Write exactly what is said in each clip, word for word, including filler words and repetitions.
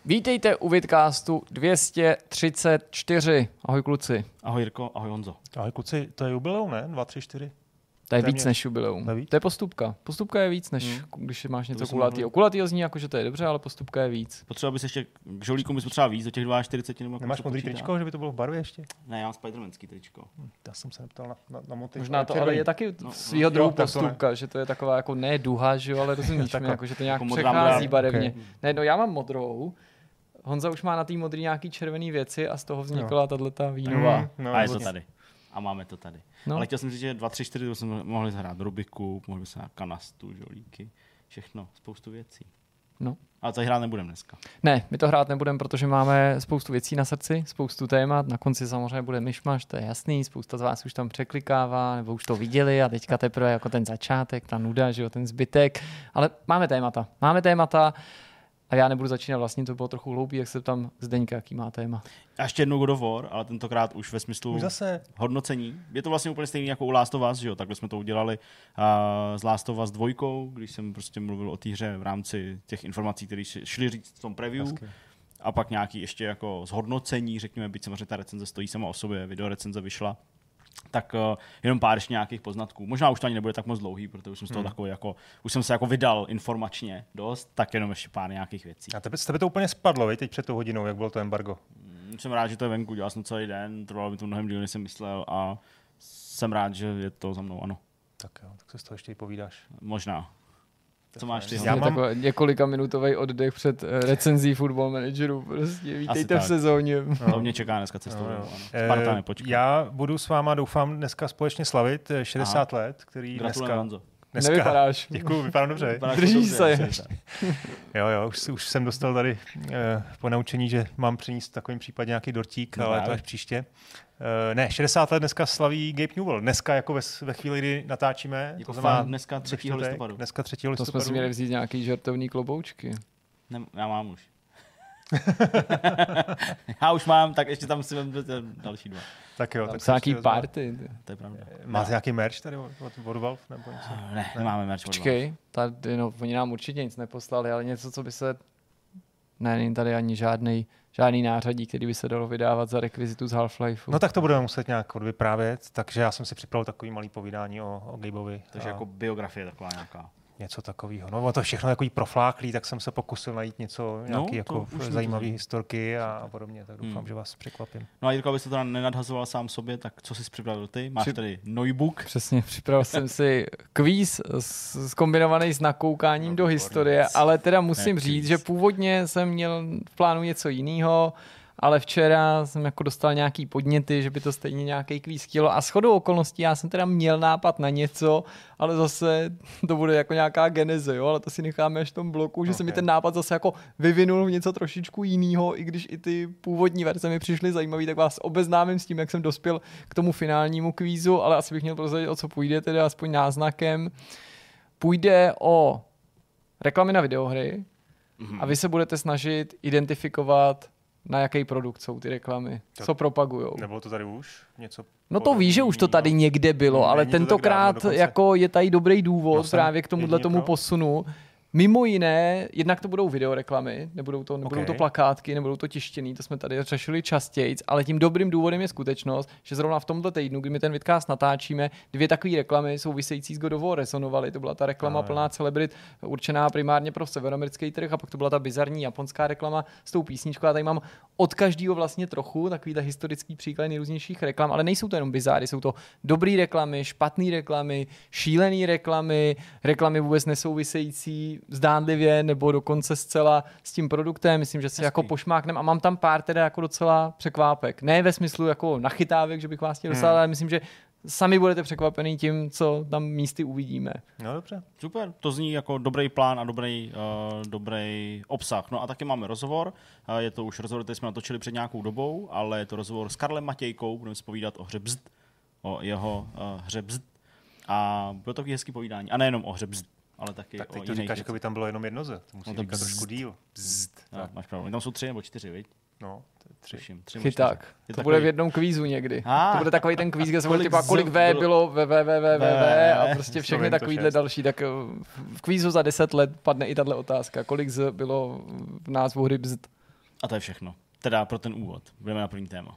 Vítejte u Vidcastu dvě stě třicet čtyři. Ahoj kluci. Ahoj Jirko, ahoj Honzo. Ahoj kluci, to je jubileum, ne? dva, tři, čtyři. To je víc než jubileum. To je, to je postupka. Postupka je víc, než hmm. když máš něco kulatýho. Kulatýho zní jako, že to je dobře, ale postupka je víc. Potřeba bys ještě k žolíku bys potřeba víc do těch čtyřicet dva. Nemáš modrý tričko, že by to bylo v barvě ještě? Ne, já mám spidermanský tričko. Hm, já jsem se neptal na, na, na motiv. Možná to ale je taky no, svýho no, druhu postupka, že to je taková jako ne duha, že jo, ale rozumíš mi, jako, že to nějak jako přechází barevně. Okay. Ne, no já mám modrou. Honza už má na té modrý nějaký červený věci a z toho vznikla no. tato vínová. Mm, no, a je to tady. A máme to tady. No. Ale chtěl jsem říct, že dva, tři, čtyři jsme mohli zahrát Rubiku, mohli jsme hrát kanastu, žolíky, všechno, spoustu věcí. No. Ale to hrát nebudeme dneska. Ne, my to hrát nebudeme, protože máme spoustu věcí na srdci, spoustu témat, na konci samozřejmě bude myšmaš, to je jasný, spousta z vás už tam překlikává, nebo už to viděli a teďka teprve jako ten začátek, ta nuda, že jo, ten zbytek, ale máme témata, máme témata. A já nebudu začínat vlastně, to bylo trochu hloupý, jak se tam Zdeňka, jaký má téma. A ještě jednou God of War, ale tentokrát už ve smyslu už zase hodnocení. Je to vlastně úplně stejný jako u Last of Us, že jo? Takhle jsme to udělali uh, s Last of Us dvojkou, když jsem prostě mluvil o té hře v rámci těch informací, které šly říct v tom preview. Hezky. A pak nějaký ještě jako zhodnocení, řekněme, byť samozřejmě ta recenze stojí sama o sobě, video recenze vyšla. Tak uh, jenom pár ještě nějakých poznatků. Možná už to ani nebude tak moc dlouhý, protože už jsem z toho hmm. takový jako, už jsem se jako vydal informačně dost, tak jenom ještě pár nějakých věcí. A tebe, tebe to úplně spadlo, vej, teď před tou hodinou, jak bylo to embargo? Hmm, jsem rád, že to je venku, dělal jsem celý den, trvalo mi to mnohem díl, než jsem myslel a jsem rád, že je to za mnou, ano. Tak jo, tak se z toho ještě i povídáš. Možná. Co máš ty? Já mám několika minutový oddech před recenzí Football Manageru. Prostě vítejte v sezóně. No. To mě čeká dneska cestou. No, Sparta nepočká. Já budu s váma, doufám, dneska společně slavit šedesát Aha. let, který Gratulujem, dneska... Honzo. Dneska, Nevypadáš. Děkuju, vypadám dobře. Držíš se. jo, jo, už, už jsem dostal tady eh, po naučení, že mám přinést v takovém případě nějaký dortík, no, ale to až příště. Uh, ne, šedesát let dneska slaví Gabe Newell. Dneska jako ve, ve chvíli, kdy natáčíme. Jako to znamená dneska třetího listopadu. Dneska třetího listopadu. To jsme si měli vzít nějaký žertovný kloboučky. Ne, já mám už. já už mám, tak ještě tam si vem další dva. Tak jo. Tam tak jsou nějaký party. To je pravda. Máte no. nějaký merch tady od, od Valve? Nebo něco? Ne, ne, nemáme merch od Valve. Počkej, tady, no, oni nám určitě nic neposlali, ale něco, co by se... Ne, není tady ani žádný, žádný nářadí, který by se dalo vydávat za rekvizitu z Half-Life. No tak to budeme muset nějak odvyprávět, takže já jsem si připravil takový malý povídání o, o Gabeovi. Takže a... jako biografie taková nějaká. Něco takového. No to všechno takový profláklý, tak jsem se pokusil najít něco, nějaký no, jako zajímavé historky a podobně, tak doufám, hmm. že vás překvapím. No a Jirko, abys to teda nenadhazoval sám sobě, tak co jsi připravil ty? Máš Při... tady notebook? Přesně, připravil jsem si kvíz zkombinovaný s nakoukáním no, do historie, ale teda musím ne, říct, že původně jsem měl v plánu něco jiného, ale včera jsem jako dostal nějaký podněty, že by to stejně nějaký kvíz chtělo a shodou okolností já jsem teda měl nápad na něco, ale zase to bude jako nějaká geneze, jo, ale to si necháme až v tom bloku, že okay. se mi ten nápad zase jako vyvinul v něco trošičku jiného, i když i ty původní verze mi přišly zajímavý, tak vás obeznámím s tím, jak jsem dospěl k tomu finálnímu kvízu, ale asi bych měl prozradit, o co půjde, tedy aspoň náznakem. Půjde o reklamy na videohry mm-hmm. a vy se budete snažit identifikovat, na jaký produkt jsou ty reklamy, to, co propagujou. Nebylo to tady už něco? No to víš, že už to tady někde bylo, ale tentokrát jako je tady dobrý důvod no, právě k tomuhle tomu posunu. Mimo jiné, jednak to budou videoreklamy, nebudou to, nebudou okay. to plakátky, nebudou to tištěný, to jsme tady řešili častěji, ale tím dobrým důvodem je skutečnost, že zrovna v tomto týdnu, kdy my ten vidcast natáčíme, dvě takové reklamy související s God of War resonovaly. To byla ta reklama no, plná celebrit, určená primárně pro severoamerický trh, a pak to byla ta bizarní japonská reklama s tou písničkou. Já tady mám od každého vlastně trochu takový ta historický příklad nejrůznějších reklam, ale nejsou to jenom bizáry, jsou to dobrý reklamy, špatný reklamy, šílený reklamy, reklamy vůbec nesouvisející zdánlivě nebo dokonce zcela s tím produktem. Myslím, že si Hezký. jako pošmáknem a mám tam pár teda jako docela překvápek. Ne ve smyslu jako nachytávek, že bych vás chtěl dostat, hmm. ale myslím, že sami budete překvapený tím, co tam místy uvidíme. No dobře. Super, to zní jako dobrý plán a dobrý, uh, dobrý obsah. No a taky máme rozhovor. Uh, je to už rozhovor, který jsme natočili před nějakou dobou, ale je to rozhovor s Karlem Matějkou. Budeme si povídat o hře Bzd, o jeho uh, hře Bzd. A bylo to taky hezký povídání. A nejenom o hře Bzd, ale taky tak o teď to říkáš, jako by tam bylo jenom jedno ze. To musí no říkat bzd. trošku díl. Bzd. No, máš pravdu. Tam jsou tři nebo čtyři, viď? No, tři. tři Chyták. To takový... bude v jednom kvízu někdy. Ah. To bude takový ten kvíz, kde se bude typa, kolik V bylo ve V, V, V, V, V a prostě všechny takovýhle další. Tak v kvízu za deset let padne i tato otázka. Kolik Z bylo v názvu hry Bzd. A to je všechno. Teda pro ten úvod. Budeme na první téma.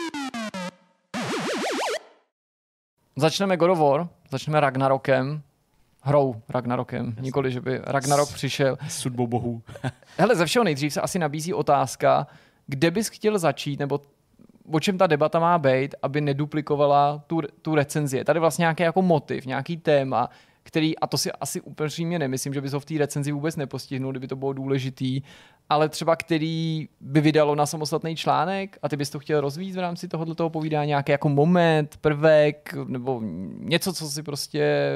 Začneme God of War, začneme Ragnarokem. Hrou Ragnarokem, yes. Nikoli, že by Ragnarok přišel. S sudbou bohů. Hele, ze všeho nejdřív se asi nabízí otázka, kde bys chtěl začít, nebo o čem ta debata má být, aby neduplikovala tu, tu recenzi. Tady vlastně nějaký jako motiv, nějaký téma, který, a to si asi úplně nemyslím, že bys ho v té recenzi vůbec nepostihnul, kdyby to bylo důležitý, ale třeba který by vydalo na samostatný článek a ty bys to chtěl rozvíjet v rámci tohoto povídání, nějaký jako moment, prvek, nebo něco, co si prostě,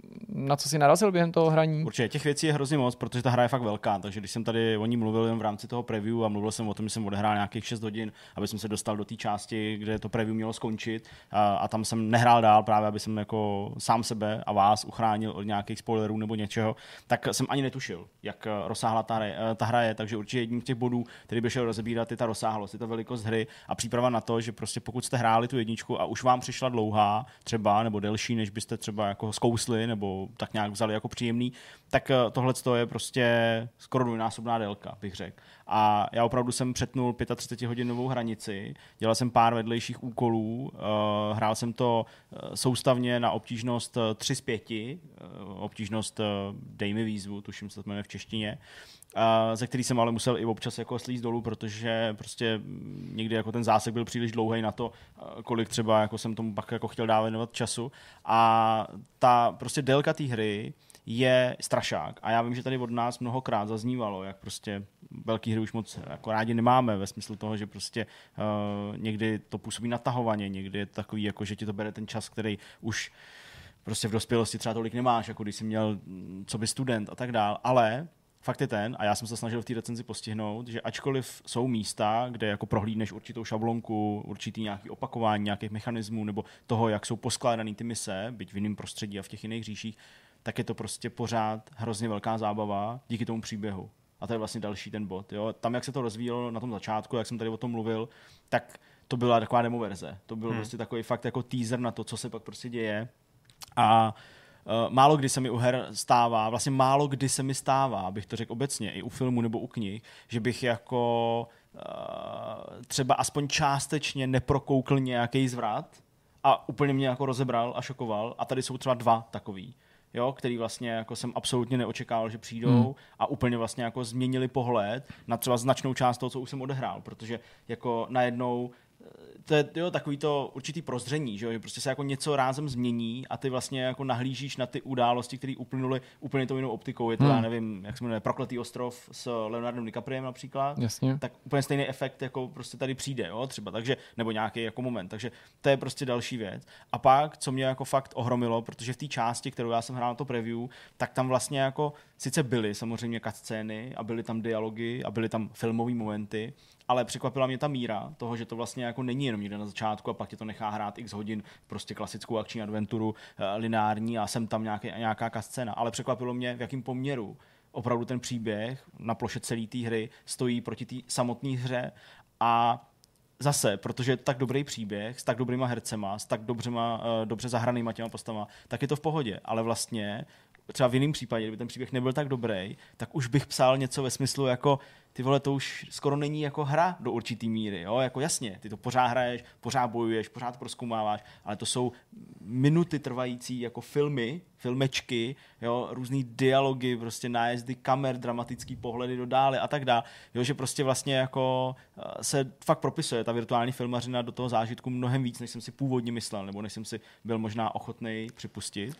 na co si narazil během toho hraní? Určitě, těch věcí je hrozně moc, protože ta hra je fakt velká, takže když jsem tady o ní mluvil jen v rámci toho preview a mluvil jsem o tom, že jsem odehrál nějakých šest hodin, aby jsem se dostal do té části, kde to preview mělo skončit a, a tam jsem nehrál dál právě, aby jsem jako sám sebe a vás uchránil od nějakých spoilerů nebo něčeho, tak jsem ani netušil, jak rozsáhlá ta hra, ta hra je, takže určitě jedním z těch bodů, který by šel rozebírat, je ta rozsáhlost, je ta velikost hry a příprava na to, že prostě pokud jste hráli tu jedničku a už vám přišla dlouhá, třeba nebo delší, než byste třeba jako zkousli nebo tak nějak vzali jako příjemný, tak tohle je prostě skoro dvojnásobná délka, bych řekl. A já opravdu jsem přetnul třicetipětihodinovou hranici, dělal jsem pár vedlejších úkolů, uh, hrál jsem to soustavně na obtížnost tři z pěti, uh, obtížnost uh, dej mi výzvu, tuším se to jmenuje v češtině, Uh, ze který jsem ale musel i občas jako slízt dolů, protože prostě někdy jako ten zásek byl příliš dlouhý na to, uh, kolik třeba jako jsem tomu pak jako chtěl dávat času. A ta prostě délka té hry je strašák. A já vím, že tady od nás mnohokrát zaznívalo, jak prostě velký hry už moc jako rádi nemáme, ve smyslu toho, že prostě uh, někdy to působí natahovaně, někdy je to takový, jako, že ti to bere ten čas, který už prostě v dospělosti třeba tolik nemáš, jako když jsi měl co by student a tak dál. Ale fakt je ten, a já jsem se snažil v té recenzi postihnout, že ačkoliv jsou místa, kde jako prohlídneš určitou šablonku, určitý nějaký opakování nějakých mechanismů nebo toho, jak jsou poskládaný ty mise, byť v jiném prostředí a v těch jiných říších, tak je to prostě pořád hrozně velká zábava díky tomu příběhu. A to je vlastně další ten bod. Jo? Tam, jak se to rozvíjelo na tom začátku, jak jsem tady o tom mluvil, tak to byla taková demo verze. To byl hmm. prostě takový fakt jako teaser na to, co se pak prostě děje. A Uh, málo kdy se mi u her stává, vlastně málo kdy se mi stává, bych to řekl obecně, i u filmu nebo u knih, že bych jako uh, třeba aspoň částečně neprokoukl nějaký zvrat a úplně mě jako rozebral a šokoval. A tady jsou třeba dva takový, jo, který vlastně jako jsem absolutně neočekával, že přijdou hmm. a úplně vlastně jako změnili pohled na třeba značnou část toho, co už jsem odehrál, protože jako najednou to je jo, takový to určitý prozření, že, že prostě se jako něco rázem změní a ty vlastně jako nahlížíš na ty události, které uplynuly úplně tou jinou optikou. Je to, hmm. já nevím, jak se jmenuje, Prokletý ostrov s Leonardem DiCapriem například. Jasně. Tak úplně stejný efekt jako prostě tady přijde, jo, třeba, takže, nebo nějaký jako moment. Takže to je prostě další věc. A pak, co mě jako fakt ohromilo, protože v té části, kterou já jsem hrál na to preview, tak tam vlastně jako sice byly samozřejmě cutscény a byly tam dialogy a byly tam filmové momenty, ale překvapila mě ta míra toho, že to vlastně jako není jenom někde na začátku a pak tě to nechá hrát x hodin, prostě klasickou akční adventuru, lineární a sem tam nějaký, nějaká cutscéna, ale překvapilo mě, v jakém poměru opravdu ten příběh na ploše celé té hry stojí proti té samotné hře a zase, protože je tak dobrý příběh s tak dobrýma hercema, s tak dobřema, dobře zahranýma těma postama, tak je to v pohodě, ale vlastně třeba v jiném případě, kdyby ten příběh nebyl tak dobrý, tak už bych psal něco ve smyslu jako ty vole, to už skoro není jako hra do určitý míry, jo, jako jasně, ty to pořád hraješ, pořád bojuješ, pořád prozkoumáváš, ale to jsou minuty trvající jako filmy, filmečky, jo, různý dialogy, prostě nájezdy kamer, dramatický pohledy do dále a tak dále, jo, že prostě vlastně jako se fakt propisuje ta virtuální filmařina do toho zážitku mnohem víc, než jsem si původně myslel, nebo než jsem si byl možná ochotnej připustit.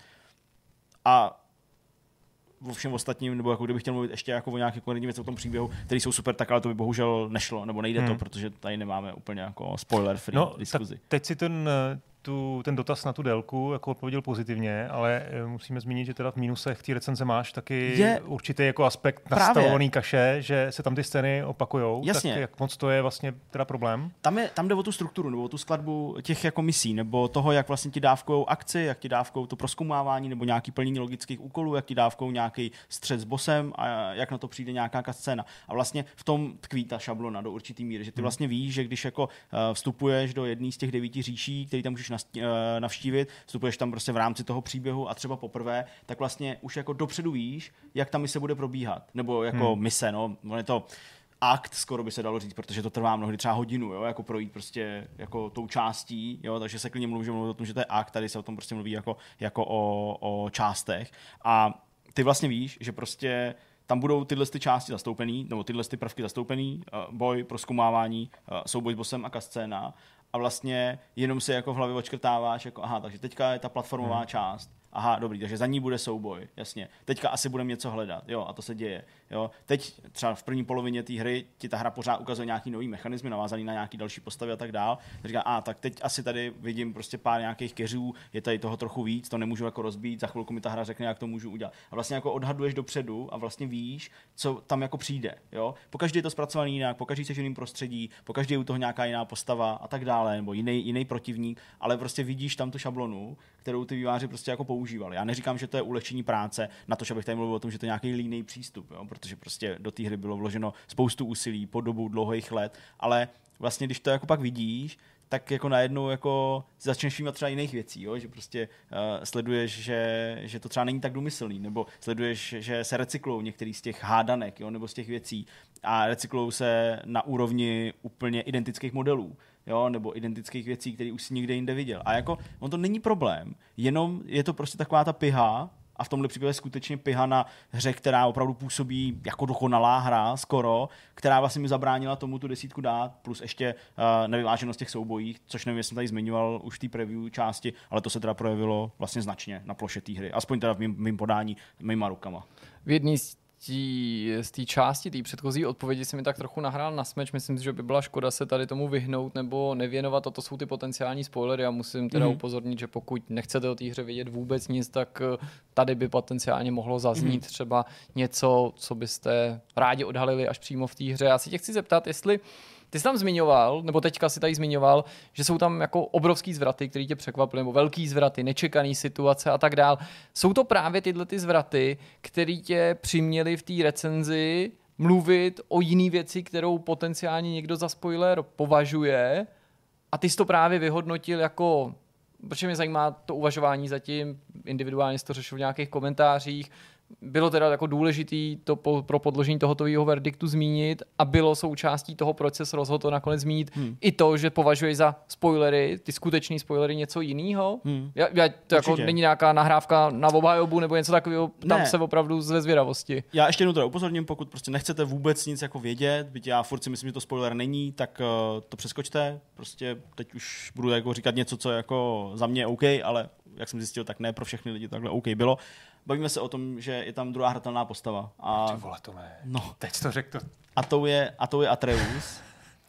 A vo všem ostatním, nebo jako kdybych chtěl mluvit ještě jako o nějakých konkrétních věcech o tom příběhu, který jsou super, tak ale to by bohužel nešlo, nebo nejde hmm. to, protože tady nemáme úplně jako spoiler free no, diskuzi. Teď si ten, tu, ten dotaz na tu délku jako odpověděl pozitivně, ale musíme zmínit, že teda v mínusech té recenze máš taky je určitý jako aspekt nastavovaný kaše, že se tam ty scény opakujou. Jasně. Tak jak moc to je vlastně teda problém? Tam, je, tam jde o tu strukturu, nebo o tu skladbu těch jako misí, nebo toho, jak vlastně ti dávkou akci, jak ti dávkou to prozkoumávání, nebo nějaký plnění logických úkolů, jak ti dávkou nějaký střet s bossem a jak na to přijde nějaká scéna. A vlastně v tom tkví ta šablona do určitý míry, že ty vlastně víš, že když jako vstupuješ do jedné z těch devíti říší, který tam můžeš navštívit, vstupuješ tam prostě v rámci toho příběhu a třeba poprvé, tak vlastně už jako dopředu víš, jak ta mise bude probíhat. Nebo jako hmm. mise, no, on je to akt, skoro by se dalo říct, protože to trvá mnohdy třeba hodinu, jo, jako projít prostě jako tou částí, jo, takže se klidně mluví, že mluví o tom, že to je akt, tady se o tom prostě mluví jako, jako o, o částech a ty vlastně víš, že prostě tam budou tyhle ty části zastoupený, nebo tyhle ty prvky zastoupený, boj, prozkoumávání, souboj s bossem a kascéna a vlastně jenom si jako v hlavě odškrtáváš, jako aha, takže teďka je ta platformová hmm. část. Aha, dobrý, takže za ní bude souboj, jasně. Teďka asi budeme něco hledat, jo, a to se děje. Jo. Teď třeba v první polovině té hry ti ta hra pořád ukazuje nějaký nový mechanismy, navázaný na nějaký další postavy a tak dál. Tak říká, a tak teď asi tady vidím prostě pár nějakých keřů, je tady toho trochu víc, to nemůžu jako rozbít, za chvilku mi ta hra řekne, jak to můžu udělat. A vlastně jako odhaduješ dopředu a vlastně víš, co tam jako přijde, jo. Pokaždé je to zpracovaný jinak, pokaždé se v jiném prostředí, pokaždé je u toho nějaká jiná postava a tak dále, nebo jiný jiný protivník, ale prostě vidíš tam tu šablonu, kterou ty vývojáři prostě jako používali. Já neříkám, že to je ulehčení práce, na to, že bych tady mluvil o tom, že to je nějaký línej přístup, jo? Protože prostě do té hry bylo vloženo spoustu úsilí po dobu dlouhých let, ale vlastně když to jako pak vidíš, tak jako najednou jako začneš všímat třeba jiných věcí, jo? Že prostě uh, sleduješ, že, že to třeba není tak důmyslný, nebo sleduješ, že se recyklujou některý z těch hádanek, jo? Nebo z těch věcí a recyklujou se na úrovni úplně identických modelů. Jo, nebo identických věcí, které už si nikde jinde viděl. A jako, on to není problém, jenom je to prostě taková ta piha, a v tomhle případě skutečně piha na hře, která opravdu působí jako dokonalá hra, skoro, která vlastně mi zabránila tomu tu desítku dát, plus ještě uh, nevyváženost těch soubojích, což nevím, jestli jsem tady zmiňoval už v té preview části, ale to se teda projevilo vlastně značně na ploše té hry, aspoň teda v mým, mým podání, mýma rukama. V jedný z té části, té předchozí odpovědi si mi tak trochu nahrál na smeč. Myslím si, že by byla škoda se tady tomu vyhnout nebo nevěnovat. A to jsou ty potenciální spoilery. A musím teda mm. upozornit, že pokud nechcete o té hře vědět vůbec nic, tak tady by potenciálně mohlo zaznít mm. třeba něco, co byste rádi odhalili až přímo v té hře. Já si tě chci zeptat, jestli ty jsi tam zmiňoval, nebo teďka si tady zmiňoval, že jsou tam jako obrovský zvraty, které tě překvapily, nebo velký zvraty, nečekaný situace a tak dál. Jsou to právě tyhle ty zvraty, které tě přiměly v té recenzi mluvit o jiný věci, kterou potenciálně někdo za spoiler považuje a ty jsi to právě vyhodnotil jako, protože mě zajímá to uvažování zatím, individuálně jsi to řešil v nějakých komentářích, bylo teda jako důležitý to po, pro podložení tohoto jeho verdiktu zmínit a bylo součástí toho, proč se rozhodl to nakonec zmínit hmm. i to, že považuješ za spoilery, ty skutečný spoilery něco jiného. Hmm. Já, já, to jako není nějaká nahrávka na obhajobu nebo něco takového, tam ne. se opravdu ze zvědavosti. Já ještě jednou teda upozorním, pokud prostě nechcete vůbec nic jako vědět, byť já furt si myslím, že to spoiler není, tak uh, to přeskočte. Prostě teď už budu jako říkat něco, co jako za mě je OK, ale jak jsem zjistil, tak ne pro všechny lidi takhle OK bylo. Bavíme se o tom, že je tam druhá hratelná postava. A ty vole, to ne. No. Teď to řekl. A tou je, a tou je Atreus.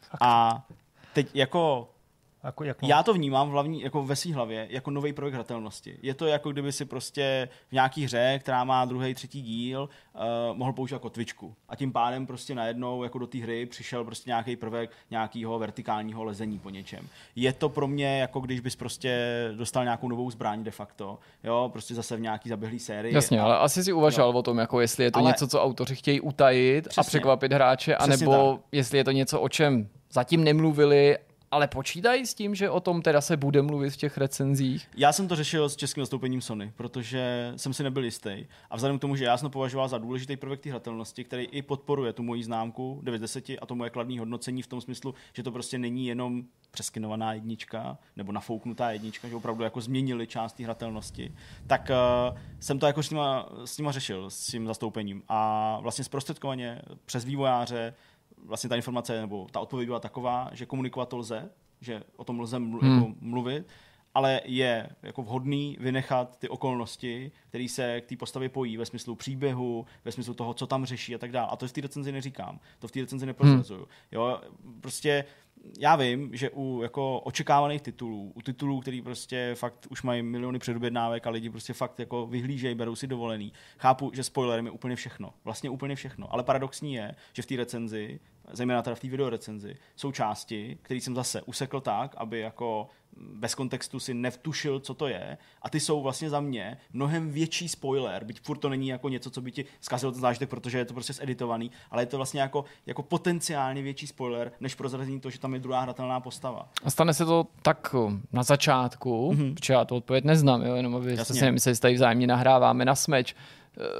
A teď jako... Jako, jako... Já to vnímám v hlavní, jako ve svý hlavě jako nový projekt hratelnosti. Je to jako kdyby si prostě v nějaký hře, která má druhý, třetí díl, uh, mohl použít jako tvičku. A tím pádem prostě najednou jako do té hry přišel prostě nějaký prvek nějakého vertikálního lezení po něčem. Je to pro mě jako když bys prostě dostal nějakou novou zbraň de facto, jo, prostě zase v nějaký zaběhlý sérii. Jasně, a... ale asi si uvažoval jo. o tom, jako jestli je to ale... něco, co autoři chtějí utajit přesně. a překvapit hráče, anebo tak. jestli je to něco, o čem zatím nemluvili, ale počítají s tím, že o tom teda se bude mluvit v těch recenzích? Já jsem to řešil s českým zastoupením Sony, protože jsem si nebyl jistý. A vzhledem k tomu, že já jsem to považoval za důležitý prvek té hratelnosti, který i podporuje tu moji známku devět z deseti a to moje kladné hodnocení v tom smyslu, že to prostě není jenom přeskinovaná jednička nebo nafouknutá jednička, že opravdu jako změnili část té hratelnosti, tak uh, jsem to jako s nima, s nima řešil, s tím zastoupením. A vlastně zprostředkovaně přes vývojáře vlastně ta informace nebo ta odpověď byla taková, že komunikovat to lze, že o tom lze mlu- hmm. jako mluvit, ale je jako vhodný vynechat ty okolnosti, které se k té postavě pojí ve smyslu příběhu, ve smyslu toho, co tam řeší a tak dále. A to v té recenzi neříkám, to v té recenzi neprozrazuju. Hmm. Jo, prostě já vím, že u jako očekávaných titulů, u titulů, který prostě fakt už mají miliony předobjednávek a lidi prostě fakt jako vyhlížejí, berou si dovolený. Chápu, že spoilerem je úplně všechno, vlastně úplně všechno, ale paradoxní je, že v té recenzi, zejména teda v té videorecenzi, jsou části, které jsem zase usekl tak, aby jako bez kontextu si nevtušil, co to je, a ty jsou vlastně za mě mnohem větší spoiler, byť furt to není jako něco, co by ti zkazilo ten zážitek, protože je to prostě zeditovaný, ale je to vlastně jako, jako potenciálně větší spoiler, než prozrazení to, že tam je druhá hratelná postava. A stane se to tak na začátku, mm-hmm. protože já to odpověď neznám, jo, jenom aby se si nemysleli, že tady vzájemně nahráváme na smeč,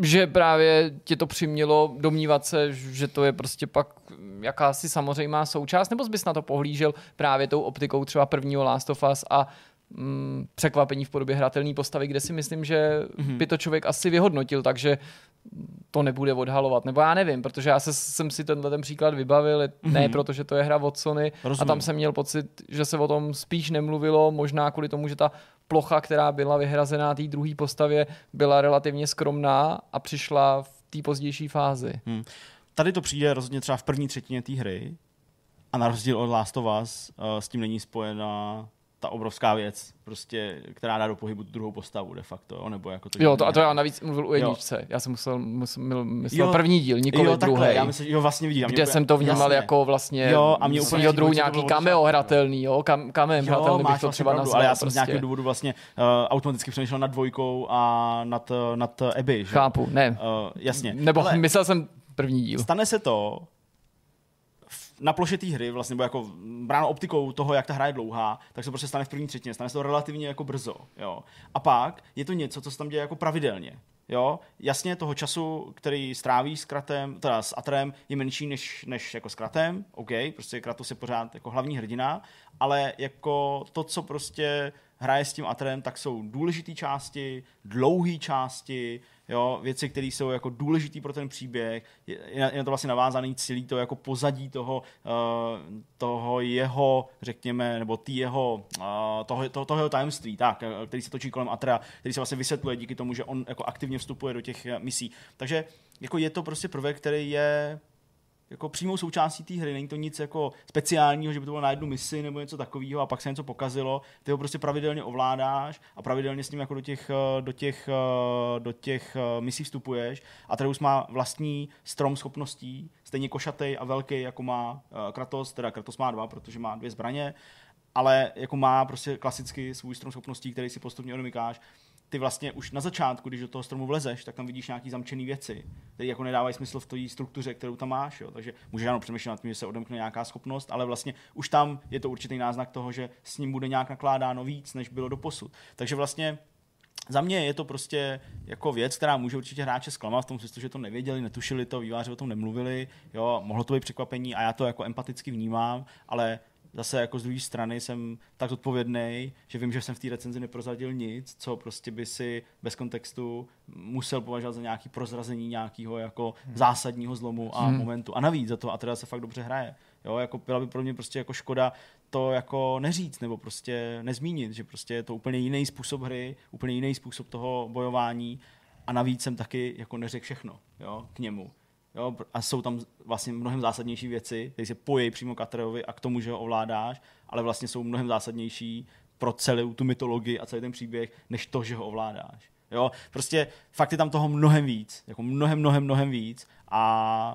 že právě tě to přimělo domnívat se, že to je prostě pak jakási samozřejmá součást, nebo bys na to pohlížel právě tou optikou třeba prvního Last of Us a mm, překvapení v podobě hratelné postavy, kde si myslím, že mm-hmm. by to člověk asi vyhodnotil, takže to nebude odhalovat, nebo já nevím, protože já se, jsem si tenhle ten příklad vybavil, mm-hmm. ne protože to je hra od Sony. Rozumím. A tam jsem měl pocit, že se o tom spíš nemluvilo, možná kvůli tomu, že ta plocha, která byla vyhrazená té druhé postavě, byla relativně skromná a přišla v té pozdější fázi. Hmm. Tady to přijde rozhodně třeba v první třetině té hry a na rozdíl od Last of Us uh, s tím není spojena ta obrovská věc, prostě, která dá do pohybu tu druhou postavu de facto, jo? Nebo jako to. Jo, to, a to já navíc mluvil u jedničce. Jo. Já jsem musel, musel myslel jo. první díl, nikoli druhý. Já myslím, jo, vlastně vidím. Kde jsem to vnímal jasně. jako vlastně jo, a mě úplně druhý nějaký cameo hratelný, jo, Kam, kamem hratelný bych to vlastně třeba nazval. Ale já jsem prostě. z nějakého důvodu vlastně uh, automaticky přemýšlel nad dvojkou a nad, nad Abby, že? Chápu, ne. Uh, jasně. Nebo ale myslel jsem první díl. Stane se to na ploše té hry, vlastně, nebo jako bráno optikou toho, jak ta hra je dlouhá, tak se prostě stane v první třetině, stane se to relativně jako brzo, jo. A pak je to něco, co se tam děje jako pravidelně, jo. Jasně toho času, který stráví s Kratem, teda s Atrem, je menší než, než jako s Kratem, OK, prostě Kratos je pořád jako hlavní hrdina, ale jako to, co prostě hraje s tím Atrem, tak jsou důležité části, dlouhé části, jo, věci, které jsou jako důležitý pro ten příběh, je, je na to vlastně navázaný celý to jako pozadí toho, uh, toho jeho, řekněme, nebo tý jeho, uh, toho, toho, toho jeho tajemství, tak, který se točí kolem Atra, který se vlastně vysvětluje díky tomu, že on jako aktivně vstupuje do těch misí. Takže jako je to prostě prvek, který je jako přímou součástí té hry, není to nic jako speciálního, že by to bylo na jednu misi nebo něco takového a pak se něco pokazilo, ty ho prostě pravidelně ovládáš a pravidelně s ním jako do těch, do těch, do těch misí vstupuješ a Atreus má vlastní strom schopností, stejně košatej a velký, jako má Kratos, teda Kratos má dva, protože má dvě zbraně, ale jako má prostě klasicky svůj strom schopností, který si postupně odmykáš. Ty vlastně už na začátku, když do toho stromu vlezeš, tak tam vidíš nějaký zamčený věci, které jako nedávají smysl v té struktuře, kterou tam máš. Jo. Takže můžeš ano přemýšlet nad tím, že se odemkne nějaká schopnost, ale vlastně už tam je to určitý náznak toho, že s ním bude nějak nakládáno víc, než bylo doposud. Takže vlastně za mě je to prostě jako věc, která může určitě hráče zklamat v tom smyslu, že to nevěděli, netušili to, vývojáři o tom nemluvili, jo, mohlo to být překvapení a já to jako empaticky vnímám, ale zase jako z druhé strany jsem tak zodpovědný, že vím, že jsem v té recenzi neprozradil nic, co prostě by si bez kontextu musel považovat za nějaký prozrazení nějakého jako hmm. zásadního zlomu a hmm. momentu. A navíc za to a teda se fakt dobře hraje. Jo, jako byla by pro mě prostě jako škoda to jako neříct nebo prostě nezmínit, že prostě je to úplně jiný způsob hry, úplně jiný způsob toho bojování a navíc jsem taky jako neřekl všechno, jo, k němu. Jo, a jsou tam vlastně mnohem zásadnější věci, které se pojí přímo k Atreovi a k tomu, že ho ovládáš, ale vlastně jsou mnohem zásadnější pro celou tu mytologii a celý ten příběh, než to, že ho ovládáš. Jo, prostě fakt je tam toho mnohem víc, jako mnohem, mnohem, mnohem víc a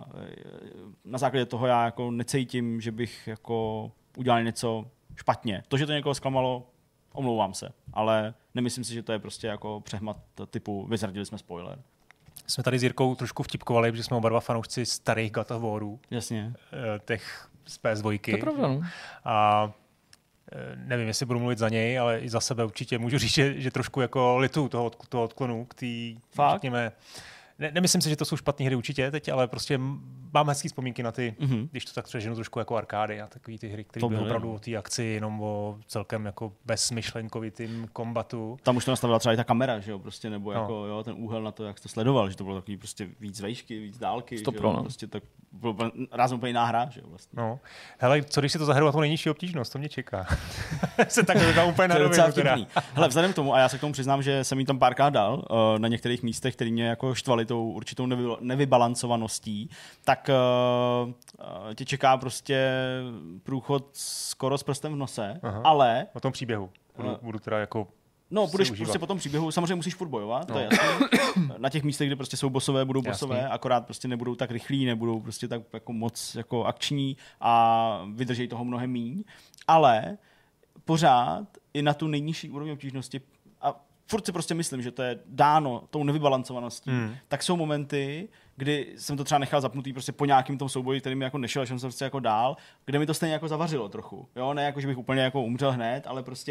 na základě toho já jako necítím, že bych jako udělal něco špatně. To, že to někoho zklamalo, omlouvám se, ale nemyslím si, že to je prostě jako přehmat typu vyzradili jsme spoiler. Jsme tady s Jirkou trošku vtipkovali, protože jsme oba dva fanoušci starých God of Warů. Jasně. Těch z P S dva. To je pravda, no. A nevím, jestli budu mluvit za něj, ale i za sebe určitě můžu říct, že, že trošku jako litu toho, toho odklonu k té, řekněme, ne, nemyslím si, že to jsou špatné hry určitě teď, ale prostě mám hezký vzpomínky na ty, mm-hmm. když to tak přeženu trošku jako arkády a takový ty hry, které byly opravdu o té akci, jenom o celkem jako bezmyšlenkovitým kombatu. Tam už to nastavila třeba i ta kamera, že jo, prostě, nebo no. jako jo, ten úhel na to, jak jsi to sledoval, že to bylo takový prostě víc vejšky, víc dálky, Stop že pro, jo, no. prostě tak bylo rázem úplně jiná hra, že jo, vlastně. No. Hele, co když si to zahraju na tu nejnižší obtížnost, to mě čeká. Se tak to úplně na rovinu teda. Hele, vzhledem k tomu, a já se k tomu přiznám, že jsem jí tam párkrát dal uh, na některých místech, které mě jako štvali tou určitou nevy, nevybalancovaností, tak uh, uh, tě čeká prostě průchod skoro s prstem v nose, aha. ale... O tom příběhu. Budu, uh, budu teda jako No, budeš užívat. Prostě po tom příběhu, samozřejmě musíš furt bojovat, no. To je jasný. Na těch místech, kde prostě jsou bossové, budou bossové, jasný. Akorát prostě nebudou tak rychlí, nebudou prostě tak jako moc jako akční a vydržej toho mnohem míň, ale pořád i na tu nejnižší úroveň obtížnosti a furt si prostě myslím, že to je dáno tou nevybalancovaností, hmm. tak jsou momenty, kdy jsem to třeba nechal zapnutý prostě po nějakým tom souboji, který mi jako nešel, že jsem se prostě jako dál, kde mi to stejně jako zavařilo trochu. Jo, ne jako, že bych úplně jako umřel hned, ale prostě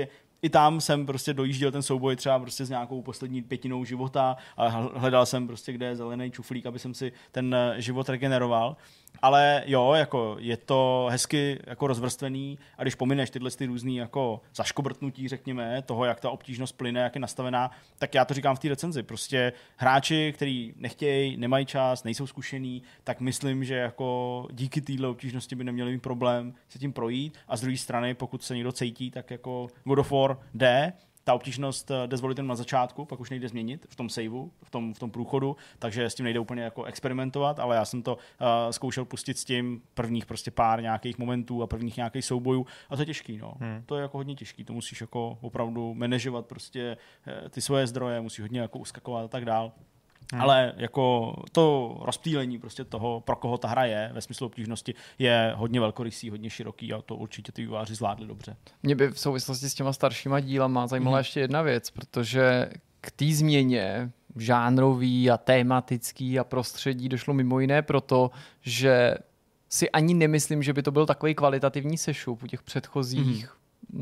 i tam jsem prostě dojížděl ten souboj třeba prostě s nějakou poslední pětinou života a hledal jsem prostě, kde je zelený čuflík, aby jsem si ten život regeneroval. Ale jo, jako je to hezky jako rozvrstvený a když pomineš tyhle ty různý jako zaškobrtnutí, řekněme, toho, jak ta obtížnost plyne, jak je nastavená, tak já to říkám v té recenzi. Prostě hráči, kteří nechtějí, nemají čas, nejsou zkušený, tak myslím, že jako díky téhle obtížnosti by neměli mít problém se tím projít. A z druhé strany, pokud se někdo cítí, tak jako God of War jde. Ta obtížnost jde zvolit jen na začátku, pak už nejde změnit v tom saveu, v tom, v tom průchodu, takže s tím nejde úplně jako experimentovat, ale já jsem to uh, zkoušel pustit s tím prvních prostě pár nějakých momentů a prvních nějakých soubojů a to je těžký, no. Hmm. To je jako hodně těžký, to musíš jako opravdu manažovat prostě uh, ty svoje zdroje, musíš hodně jako uskakovat a tak dál. Hmm. Ale jako to rozptýlení prostě toho, pro koho ta hra je, ve smyslu obtížnosti, je hodně velkorysý, hodně široký a to určitě ty vývojáři zvládli dobře. Mě by v souvislosti s těma staršíma dílama zajímala hmm. ještě jedna věc, protože k té změně žánrový a tematický a prostředí došlo mimo jiné proto, že si ani nemyslím, že by to byl takový kvalitativní sešup u těch předchozích hmm.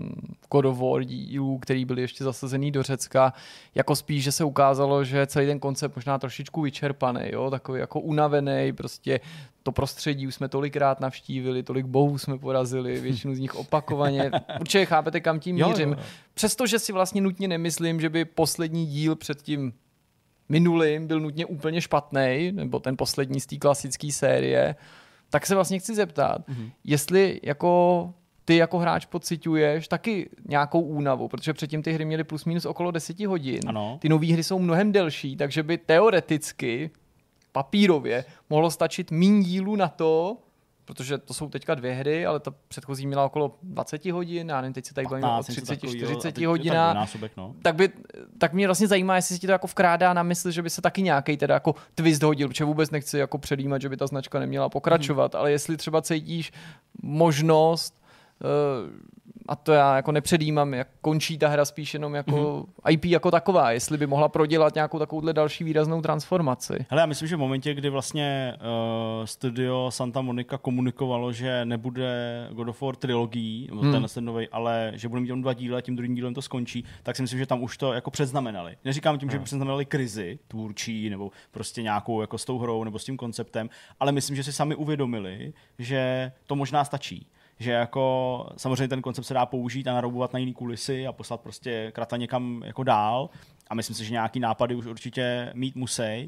God of War dílů, který byly ještě zasazený do Řecka, jako spíš, že se ukázalo, že celý ten koncept možná trošičku vyčerpaný, jo? Takový jako unavený, prostě to prostředí už jsme tolikrát navštívili, tolik bohů jsme porazili, většinu z nich opakovaně. Určitě chápete, kam tím mířím. Jo, jo, jo. Přestože si vlastně nutně nemyslím, že by poslední díl před tím minulým byl nutně úplně špatný, nebo ten poslední z té klasické série, tak se vlastně chci zeptat, mm-hmm. jestli jako ty jako hráč pociťuješ taky nějakou únavu, protože předtím ty hry měly plus minus okolo deset hodin. Ano. Ty nové hry jsou mnohem delší, takže by teoreticky, papírově, mohlo stačit míň dílů na to, protože to jsou teďka dvě hry, ale ta předchozí měla okolo dvacet hodin, já nevím, teď se tady bavíme o třicet čtyřicet hodinách, násobek, no. tak, by, tak mě vlastně zajímá, jestli si ti to jako vkrádá na mysl, že by se taky nějaký teda jako twist hodil, protože vůbec nechci jako předjímat, že by ta značka neměla pokračovat, hmm. ale jestli třeba cítíš možnost, a to já jako nepředjímám, jak končí ta hra spíš jenom jako mm-hmm. í pé jako taková, jestli by mohla prodělat nějakou takovouhle další výraznou transformaci. Hele, já myslím, že v momentě, kdy vlastně uh, studio Santa Monica komunikovalo, že nebude God of War trilogií, hmm. ten nový, ale že bude mít jen dva díly a tím druhým dílem to skončí, tak si myslím, že tam už to jako předznamenali. Neříkám tím, že by předznamenali krizi tvůrčí nebo prostě nějakou jako s tou hrou nebo s tím konceptem, ale myslím, že si sami uvědomili, že to možná stačí. Že jako samozřejmě ten koncept se dá použít a naroubovat na jiný kulisy a poslat prostě krata někam jako dál a myslím si, že nějaký nápady už určitě mít musí,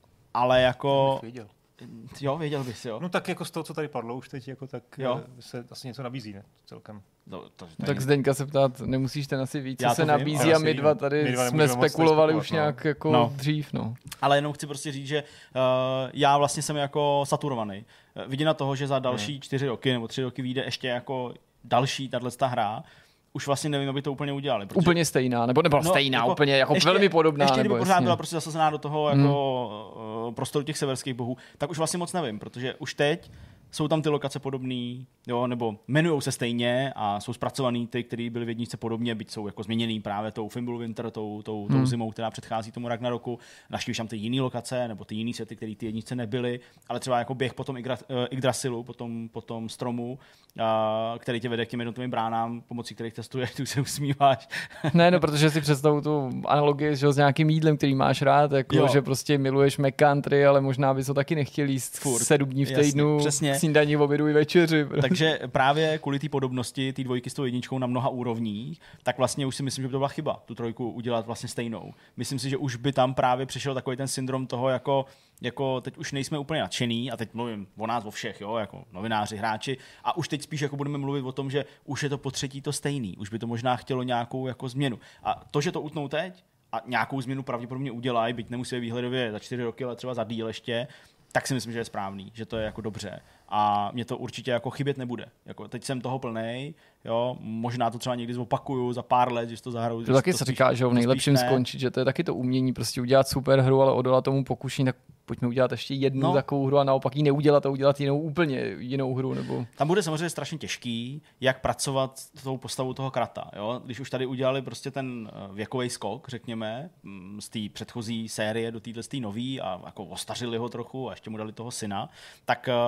ale jako... Věděl. Jo, věděl bys, jo. No tak jako z toho, co tady padlo už teď, jako tak jo. se asi něco nabízí, ne? Celkem. No, to, to tak Zdeňka se ptát, nemusíš ten asi víc, co se nabízí vím, a my dva tady my dva jsme spekulovali už no. nějak jako no. dřív, no. Ale jenom chci prostě říct, že uh, já vlastně jsem jako saturovaný. Uh, viděna toho, že za další hmm. čtyři roky nebo tři roky vyjde ještě jako další tato hra, už vlastně nevím, aby to úplně udělali. Protože... Úplně stejná, nebo nebyla no, stejná, jako, úplně jako ještě, velmi podobná. Ještě nebo kdyby pořád byla prostě zasazená do toho jako hmm. prostoru těch severských bohů, tak už vlastně moc nevím, protože už teď jsou tam ty lokace podobný, jo, nebo jmenujou se stejně a jsou zpracovaný ty, které byly v jedničce podobně, byť jsou jako změněný právě tou Fimbulwinter, tou, tou, tou hmm. zimou, která předchází tomu Ragnaroku. Naštívíš tam ty jiné lokace, nebo ty jiné sety, které ty jedničce nebyly, ale třeba jako běh po tom Yggdrasilu, po tom, po tom stromu, uh, který tě vede k těm jednotlivým bránám, pomocí kterých testuješ, tu se usmíváš. Ne, no, protože si představu tu analogii že, s nějakým jídlem, který máš rád, jako, že prostě miluješ McCountry, ale možná bys ho taky nechtěl jíst furt sedm dní v týdnu. Přesně. Snídaní, obědu i večeři. Takže právě kvůli té podobnosti, té dvojky s tou jedničkou na mnoha úrovních, tak vlastně už si myslím, že by to byla chyba, tu trojku udělat vlastně stejnou. Myslím si, že už by tam právě přišel takový ten syndrom toho, jako, jako teď už nejsme úplně nadšený, a teď mluvím o nás, o všech, jo, jako novináři, hráči, a už teď spíš jako budeme mluvit o tom, že už je to po třetí to stejný, už by to možná chtělo nějakou jako změnu. A to, že to utnou teď a nějakou změnu pravděpodobně udělají, byť nemusí výhledově za čtyři roky, ale třeba za díl ještě, tak si myslím, že je správný, že to je jako dobře. A mě to určitě jako chybět nebude. Jako teď jsem toho plnej, jo, možná to třeba někdy zopakuju za pár let, že to zahraju. To taky se říká, že v nejlepším skončit, že to je taky to umění, prostě udělat super hru, ale odolat tomu pokušení, tak pojďme udělat ještě jednu no. takovou hru a naopak ji neudělat a udělat jinou úplně jinou hru. Nebo... Tam bude samozřejmě strašně těžký, jak pracovat s tou postavou toho krata. Jo? Když už tady udělali prostě ten věkový skok, řekněme, z té předchozí série do téhle nový a jako ostařili ho trochu a ještě mu dali toho syna, tak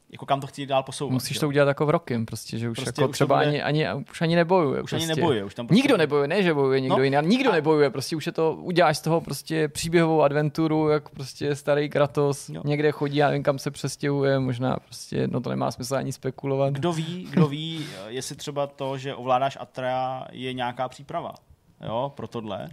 jako kam to chci dál posouvat. Musíš jo? to udělat jako v rokem, prostě, že už prostě jako už třeba bude... ani, ani, už ani nebojuje. Už prostě. ani nebojuje. Už tam prostě... Nikdo nebojuje, ne, že bojuje někdo no, jiný, ale nikdo a... nebojuje, prostě už je to, uděláš z toho prostě příběhovou adventuru, jak prostě starý Kratos jo. někde chodí, já nevím, kam se přestěhuje, možná prostě, no to nemá smysl ani spekulovat. Kdo ví, kdo ví, jestli třeba to, že ovládáš Atrea, je nějaká příprava, jo, pro tohle.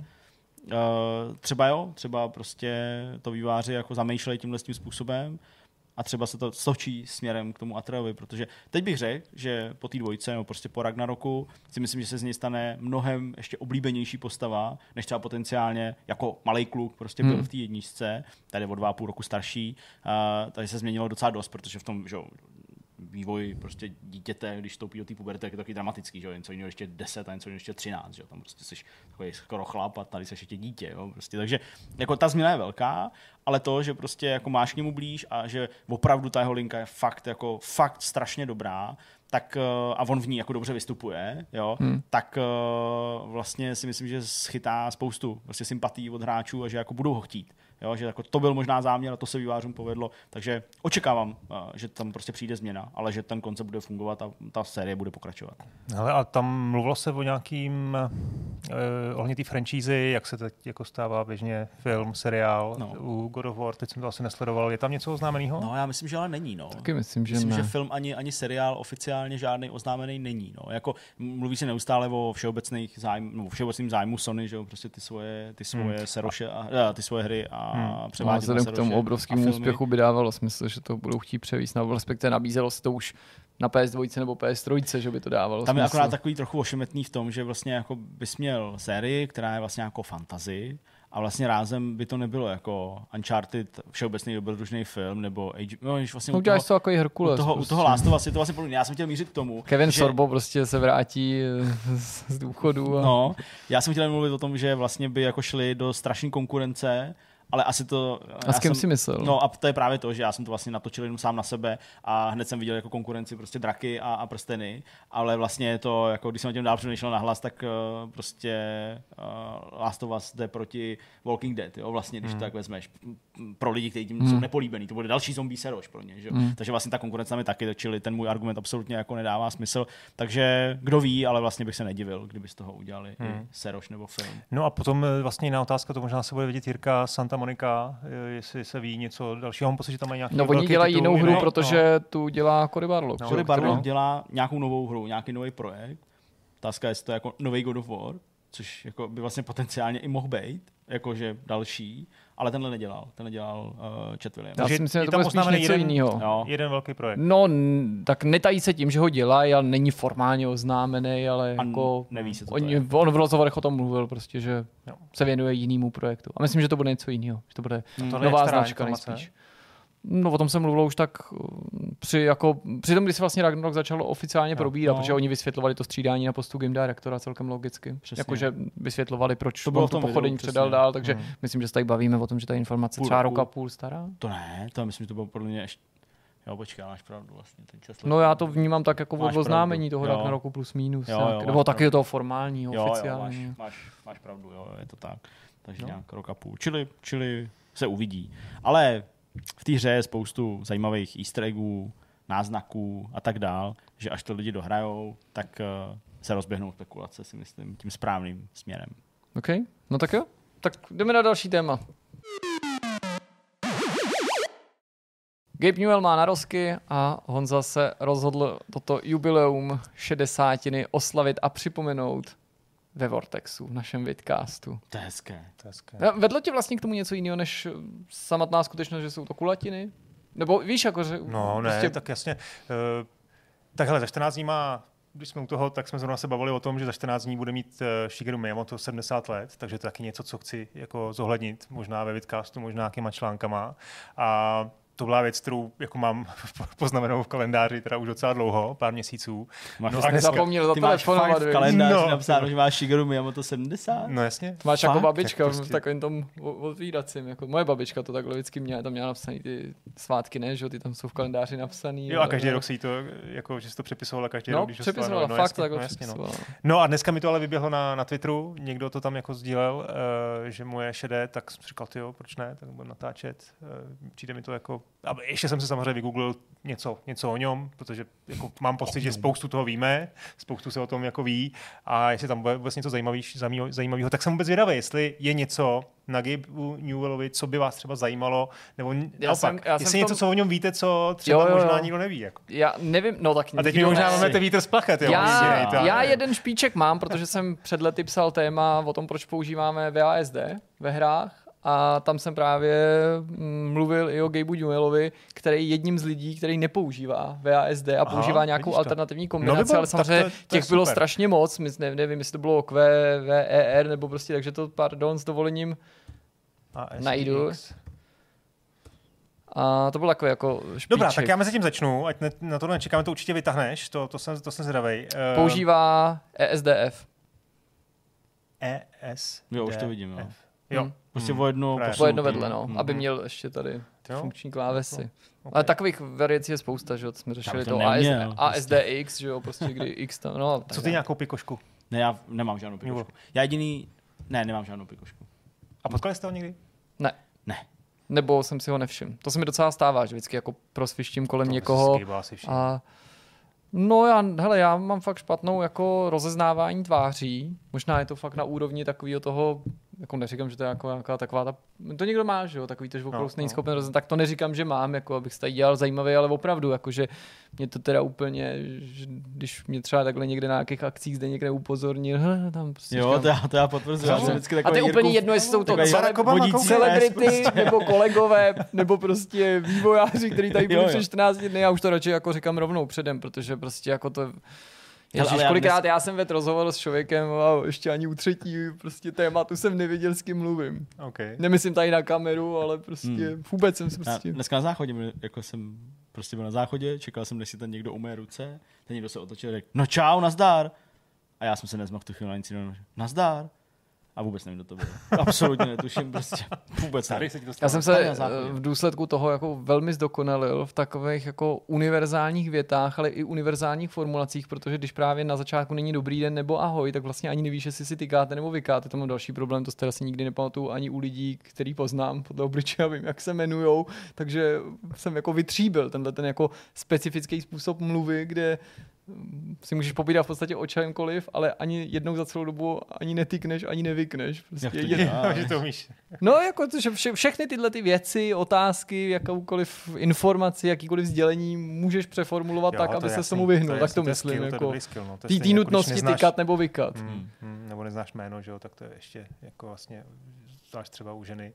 Uh, třeba jo, třeba prostě to vývojáři jako zamýšlejí tímhle tím způsobem a třeba se to stočí směrem k tomu Atreovi, protože teď bych řekl, že po té dvojce nebo prostě po Ragnaroku si myslím, že se z něj stane mnohem ještě oblíbenější postava, než třeba potenciálně jako malej kluk prostě byl hmm. v té jedničce, tady o dva a půl roku starší, uh, tady se změnilo docela dost, protože v tom, že vývoj prostě dítěte, když vstoupí do té puberty, je taky dramatický, že jo, něco jiného ještě deset a něco jiného ještě třináct, že jo, tam prostě jsi takový skoro chlap a tady jsi ještě dítě, jo, prostě, takže jako ta změna je velká, ale to, že prostě jako máš k němu blíž a že opravdu ta jeho linka je fakt jako fakt strašně dobrá, tak a on v ní jako dobře vystupuje, jo, hmm. tak vlastně si myslím, že schytá spoustu prostě sympatií od hráčů a že jako budou ho chtít. Jo, že jako to byl možná záměr a to se vývojářům povedlo, takže očekávám, že tam prostě přijde změna, ale že ten koncept bude fungovat a ta série bude pokračovat. Hele, a tam mluvilo se o nějakým eh, ohledně té franšízy, jak se teď jako stává běžně film, seriál no. u God of War, teď jsem to asi nesledoval, je tam něco oznámeného? No, já myslím, že ale není, no. Taky myslím, že myslím, ne. že film ani, ani seriál oficiálně žádný oznámený není, no. Jako mluví se neustále o všeobecných zájmu, no, všeobecným zájmu Sony, že jo, prostě ty svoje, ty svoje hmm. seroše a ty svoje hry a Hmm. No, vzhledem k tomu obrovskému úspěchu by dávalo smysl, že to budou chtít převíst, nebo respektive nabízelo se to už na P S dva nebo P S tři, že by to dávalo Tam smysl. je akorát takový trochu ošemetný v tom, že vlastně jako bys měl sérii, která je vlastně jako fantasy, a vlastně rázem by to nebylo jako Uncharted, všeobecný dobrodružný film, nebo Age... No, vlastně no, u toho, to jako Herkules, u toho, prostě. u toho Last of Us je to vlastně podobně. Já jsem chtěl mířit k tomu, Kevin že... Sorbo prostě se vrátí z důchodu. A... No, já jsem chtěl mluvit o tom, že vlastně by jako šli do strašné konkurence, ale asi to... A s kým jsem, si myslel? No a to je právě to, že já jsem to vlastně natočil jenom sám na sebe a hned jsem viděl jako konkurenci prostě draky a, a prsteny, ale vlastně je to, jako když jsem o těm dál přemýšlel nahlas, tak uh, prostě uh, Last of Us jde proti Walking Dead, jo, vlastně, když hmm. to tak vezmeš. Pro lidi, kteří tím hmm. jsou nepolíbený, to bude další zombie seroš pro ně, že? Hmm. Takže vlastně ta konkurence tam je taky, čili ten můj argument absolutně jako nedává smysl, takže kdo ví, ale vlastně bych se nedivil, kdyby z toho udělali hmm. i seroš nebo film. No a potom vlastně jiná otázka, to možná se bude vidět Jirka, Santa Monica, jestli se ví něco dalšího, mám pocit, že tam mají nějaký no, oni dělají titul, jinou hru, no, protože no. tu dělá Cory Barlog. No, Cory Barlog dělá nějakou novou hru, nějaký nový projekt. Otázka je, jestli to je jako nový God of War, což jako by vlastně potenciálně i mohl být, jakože další, ale tenhle nedělal. Tenhle dělal uh, Chad Williams. Já si myslím, že to bude spíš něco jeden, jiného. No. Jeden velký projekt. No, tak netají se tím, že ho dělají, ale není formálně oznámený, ale a jako... neví se, co on, to je. On v rozhovorech o tom mluvil prostě, že no. se věnuje jinému projektu. A myslím, že to bude něco jiného. Že to bude hmm. nová značka nejspíš. No, o tom se mluvilo už tak při, jako, při tom, když se vlastně Ragnarok začalo oficiálně no, probírat, no. protože oni vysvětlovali to střídání na postu game directora celkem logicky. Jakože vysvětlovali, proč to bylo to pochodení předal dál, takže hmm. myslím, že se tady bavíme o tom, že ta informace půl třeba roku. roka půl stará. To ne, to myslím, že to bylo podle mě ještě... Jo, počkej, máš pravdu vlastně. Ten čas no já to vnímám tak jako od oznámení toho Ragnaroku plus minus. Jo, jo, nebo taky do toho formálního, jo, oficiálního. Jo, máš, máš, máš pravdu, jo, je to tak. Takže no. nějak rok a půl. Čili, čili se uvidí. Ale v té hře je spoustu zajímavých easter eggů, náznaků a tak dál, že až to lidi dohrajou, tak uh, se rozběhnou spekulace, si myslím, tím správným směrem. OK, no tak jo. Tak jdeme na další téma. Gabe Newell má narozky a Honza se rozhodl toto jubileum šedesátiny oslavit a připomenout ve Vortexu, v našem vidcastu. To je hezké. To je hezké. Vedlo tě vlastně k tomu něco jiného, než samotná skutečnost, že jsou to kulatiny? Nebo víš, jako, že... No ne, prostě... tak jasně. Uh, takhle, za čtrnáct dní má, když jsme u toho, tak jsme zrovna se bavili o tom, že za čtrnáct dní bude mít uh, Shigeru Miyamoto sedmdesát let, takže to je taky něco, co chci jako zohlednit, možná ve vidcastu, možná nějakýma článkama. A to byla věc, kterou jako mám poznamenou v kalendáři teda už docela dlouho, pár měsíců. Máš no, nezapomněl zatelefonovat. Ty máš v kalendáři no, napsáno, že máš Shigeru Miyamoto sedmdesát? No jasně. Máš fakt? Jako babička prostě... v takovém tom odvídacím. Jako moje babička to takhle vždycky měla, tam měla napsaný ty svátky, ne? Že ty tam jsou v kalendáři napsaný. Jo a každý rok si jí to, jako, že jsi to přepisovala každý no, rok, když přepisovala, no, fakt jasně, takhle no, jasně, přepisovala. No. no a dneska mi to ale vyběhlo na, na Twitteru, někdo to tam jako sdílel, uh, že moje šedé, tak jsem říkal, tyjo, proč ne, tak budeme natáčet. Uh, přijde mi to jako A ještě jsem se samozřejmě vygooglil něco, něco o něm, protože jako mám pocit, že spoustu toho víme, spoustu se o tom jako ví a jestli tam bude vůbec něco zajímavého, zajímavého, tak jsem vůbec vědavý, jestli je něco na Gabe Newellovi, co by vás třeba zajímalo, nebo já naopak, jsem, já jestli jsem něco, tom... co o něm víte, co třeba jo, jo, jo. možná nikdo neví. Jako. Já nevím, no tak a teď mi možná máme vítr z plachet. Jo, já, já, já jeden špiček mám, protože jsem před lety psal téma o tom, proč používáme V A S D ve hrách. A tam jsem právě mluvil i o Gabe Newellovi, který je jedním z lidí, který nepoužívá V A S D a Aha, používá nějakou alternativní kombinaci, no, ale samozřejmě to, to těch bylo super. Strašně moc, my ne, nevím, jestli to bylo Q V E R nebo prostě, takže to, pardon, s dovolením najdu. A to bylo takové jako špiček. Dobrá, tak já mezi tím začnu, ať ne, na to nečekáme, to určitě vytáhneš, to, to jsem, to jsem zvědavej. Používá E S D F. E S D F. Jo, už to vidím, jo. Jo. Hmm. Prostě hmm. o jedno, o jedno vedle, no, hmm. aby měl ještě tady jo? funkční klávesy. Okay. Ale takových variací je spousta, že jsme řešili to, to A S D X, že jo, prostě kdy X tam, no. Co ty nějakou pikošku? Ne, já nemám žádnou pikošku. Já jediný, ne, nemám žádnou pikošku. A potkali jste ho někdy? Ne. Ne. Nebo jsem si ho nevšiml. To se mi docela stává, že vždycky jako prosvištím kolem to někoho a no já, hele, já mám fakt špatnou jako rozeznávání tváří. Možná je to fakt na úrovni takového toho, jako neříkám, že to je jako nějaká taková ta, to někdo má, že jo, takový to, že opravdu no, není no. schopen rozeznat, tak to neříkám, že mám, jako abych se tady dělal zajímavý, ale opravdu, jakože mě to teda úplně, že když mě třeba takhle někde na nějakých akcích zde někde upozornil, hele, tam prostě. Jo, to já, to já potvrzuji. A to je úplně jedno, jestli jsou to celebrity, nebo kolegové, nebo prostě vývojáři, kteří tady byli před čtrnácti dny, já už to radši jako říkám rovnou předem, protože prostě jako to Ježíš, kolikrát já jsem vedl rozhovor s člověkem a ještě ani u třetí prostě tématu jsem nevěděl, s kým mluvím. Okay. Nemyslím tady na kameru, ale prostě hmm. vůbec jsem si prostě... Já dneska na záchodě, jako jsem prostě byl na záchodě, čekal jsem, než si ten někdo umé ruce, ten někdo se otočil a řekl, no čau, nazdar. A já jsem se nezmohl tu chvíli na nic jiného, nazdar. A vůbec nevím, kdo to bylo. Absolutně netuším, prostě vůbec nevím. Já jsem se v důsledku toho jako velmi zdokonalil v takových jako univerzálních větách, ale i univerzálních formulacích, protože když právě na začátku není dobrý den nebo ahoj, tak vlastně ani nevíš, jestli si tykáte nebo vykáte. To mám další problém, to jste asi nikdy nepamatuju ani u lidí, který poznám podle obličeje, vím, jak se jmenujou, takže jsem jako vytříbil tenhle ten jako specifický způsob mluvy, kde si můžeš povídat v podstatě o čemkoliv, ale ani jednou za celou dobu ani netykneš, ani nevykneš. Prostě jak to dělá, že to umíš. No, jako to, že vše, všechny tyhle ty věci, otázky, jakoukoliv informaci, jakýkoliv sdělení můžeš přeformulovat jo, tak, aby se tomu vyhnul. Tak to, to myslím. Skill, jako, skill, no. Tý, tý nutnosti neznáš, tykat nebo vykat. Hmm, hmm, nebo neznáš jméno, že jo, tak to je ještě jako vlastně, zvlášť třeba u ženy,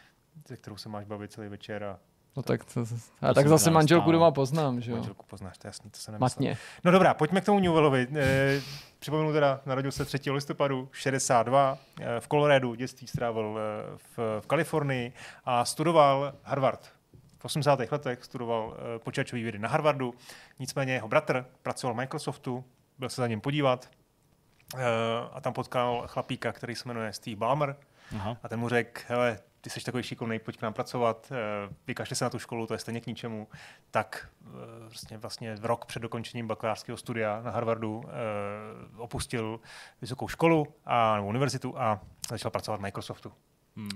se kterou se máš bavit celý večer a No tak, to, a tak zase manželku doma poznám, že jo? Manželku poznáš, to jasný, to se nemyslel. Matně. No dobrá, pojďme k tomu Newellovi. E, připomenu teda, narodil se třetího listopadu šedesát dva, e, v Coloradu, dětství strávil e, v, v Kalifornii a studoval Harvard. V osmdesátých letech studoval e, počítačové vědy na Harvardu, nicméně jeho bratr pracoval v Microsoftu, byl se za ním podívat e, a tam potkal chlapíka, který se jmenuje Steve Ballmer. Aha. A ten mu řekl, hele, ty jsi takový šikovnej, pojď k nám pracovat, vykašli se na tu školu, to je stejně k ničemu, tak vlastně, vlastně rok před dokončením bakalářského studia na Harvardu eh, opustil vysokou školu a, nebo univerzitu a začal pracovat v Microsoftu. Hmm.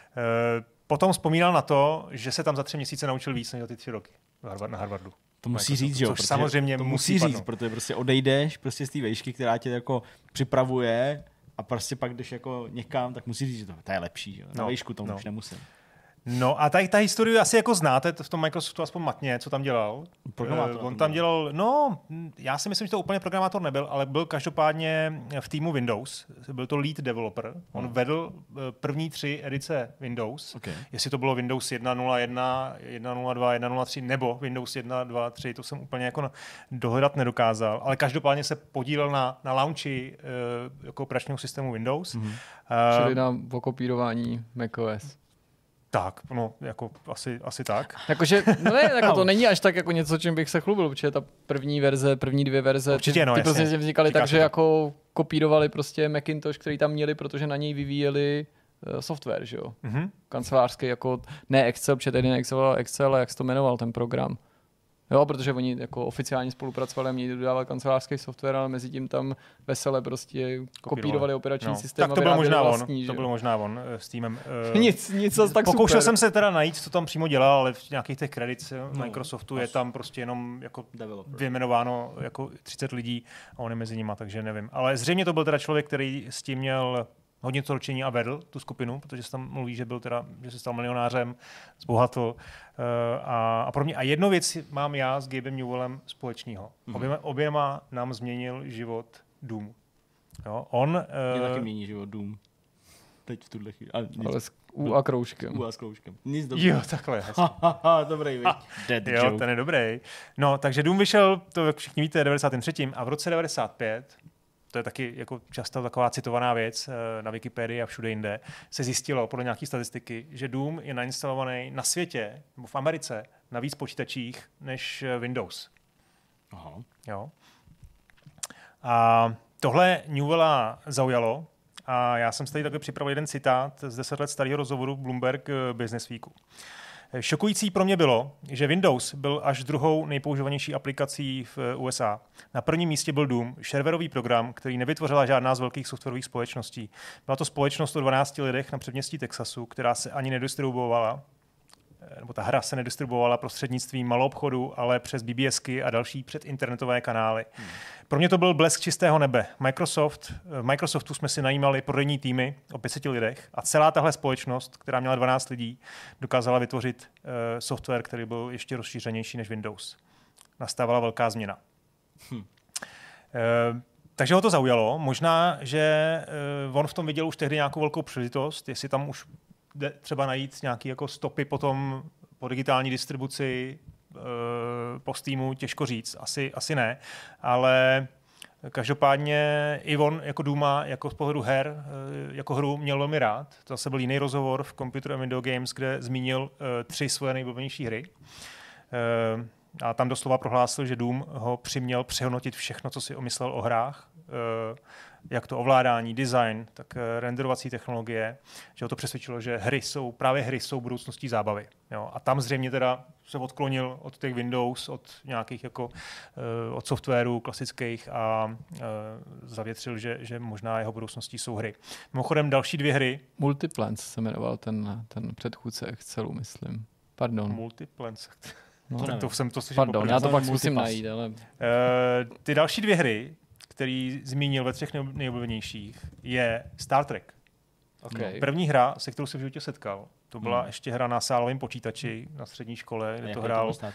Eh, potom vzpomínal na to, že se tam za tři měsíce naučil víc než za ty tři roky na Harvardu. To musí říct, jo, samozřejmě to musí říct, padnout. Protože prostě odejdeš prostě z té vejšky, která tě jako připravuje. A prostě pak, když jako někam, tak musí říct, že to, to je lepší. Že? Na no, výšku tomu no. už nemusím. No a ta, ta historii asi jako znáte v tom Microsoftu aspoň matně, co tam dělal. Programátor. On tam dělal, no, já si myslím, že to úplně programátor nebyl, ale byl každopádně v týmu Windows. Byl to lead developer. On hmm. vedl první tři edice Windows. Okay. Jestli to bylo Windows jedna nula jedna, jedna nula dva, jedna nula tři nebo Windows jedna, dva, tři, to jsem úplně jako dohledat nedokázal. Ale každopádně se podílel na, na launchi uh, jako operačního systému Windows. Hmm. Uh, Čili na okopírování macOS. Tak, no, jako asi, asi tak. Jakože, no ne, jako to není až tak jako něco, čím bych se chlubil, protože ta první verze, první dvě verze, určitě, ty, no, ty prostě vznikaly tak, že jako kopírovali prostě Macintosh, který tam měli, protože na něj vyvíjeli uh, software, že jo. Mm-hmm. Kancelářský, jako ne Excel, protože tady ne Excel, ale Excel, jak se to jmenoval ten program. Jo, protože oni jako oficiálně spolupracovali a měli dodávat kancelářský software, ale mezi tím tam vesele prostě kopírovali operační no. systém. Tak to byl možná vlastní, on, to bylo možná on s týmem. Uh, nic, nic zas tak Pokoušel super. jsem se teda najít, co tam přímo dělal, ale v nějakých těch kreditech no, Microsoftu je tam prostě jenom jako vyjmenováno jako třicet lidí a on je mezi nima, takže nevím. Ale zřejmě to byl teda člověk, který s tím měl hodně co ročení a vedl tu skupinu, protože se tam mluví, že byl teda, že se stal milionářem, zbohatl uh, a, a pro mě. A jednu věc mám já s Gabem Newellem společného. Mm-hmm. Oběma, oběma nám změnil život Doom. Jo, on... Mě uh, taky mění život Doom. Teď v tuhle chvíli. Ale s U a kroužkem. U a s kroužkem. Nic dobrý. Jo, takhle. Dobrý, víš. Dead jo, joke. ten je dobrý. No, takže Doom vyšel, to jak všichni víte, devadesát tři a v roce devadesát pět, to je taky jako často taková citovaná věc na Wikipedii a všude jinde, se zjistilo podle nějaké statistiky, že Doom je nainstalovaný na světě, nebo v Americe, na víc počítačích než Windows. Aha. Jo. A tohle Newella zaujalo a já jsem si tady takhle připravil jeden citát z deset let starého rozhovoru Bloomberg Business Weeku. Šokující pro mě bylo, že Windows byl až druhou nejpoužívanější aplikací v U S A. Na prvním místě byl Doom, serverový program, který nevytvořila žádná z velkých softwarových společností. Byla to společnost o dvanácti lidech na předměstí Texasu, která se ani nedistribuovala, nebo ta hra se nedistribuovala prostřednictvím maloobchodu, ale přes BBSky a další předinternetové kanály. Hmm. Pro mě to byl blesk čistého nebe. Microsoft, v Microsoftu jsme si najímali prodejní týmy o pět set lidech a celá tahle společnost, která měla dvanáct lidí, dokázala vytvořit uh, software, který byl ještě rozšířenější než Windows. Nastávala velká změna. Hmm. Uh, takže ho to zaujalo. Možná, že uh, on v tom viděl už tehdy nějakou velkou příležitost, jestli tam už jde třeba najít nějaké jako stopy potom po digitální distribuci, po Steamu, těžko říct, asi, asi ne, ale každopádně i on jako Dooma, jako z pohledu her, jako hru měl velmi rád. To zase byl jiný rozhovor v Computer and Video Games, kde zmínil uh, tři svoje nejblíbenější hry. Uh, a tam doslova prohlásil, že Doom ho přiměl přehodnotit všechno, co si omyslel o hrách. Uh, jak to ovládání, design, tak renderovací technologie, že ho to přesvědčilo, že hry jsou, právě hry jsou budoucností zábavy. Jo. A tam zřejmě teda se odklonil od těch Windows, od nějakých jako, uh, od softwarů klasických a uh, zavětřil, že, že možná jeho budoucností jsou hry. Mimochodem další dvě hry. Multiplans se jmenoval ten, ten předchůdce Excelu, myslím. Pardon. Multiplans. No, to, to jsem to slyšel. Pardon, já to pak musím najít, ale... Uh, ty další dvě hry, který zmínil ve třech nejoblíbenějších, je Star Trek. Okay. První hra, se kterou jsem v životě setkal, to byla hmm. ještě hra na sálovém počítači na střední škole, kde to hrál. To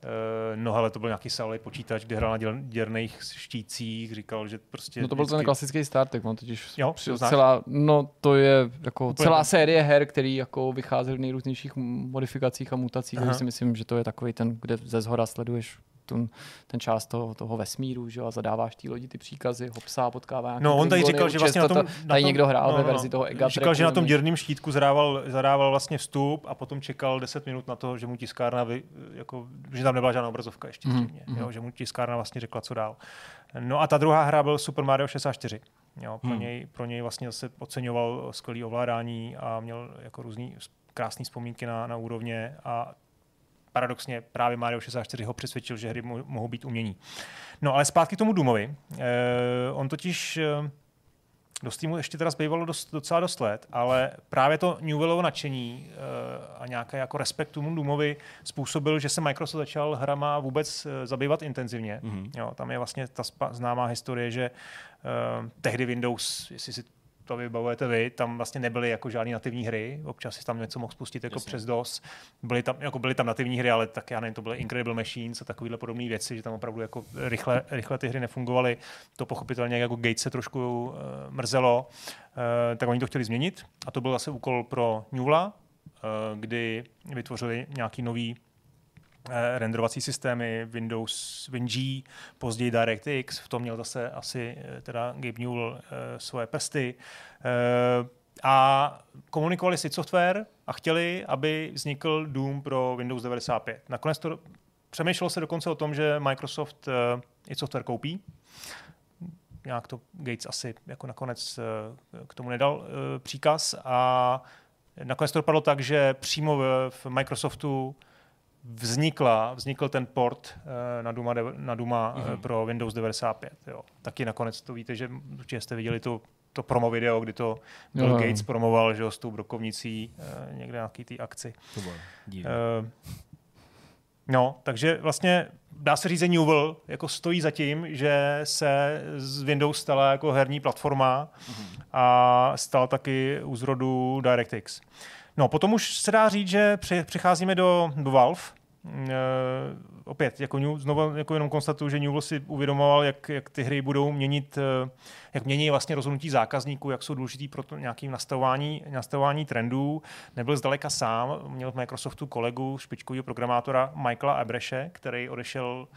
Uh, no ale to byl nějaký sálový počítač, kde hrál na děl, děrných štítcích, říkal, že prostě... No to byl vždycky... ten klasický Star Trek, on totiž jo, celá, no to je jako Úplně celá série her, který jako vycházely v nejrůznějších modifikacích a mutacích, takže si myslím, že to je takový ten, kde ze zhora sleduješ ten, ten část toho, toho vesmíru, že, a zadáváš té lodi ty příkazy, hopsá, potkává. No on tady říkal, že vlastně na tom... Tady někdo hrál no, ve no, verzi toho Ega Říkal, že na tom děrným štítku zadával, zadával vlastně vstup a potom čekal deset minut na to, že mu tiskárna, vy, jako, že tam nebyla žádná obrazovka ještě zřejmě, mm, jo, že mu tiskárna vlastně řekla, co dál. No a ta druhá hra byl Super Mario šedesát čtyři. Jo, pro, hmm. něj, pro něj vlastně se oceňoval skvělý ovládání a měl jako různý krásné vzpomínky na, na úrovně a paradoxně právě Mario šedesát čtyři ho přesvědčil, že hry mohou být umění. No ale zpátky k tomu Doomovi. Eh, on totiž eh, do Steamu ještě teda zbývalo dost, docela dost let, ale právě to Newellovo nadšení eh, a nějaký jako respekt tomu Doomovi způsobil, že se Microsoft začal hrama vůbec eh, zabývat intenzivně. Mm-hmm. Jo, tam je vlastně ta spa- známá historie, že eh, tehdy Windows, jestli si to vybavujete vy, tam vlastně nebyly jako žádný nativní hry, občas si tam něco mohl spustit jako přes DOS. Byly tam, jako byly tam nativní hry, ale tak já nevím, to byly Incredible Machines a takovéhle podobné věci, že tam opravdu jako rychle, rychle ty hry nefungovaly. To pochopitelně jako Gates se trošku uh, mrzelo, uh, tak oni to chtěli změnit a to byl zase úkol pro Newella, uh, kdy vytvořili nějaký nový renderovací systémy, Windows, WinG, později DirectX, v tom měl zase asi teda Gabe Newell uh, svoje prsty. Uh, a komunikovali si software a chtěli, aby vznikl Doom pro Windows devadesát pět. Nakonec to přemýšlelo se dokonce o tom, že Microsoft uh, i software koupí. Nějak to Gates asi jako nakonec uh, k tomu nedal uh, příkaz a nakonec to dopadlo tak, že přímo v, v Microsoftu vznikla, vznikl ten port uh, na Duma, na Duma mm-hmm. uh, pro Windows devadesát pět. Jo. Taky nakonec to víte, že určitě jste viděli tu, to promo video, kdy to Bill no. Gates promoval, že jo, s tou brokovnicí uh, někde na nějaký té akci. To bylo divné. Uh, no, takže vlastně dá se říct, že Newell jako stojí za tím, že se z Windows stala jako herní platforma mm-hmm. a stal taky u zrodu DirectX. No, potom už se dá říct, že přicházíme do, do Valve. E, opět, jako New, znovu jako jenom konstatuju, že Newell si uvědomoval, jak, jak ty hry budou měnit, jak mění vlastně rozhodnutí zákazníků, jak jsou důležitý pro to nějaké nastavování, nastavování trendů. Nebyl zdaleka sám, měl v Microsoftu kolegu, špičkového programátora Michaela Abreshe, který odešel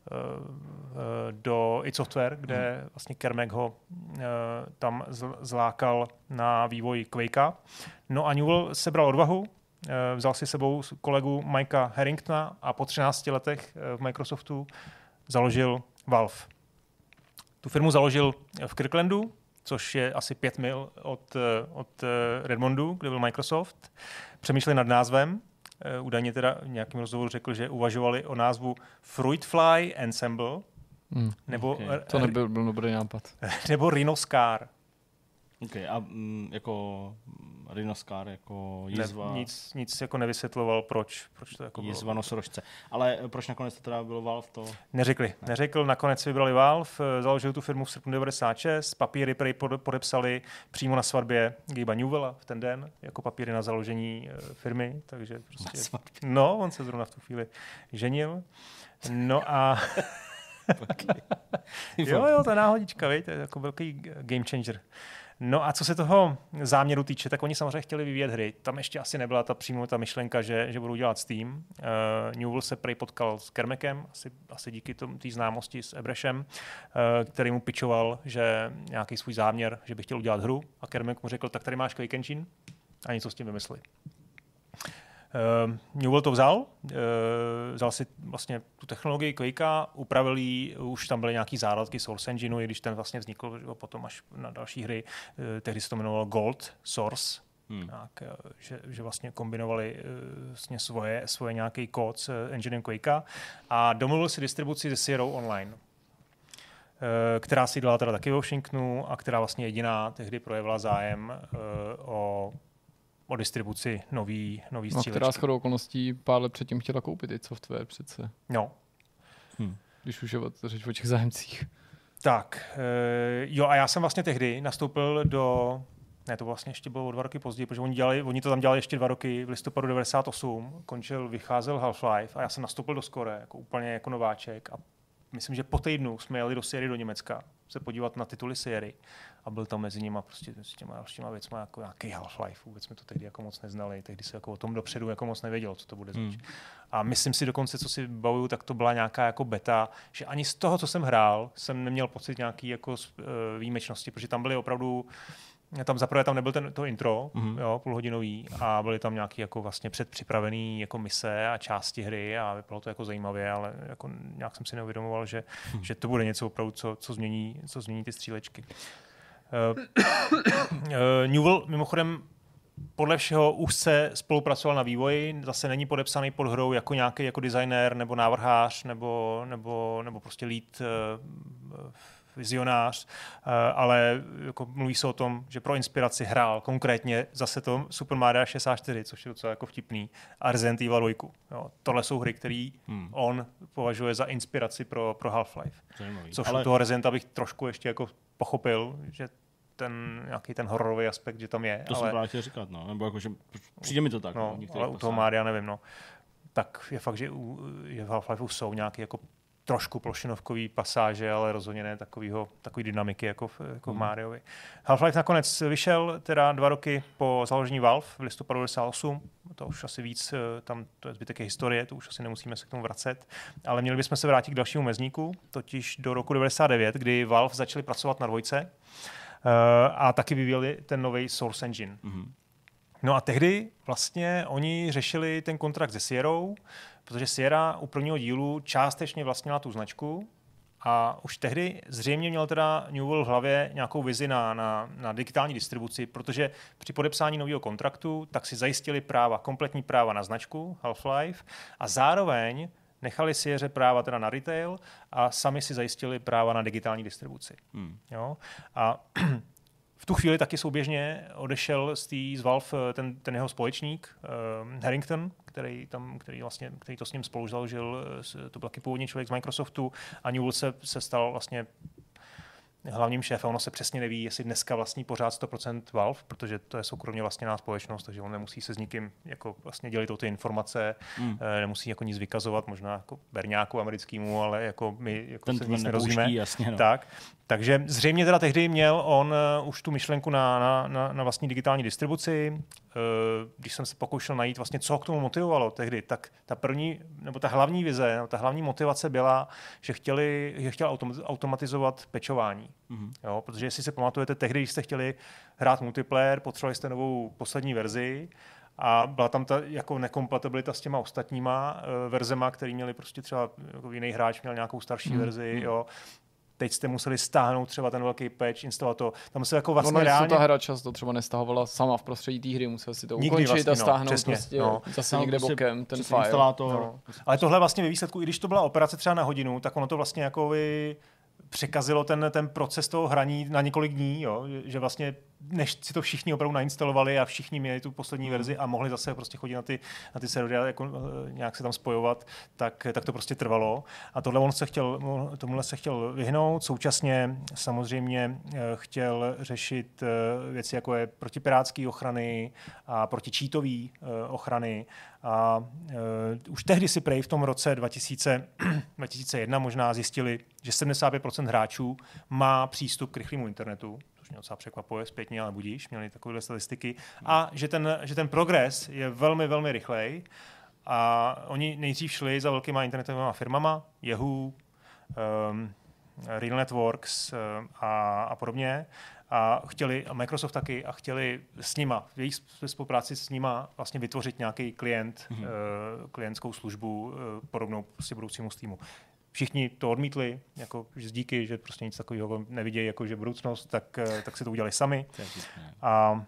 do id Software, kde vlastně Kermek ho tam zlákal na vývoj Quakea. No a Newell sebral odvahu, vzal si sebou kolegu Mikea Harringtona a po třinácti letech v Microsoftu založil Valve. Tu firmu založil v Kirklandu, což je asi pět mil od, od Redmondu, kde byl Microsoft. Přemýšleli nad názvem. Údajně teda v nějakém rozhovoru řekl, že uvažovali o názvu Fruitfly Ensemble, hmm. nebo okay. To nebyl byl dobrý nápad. Nebo Rhinoscar. Ok, a mm, jako Rhinoscar, jako jizva... Ne, nic, nic jako nevysvětloval, proč, proč to jako jizva bylo. nosorožce. Ale proč nakonec to teda bylo Valve? To... Neřekli. Ne. Neřekl, nakonec si vybrali Valve, založili tu firmu v srpnu devadesát šest, papíry prej podepsali přímo na svatbě Gabe'a Newella v ten den, jako papíry na založení firmy, takže prostě... No, on se zrovna v tu chvíli ženil. No a... jo, jo, ta náhodička, víte, to je jako velký game changer. No a co se toho záměru týče, tak oni samozřejmě chtěli vyvíjet hry. Tam ještě asi nebyla ta přímo ta myšlenka, že, že budou dělat Steam. Uh, Newell se prej potkal s Kermekem, asi, asi díky té známosti s Abreshem, uh, který mu pitchoval, že nějaký svůj záměr, že by chtěl udělat hru. A Kermek mu řekl, tak tady máš Quake Engine a něco s tím vymysli. Uh, Newell to vzal, uh, vzal si vlastně tu technologii Quakea, upravil ji, už tam byly nějaký zárodky Source Engineu, i když ten vlastně vznikl jo, potom až na další hry, uh, tehdy se to jmenovalo Gold Source, hmm. tak, uh, že, že vlastně kombinovali uh, vlastně svoje, svoje nějaký kód s uh, enginem Quakea a domluvil si distribuci ze Sierra Online, uh, která si dělala teda taky v Washingtonu a která vlastně jediná tehdy projevila zájem uh, o o distribuci nový, nový střílečky. No, která shodou okolností pár let předtím chtěla koupit i software přece. No. Hm. Když už je řeč o těch zájemcích. Tak, e, jo a já jsem vlastně tehdy nastoupil do, ne to vlastně ještě bylo o dva roky později, protože oni, dělali, oni to tam dělali ještě dva roky, v listopadu devadesát osm, končil, vycházel Half-Life a já jsem nastoupil do Score jako úplně jako nováček a myslím, že po týdnu jsme jeli do Sierry do Německa se podívat na tituly Sierry a byl tam mezi nimi prostě s těma dalšíma věcma jako nějaký Half-Life. Vůbec jsme to tehdy jako moc neznali, tehdy se jako o tom dopředu jako moc nevědělo, co to bude zač. Hmm. A myslím si dokonce, co si bavuju, tak to byla nějaká jako beta, že ani z toho, co jsem hrál, jsem neměl pocit nějaký jako výjimečnosti, protože tam byly opravdu tam zaprvé tam nebyl ten, to intro, mm-hmm. jo, půlhodinový a byly tam nějaký jako vlastně předpřipravený jako mise a části hry a vypadalo to jako zajímavě, ale jako nějak jsem si neuvědomoval, že, mm. že to bude něco opravdu, co, co, změní, co změní ty střílečky. Uh, uh, Newell mimochodem podle všeho úzce spolupracoval na vývoji, zase není podepsaný pod hrou jako nějaký jako designér nebo návrhář nebo, nebo, nebo prostě lead uh, vizionář, ale jako mluví se o tom, že pro inspiraci hrál konkrétně zase to Super Mario šedesát čtyři, což je docela jako vtipný, a Resident Evil dva. Jo, tohle jsou hry, které hmm. on považuje za inspiraci pro, pro Half-Life. Zajímavý. Což ale... u toho Residenta bych trošku ještě jako pochopil, že ten nějaký ten hororový aspekt, že tam je. To ale... jsem právě chtěl říkat, no. Nebo jako, že přijde mi to tak. No, no, ale u toho Mária nevím, no. Tak je fakt, že, u, že v Half-Lifeu jsou nějaké jako trošku plošinovkový pasáže, ale rozhodně ne takovýho, takový dynamiky jako v, jako v Mariovi. Half-Life nakonec vyšel teda dva roky po založení Valve v listopadu devadesát osm. To už asi víc, tam to je zbytek historie, to už asi nemusíme se k tomu vracet. Ale měli bychom se vrátit k dalšímu mezníku, totiž do roku devadesát devět, kdy Valve začali pracovat na dvojce uh, a taky vyvíjeli ten nový Source Engine. Mm-hmm. No a tehdy vlastně oni řešili ten kontrakt se Sierrou, protože Sierra u prvního dílu částečně vlastnila tu značku A už tehdy zřejmě měl teda Newell v hlavě nějakou vizi na, na, na digitální distribuci, protože při podepsání nového kontraktu tak si zajistili práva, kompletní práva na značku Half-Life a zároveň nechali Sierře práva teda na retail a sami si zajistili práva na digitální distribuci. Hmm. Jo? A v tu chvíli taky souběžně odešel z, tý, z Valve ten, ten jeho společník uh, Harrington, který, tam, který, vlastně, který to s ním spolu založil, to byl taky původní člověk z Microsoftu a Newell se, se stal vlastně hlavním šéfem. Ono se přesně neví, jestli dneska vlastní pořád sto procent Valve, protože to je soukromě vlastněná společnost, takže on nemusí se s nikým jako vlastně dělit o ty informace, mm. nemusí jako nic vykazovat, možná jako berňáku americkýmu, ale jako my jako ten se nic nerozumíme. Jasně, no. Tak. Takže zřejmě teda tehdy měl on uh, už tu myšlenku na, na, na, na vlastní digitální distribuci. Uh, když jsem se pokoušel najít vlastně, co k tomu motivovalo tehdy, tak ta první, nebo ta hlavní vize, nebo ta hlavní motivace byla, že chtěli, že chtěl automatizovat pečování. Mm-hmm. Jo, protože jestli se pamatujete, tehdy, když jste chtěli hrát multiplayer, potřebovali jste novou poslední verzi, a byla tam ta jako nekompatibilita s těma ostatníma uh, verzema, který měli prostě třeba jako jiný hráč měl nějakou starší mm-hmm. verzi, jo. Teď jste museli stáhnout třeba ten velký patch, instalovat to. Tam se jako vlastně ono, reálně... ta hra často třeba nestahovala sama v prostředí té hry, musel si to Nikdy ukončit vlastně, a stáhnout no, přesně, prostě no. zase no, někde prostě, bokem ten file. No. Ale tohle vlastně ve výsledku, i když to byla operace třeba na hodinu, tak ono to vlastně jako vy překazilo ten, ten proces toho hraní na několik dní, jo? Že vlastně než si to všichni opravdu nainstalovali a všichni měli tu poslední verzi a mohli zase prostě chodit na ty, na ty servery a jako, nějak se tam spojovat, tak, tak to prostě trvalo. A tohle on se chtěl, tomuhle se chtěl vyhnout. Současně samozřejmě chtěl řešit věci, jako je protipirátské ochrany a protičítové ochrany. A uh, už tehdy si prej v tom roce dva tisíce, dva tisíce jedna možná zjistili, že sedmdesát pět procent hráčů má přístup k rychlému internetu, což mě docela překvapuje zpětně, ale budíš, měli takové statistiky, a že ten, že ten progres je velmi, velmi rychlej a oni nejdřív šli za velkýma internetovými firmama, Yahoo, um, Real Networks um, a, a podobně, a chtěli, a Microsoft taky, a chtěli s nima, v jejich spolupráci s nima vlastně vytvořit nějaký klient, mm-hmm. uh, klientskou službu uh, podobnou prostě budoucímu Steamu. Všichni to odmítli, jako že díky, že prostě nic takového nevidějí, jako že budoucnost, tak, uh, tak si to udělali sami. A, uh,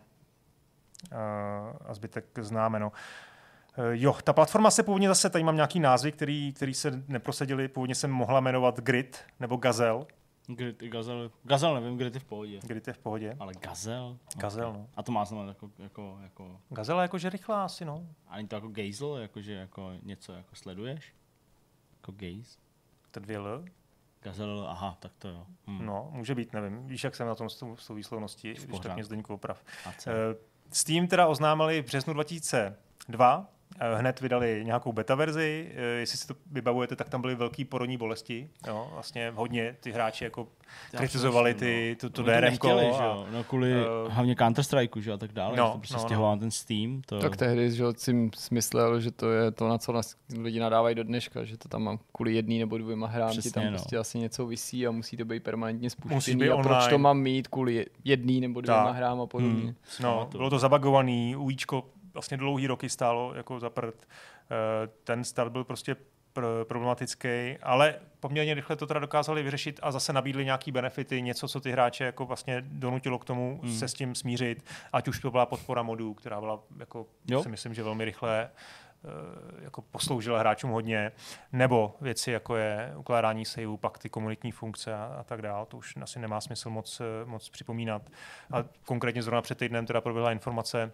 a zbytek známe, no. Uh, jo, ta platforma se původně zase, tady mám nějaký názvy, který, který se neprosadili, původně se mohla jmenovat Grid nebo Gazelle. Grid i Gazelle. Gazelle nevím, Grid je v pohodě. Grid je v pohodě. Ale Gazelle? Gazelle, okay. No. A to má znamenat jako, jako, jako... Gazelle jakože rychlá asi, no. A není to jako Gazel, jakože jako něco jako sleduješ? Jako gaze? To dvě L? Gazelle, aha, tak to jo. Hm. No, může být, nevím. Víš, jak jsem na tom s tou, s tou výslovností, když tak mě Zdeňku oprav. Uh, Steam teda oznámili v březnu dva tisíce dva, hned vydali nějakou beta verzi, jestli si to vybavujete, tak tam byly velký porodní bolesti. Jo, vlastně hodně ty hráči jako Já kritizovali ty, tu, tu D R M ko. A, no, kvůli uh, hlavně Counter-Strike, že a tak dále. No, to prostě no, stěhoval no. ten Steam. To... Tak tehdy, že jsem smyslel, že to je to, na co nás lidi nadávají do dneška, že to tam mám kvůli jedný nebo dvěma hrám, ti tam no. prostě asi něco visí a musí to být permanentně spuštěný. A proč to mám mít kvůli jedný nebo dvěma hrám a podobně. Hmm. No, bylo to zabagovaný, UIčko vlastně dlouhý roky stálo jako za prd. Ten start byl prostě pr- problematický, ale poměrně rychle to teda dokázali vyřešit a zase nabídli nějaký benefity, něco, co ty hráče jako vlastně donutilo k tomu hmm. se s tím smířit, ať už to byla podpora modů, která byla jako jo. si myslím, že velmi rychle jako posloužila hráčům hodně, nebo věci, jako je ukládání saveů, pak ty komunitní funkce a, a tak dále. To už asi nemá smysl moc, moc připomínat. A konkrétně zrovna před týdnem teda proběhla informace,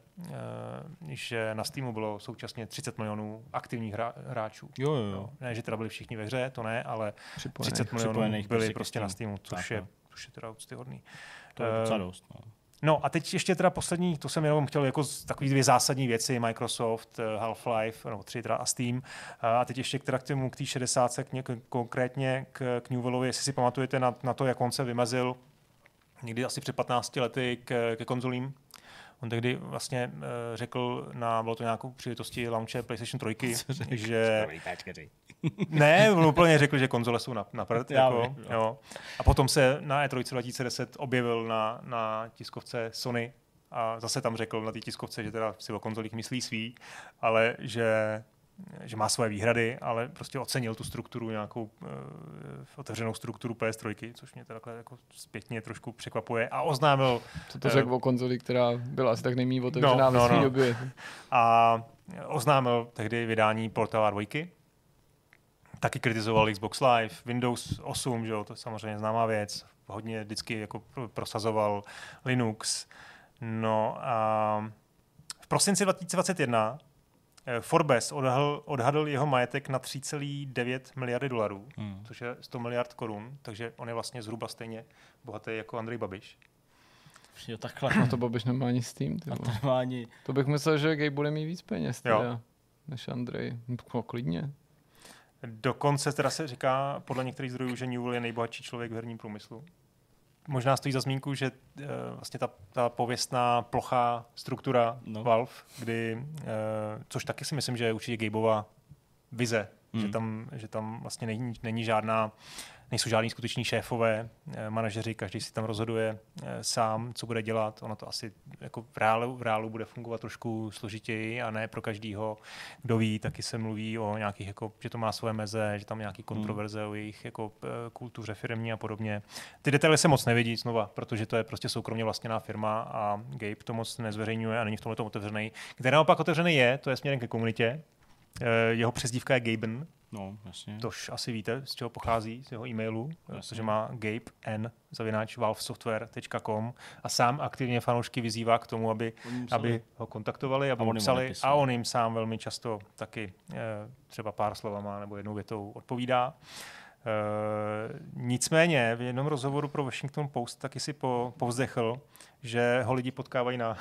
že na Steamu bylo současně třicet milionů aktivních hra, hráčů. Jo, jo, jo. Ne, že teda byli všichni ve hře, to ne, ale Připojených, třicet milionů byli prostě na Steamu, což je, což je teda úctyhodný. To je docela dost, no. No a teď ještě teda poslední, to jsem jenom chtěl jako takový dvě zásadní věci, Microsoft, Half-Life, no tři teda a Steam. A teď ještě teda k tomu, k té šedesátce, k konkrétně k, k Newellovi, jestli si pamatujete na, na to, jak on se vymezil někdy asi před patnácti lety k, ke konzolím. On tehdy vlastně uh, řekl na, bylo to nějakou příležitosti launche PlayStation tři, že... Ne, on úplně řekl, že konzole jsou na, na prd. Jako, jo. A potom se na E tři dva tisíce deset objevil na, na tiskovce Sony a zase tam řekl na té tiskovce, že teda si o konzolích myslí svý, ale že že má svoje výhrady, ale prostě ocenil tu strukturu, nějakou uh, otevřenou strukturu P S tři, což mě takhle jako zpětně trošku překvapuje a oznámil... Co to řekl uh, o konzoli, která byla asi tak nejméně otevřená no, no, ve své no. době. A oznámil tehdy vydání Portala dva. Taky kritizoval Xbox Live, Windows osm, že jo, to je samozřejmě známá věc. Hodně vždycky jako prosazoval Linux. No a v prosinci dva tisíce dvacet jedna Forbes odhadl, odhadl jeho majetek na tři celé devět miliardy dolarů, hmm. což je sto miliard korun, takže on je vlastně zhruba stejně bohatý jako Andrej Babiš. Jo, takhle. No to Babiš nemá ani s tím. To, nemá ani... to bych myslel, že Gabe bude mít víc peněz teda, než Andrej. No, klidně. Dokonce teda se říká podle některých zdrojů, že Newell je nejbohatší člověk v herním průmyslu. Možná stojí za zmínku, že uh, vlastně ta, ta pověstná plochá struktura no. Valve, kdy, uh, což taky si myslím, že je určitě Gabeova vize, hmm. že, tam, že tam vlastně není, není žádná, nejsou žádní skuteční šéfové, eh, manažeři, každý si tam rozhoduje eh, sám, co bude dělat. Ono to asi jako v reálu, v reálu bude fungovat trošku složitěji a ne pro každýho, kdo ví, taky se mluví o nějakých, jako, že to má svoje meze, že tam nějaký kontroverze hmm. o jejich jako, kultuře firemní a podobně. Ty detaily se moc nevidí znova, protože to je prostě soukromně vlastněná firma a Gabe to moc nezveřejňuje a není v tomhle tom otevřený. Kde naopak otevřený je, to je směrem ke komunitě. Jeho přezdívka je Gaben. No, jasně. Tož asi víte, z čeho pochází, z jeho e-mailu, protože má gabe n zavináč valve software tečka com a sám aktivně fanoušky vyzývá k tomu, aby, aby ho kontaktovali, aby mu psali a on jim sám velmi často taky eh, třeba pár slovama nebo jednou větou odpovídá. Uh, nicméně v jednom rozhovoru pro Washington Post taky si po, povzdechl, že ho lidi potkávají na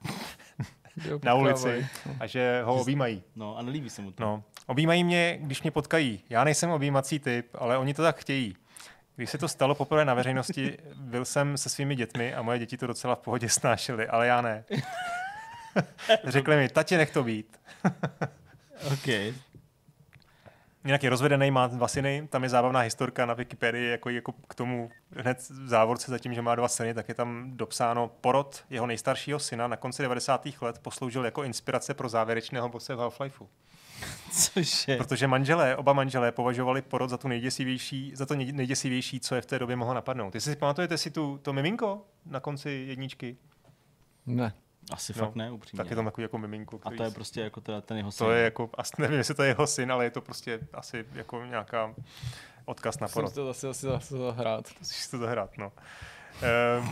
na ulici a že ho objímají. No a nelíbí se mu to. No. Objímají mě, když mě potkají. Já nejsem objímací typ, ale oni to tak chtějí. Když se to stalo poprvé na veřejnosti, byl jsem se svými dětmi a moje děti to docela v pohodě snášely, ale já ne. Řekli mi, tatě, nech to být. OK. Jinak je rozvedený, má dva syny, tam je zábavná historka na Wikipedii, jako, jako k tomu hned v závorce zatím, že má dva syny, tak je tam dopsáno porod jeho nejstaršího syna na konci devadesátých let posloužil jako inspirace pro závěrečného bose v Half-Lifeu. Cože? Protože manželé, oba manželé považovali porod za tu nejděsivější, za to nejděsivější, co je v té době mohlo napadnout. Ty si pamatujete si tu, to miminko na konci jedničky? Ne. Asi no, fakt ne, upřímně. Tak je tam takový jako miminko. A to je prostě jako teda ten jeho syn. To je jako, asi nevím, jestli to je jeho syn, ale je to prostě asi jako nějaká odkaz na porod. Musím to zase, asi zase zahrát. Musíš to zahrát, no. Ehm,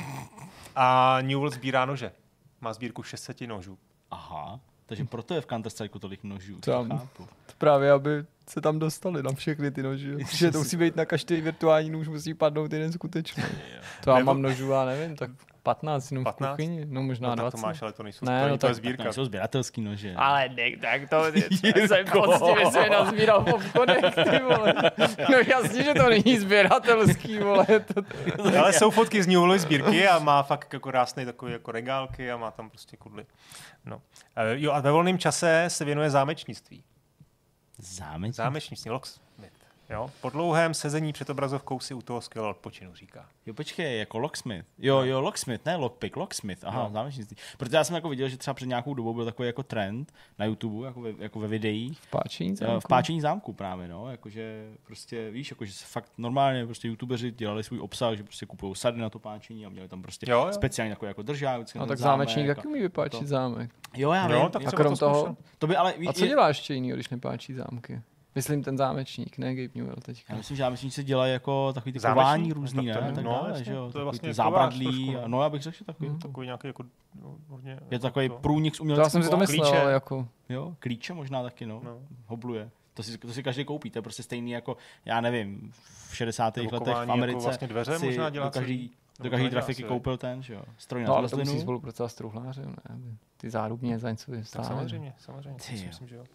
a Newell sbírá nože. Má sbírku šest set nožů. Aha, takže proto je v Counter-Strike tolik nožů. Tam, právě, aby se tam dostali na všechny ty noži. Protože to musí být na každý virtuální nůž, musí padnout jeden skutečný. To já Nebo... mám nožů, já nevím, tak patnáct jenom v kuchyni, no možná no, dvacet. To máš, ale to nejsou ne, no, to je sbírka. To jsou sběratelský nože. Ale ne, tak to jsem poctivě se nazbíral v obchodech, ty vole. No jasně, že to není sběratelský, vole. To, to... Ale jsou fotky z Newellovy sbírky a má fakt jako krásný takový jako regálky a má tam prostě kudly. No. Jo, a ve volném čase se věnuje zámečnictví. Zámečnictví? Zámečnictví, locksmith. Jo? Po dlouhém sezení před obrazovkou si u toho skvěle odpočinu, říká. Jo, počkej, jako locksmith. Jo, jo, locksmith, ne lockpick, locksmith. Aha, no. Zámečnictví. Protože já jsem jako viděl, že třeba před nějakou dobou byl takový jako trend na YouTube, jako ve, jako ve videích. V páčení zámku? V páčení zámku právě, no. Jakože prostě, víš, jakože se fakt normálně prostě youtubeři dělali svůj obsah, že prostě kupují sady na to páčení a měli tam prostě jo, jo. speciálně takový jako držák. No tak zámečník taky umí vypáčit to... zámek. Jo, já jo, vím. Tak a krom to toho, to by ale... A co dělá ještě jiný, když nepáčí zámky? Myslím ten zámečník, ne Gabe Newell teďka. Já myslím, že zámečníci se dělají jako takový ty kování různý, ne? Tak no, dále, jasně, že jo? To je vlastně zábradlí, no já bych řekl, že takový. Hmm. Takový nějaký jako... No, hodně, je jako takový to... průnik s uměleckým. Já jsem si to myslel, ale jako... Jo, klíče možná taky, no. no. Hobluje. To si, to si každý koupí, to je prostě stejný jako, já nevím, v šedesátých letech v Americe jako vlastně dveře si možná dělat do každý, do každý trafiky koupil ten, že jo? Stroj na no, ale to musí spolupracovat s truhlářem, ne? Ty zárubně za něco stále. Samozřejmě, samozřejmě. Myslím, že jo.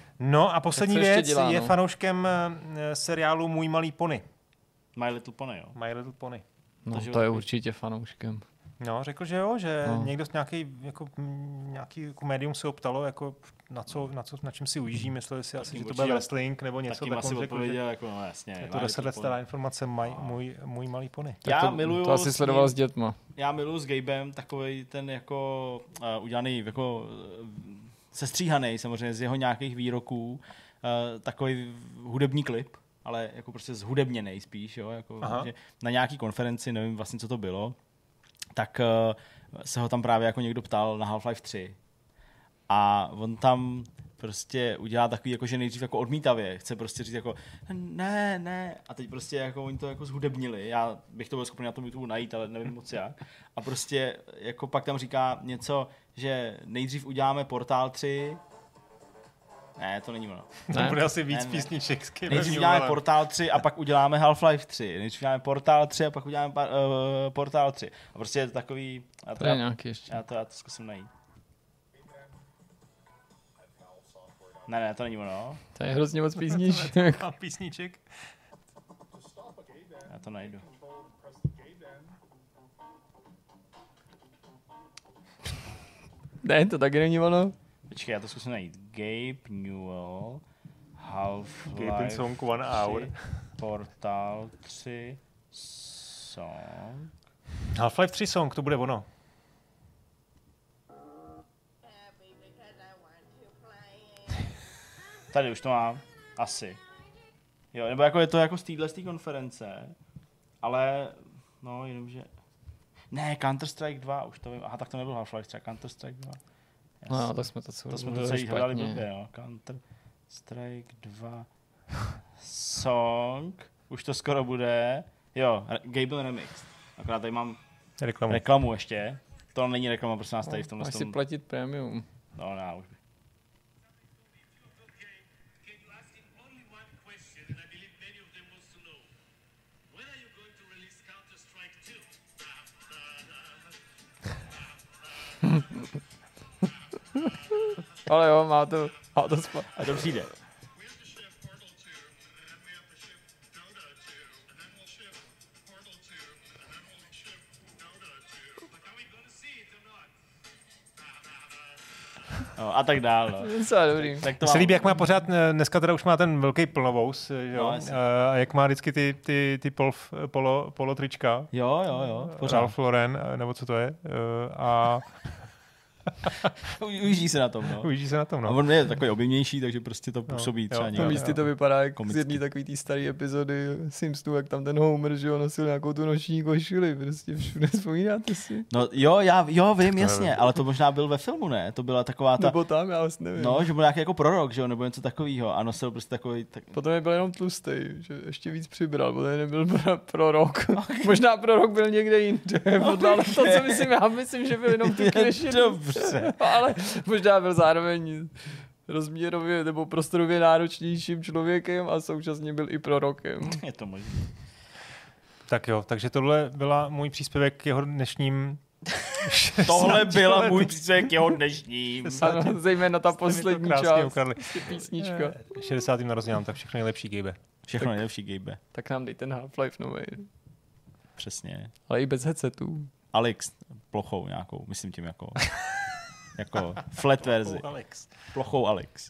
No a poslední věc dělá, je no? fanouškem seriálu Můj malý pony. My Little Pony, jo. My Little Pony. No to, to je určitě fanouškem. No, řekl, že jo, že no. někdo nějaký, jako, nějaký jako médium se optalo, jako na, co, na, co, na čem si ujíždí, mysleli si asi, že to bude wrestling nebo něco takového. Taky řekl, že jako, no, jasně, je to deset let stará informace, maj, můj, můj malý pony. Já to, miluju to asi sledoval s dětma. Já miluju s Gabem takovej ten jako uh, udělaný jako uh, sestříhaný samozřejmě z jeho nějakých výroků, uh, takový hudební klip, ale jako prostě zhudebněnej spíš, jo, jako na nějaký konferenci, nevím vlastně, co to bylo, tak uh, se ho tam právě jako někdo ptal na Half-Life tři. A on tam prostě udělá takový, jako, že nejdřív jako odmítavě, chce prostě říct jako ne, ne, a teď prostě jako oni to jako zhudebnili, já bych to byl schopný na tom YouTube najít, ale nevím moc jak. A prostě jako pak tam říká něco, že nejdřív uděláme Portal tři, ne, to není ono. To bude asi víc ne, písniček. Ne. Nejdřív uděláme Portal tři a pak uděláme Half-Life tři. Nejdřív uděláme Portal tři a pak uděláme uh, Portal tři. A prostě je to takový... Já to, to je nějaký ještě. Já to, já to zkusím najít. Ne, ne, to není ono. To je hrozně moc písniček. A písniček. Já to najdu. Ne, to taky není ono. Počkej, já to zkusím najít. Gabe Newell, Half-Life Gabe Song One Hour, Portal tři, Song. Half-Life tři Song, to bude ono. Tady už to mám. Asi. Jo, nebo jako je to jako z téhle konference, ale no, jenomže... Ne, Counter-Strike dva, už to vím. Aha, tak to nebyl Half-Life tři, Counter-Strike dva. Yes. No, tak jsme to celé To jsme to celý hledali blbě, jo. Counter-Strike dva Song. Už to skoro bude. Jo, Gable Remix. Akorát tady mám reklamu, reklamu ještě. To není reklama, prostě nás tady v tomhle... Máš si platit prémium. No, ne, už bych. Ale jo, má to, má to spát. A to přijde. No, a tak dál. No. Docela dobrý. Tak to se líbí, jak má pořád, dneska teda už má ten velký plnovous, jo? No, a jak má vždycky ty, ty, ty pol, polo, polo trička. Jo, jo, jo. Pořád. Ralph Lauren, nebo co to je. A... Ujíždí se na tom, no. Ujíždí se na tom, no. A on je takový objemnější, takže prostě to působí no, třeba jo, někde. Místy to vypadá jak z jedný takový tý starý epizody Simpsonů, jak tam ten Homer, že jo, nosil nějakou tu noční košili, prostě všude, vzpomínáte si? No jo, já jo, vím, jasně, ale to možná byl ve filmu, ne? To byla taková ta... Nebo tam, já vlastně nevím. No, že byl nějaký jako prorok, že jo, nebo něco takového a nosil prostě takový... Tak... Potom je byl jenom tlustej, že ještě víc přibral, protože nebyl pro, prorok. Okay. Možná prorok byl někde jinde, okay. Ale to, co myslím, já myslím, že byl jenom tu kneši. Dobře. Ale možná byl zároveň rozměrově nebo prostorově náročnějším člověkem a současně byl i prorokem. Je to možné. Tak jo, takže tohle byla můj příspěvek k jeho dnešním... Tohle byla můj příspěvek k jeho dnešním. Ano, zejména ta poslední část. Písnička. šedesátým narozeninám, tak všechno nejlepší, Gabe. Všechno nejlepší, Gabe. Tak nám dej ten Half-Life nový. Přesně. Ale i bez headsetů. Alex plochou nějakou, myslím tím jako... jako flat verzi. Alex. Plochou Alex.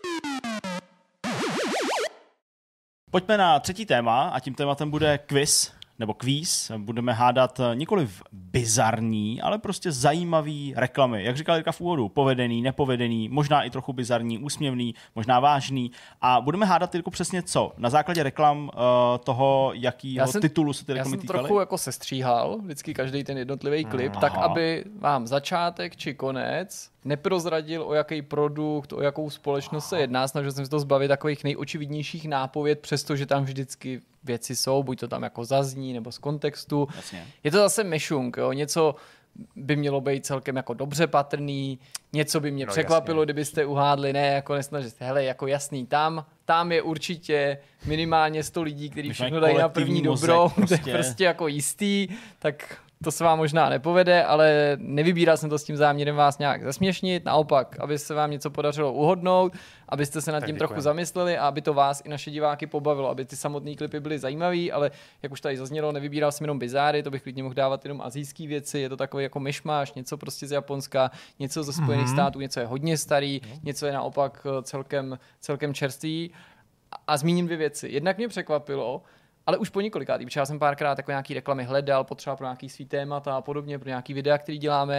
Pojďme na třetí téma a tím tématem bude quiz, nebo kvíz. Budeme hádat nikoliv bizarní, ale prostě zajímavý reklamy. Jak říkal Jirka v úvodu, povedený, nepovedený, možná i trochu bizarní, úsměvný, možná vážný. A budeme hádat Jirku přesně co? Na základě reklam uh, toho, jakýho jsem, titulu se ty reklamy týkaly? Já jsem trochu jako sestříhal, vždycky každý ten jednotlivý klip, Aha. tak aby vám začátek či konec neprozradil, o jaký produkt, o jakou společnost se jedná. Snažil jsem se to zbavit takových nejočividnějších nápověd, přestože tam vždycky věci jsou, buď to tam jako zazní, nebo z kontextu. Jasně. Je to zase mešunk, jo? Něco by mělo být celkem jako dobře patrný, něco by mě no, překvapilo, jasně. kdybyste uhádli, ne, jako nesnažit, hele, jako jasný, tam, tam je určitě minimálně sto lidí, kteří všechno dají na první dobro, prostě. To je prostě jako jistý, tak to se vám možná nepovede, ale nevybíral jsem to s tím záměrem vás nějak zasměšnit, naopak, aby se vám něco podařilo uhodnout, abyste se nad tím trochu zamysleli a aby to vás i naše diváky pobavilo, aby ty samotné klipy byly zajímavý, ale jak už tady zaznělo, nevybíral jsem jenom bizáry, to bych klidně mohl dávat jenom asijské věci, je to takový jako myšmaš, něco prostě z Japonska, něco ze Spojených mm-hmm. států, něco je hodně starý, mm-hmm. něco je naopak celkem, celkem čerstvý. A, a zmíním dvě věci. Jednak mě překvapilo, ale už po několikátý, protože já jsem párkrát jako nějaký reklamy hledal, potřeba pro nějaký svý témata a podobně, pro nějaký videa, který děláme.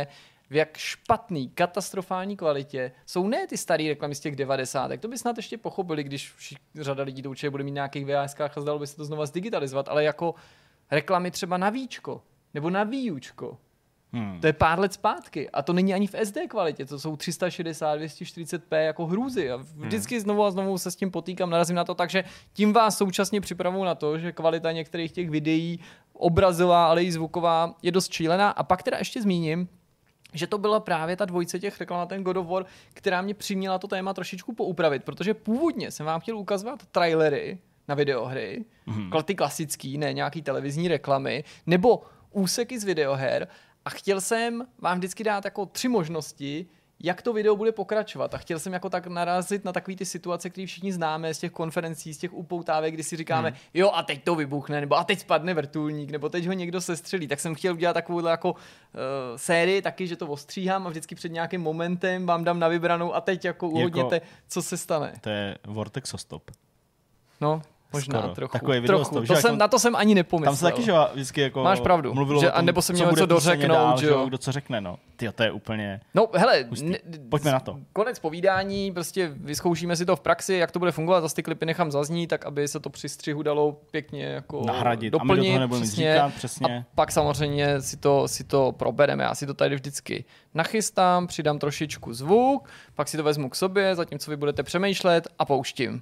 v jak špatný, katastrofální kvalitě jsou ne ty starý reklamy z těch devadesátek. To by snad ještě pochopili, když řada lidí to určitě bude mít na nějakých V H skách a zdalo by se to znova zdigitalizovat, ale jako reklamy třeba na Víčko nebo na Výučko. Hmm. To je pár let zpátky a to není ani v S D kvalitě, to jsou tři sta šedesát, dvě stě čtyřicet p jako hrůzy a vždycky hmm. znovu a znovu se s tím potýkám, narazím na to, takže tím vás současně připravuju na to, že kvalita některých těch videí, obrazová, ale i zvuková je dost šílená a pak teda ještě zmíním, že to byla právě ta dvojice těch reklam na ten God of War, která mě přiměla to téma trošičku poupravit, protože původně jsem vám chtěl ukazovat trailery na videohry, hmm. ty klasický, ne nějaký televizní reklamy, nebo úseky z videoher. A chtěl jsem vám vždycky dát jako tři možnosti, jak to video bude pokračovat. A chtěl jsem jako tak narazit na takové ty situace, které všichni známe z těch konferencí, z těch upoutávek, kdy si říkáme, hmm. jo a teď to vybuchne, nebo a teď spadne vrtulník, nebo teď ho někdo sestřelí. Tak jsem chtěl udělat takovou jako uh, sérii taky, že to ostříhám a vždycky před nějakým momentem vám dám na vybranou a teď jako uhodněte, jako, co se stane. To je Vortexostop. No. Možná skoro. trochu. Takový video trochu. To jsem, na to jsem ani nepomyslel. Tam se taky, že vždycky jako máš pravdu, mluvilo že, o tom, nebo jsem co měl bude něco dořeknout, dál, že jo. Kdo co řekne, no. Tyjo, to je úplně... No, hele, ne, pojďme na to. Konec povídání, prostě vyzkoušíme si to v praxi, jak to bude fungovat, zase ty klipy nechám zaznít, tak aby se to při střihu dalo pěkně jako nahradit. doplnit. A my do toho nebudeme přesně, říkat, přesně. A pak samozřejmě si to, si to probereme. Já si to tady vždycky nachystám, přidám trošičku zvuk, pak si to vezmu k sobě, zatímco vy budete přemýšlet a pouštím.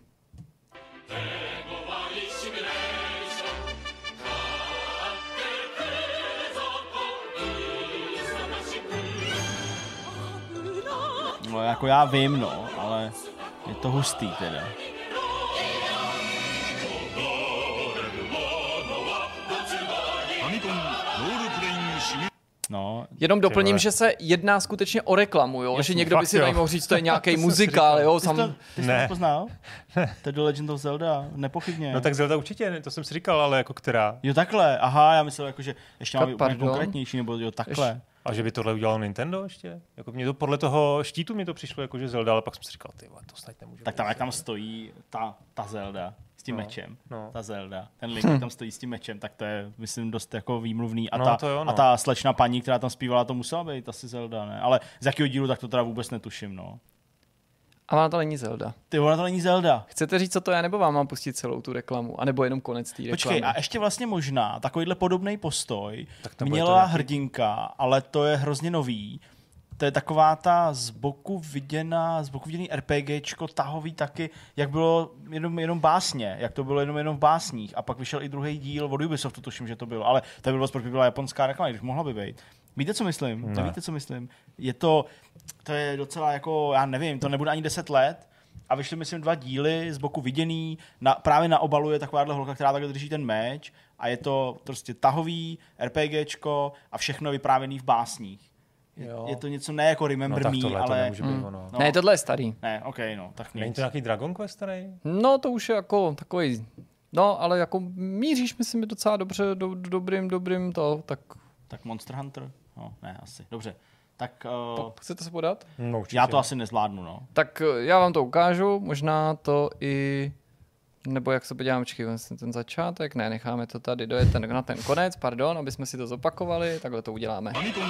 No, jako já vím, no, ale je to hustý teda. No, jenom doplním, že se jedná skutečně o reklamu, jo? Že někdo by si tady mohl říct, to je nějaký muzikál, jo? Sam... Ty jsi to, ty jsi ne. to poznal? To je The Legend of Zelda, nepochybně. No tak Zelda určitě, to jsem si říkal, ale jako která? Jo takhle, aha, já myslel, jako, že ještě mám úplně konkrétnější, nebo jo takhle. Ješ... A že by tohle udělalo Nintendo ještě? Jako mě to podle toho štítu mi to přišlo jako že Zelda, ale pak jsem si říkal, ty to snad nemůže. Tak tam jak tam stojí ta, ta Zelda s tím no, mečem, no. ta Zelda, ten Link hm. tam stojí s tím mečem, tak to je, myslím, dost jako výmluvný. A, no, ta, to jo, no. a ta slečna paní, která tam zpívala, to musela být asi Zelda, ne? Ale z jakého dílu, tak to teda vůbec netuším, no. A ona to není Zelda. Ty, ona to není Zelda. Chcete říct, co to je, nebo vám mám pustit celou tu reklamu? A nebo jenom konec té reklamy? Počkej, a ještě vlastně možná takovýhle podobný postoj měla hrdinka, ale to je hrozně nový. To je taková ta z boku viděná, z boku viděný RPGčko, tahový taky, jak bylo jenom, jenom básně, jak to bylo jenom, jenom v básních. A pak vyšel i druhý díl od Ubisoftu, tuším, že to bylo. Ale to bylo, proč by byla japonská reklama, když mohla by být. Víte, co myslím? Ne. Víte, co myslím? Je to, to je docela jako, já nevím, to nebude ani deset let a vyšly, myslím, dva díly z boku viděný, na, právě na obalu je takováhle holka, která takhle drží ten meč a je to prostě tahový RPGčko a všechno vyprávěný v básních. Je, je to něco ne jako Remember no, Me, ale... To mm. ono. No. Ne, tohle je starý. Ne, okej, okay, no, tak nic. Není to nějaký Dragon Quest starý? No, to už je jako takový, no, ale jako míříš, myslím, docela dobře, do, do, dobrým, dobrým to, tak... Tak Monster Hunter? No, ne, asi. Dobře. Tak... Uh, chcete se podat? No, já to asi nezvládnu, no. Tak já vám to ukážu, možná to i... Nebo jak se podívám, počkej, ten začátek, ne, necháme to tady, dojet ten, na ten konec, pardon, aby jsme si to zopakovali, takhle to uděláme.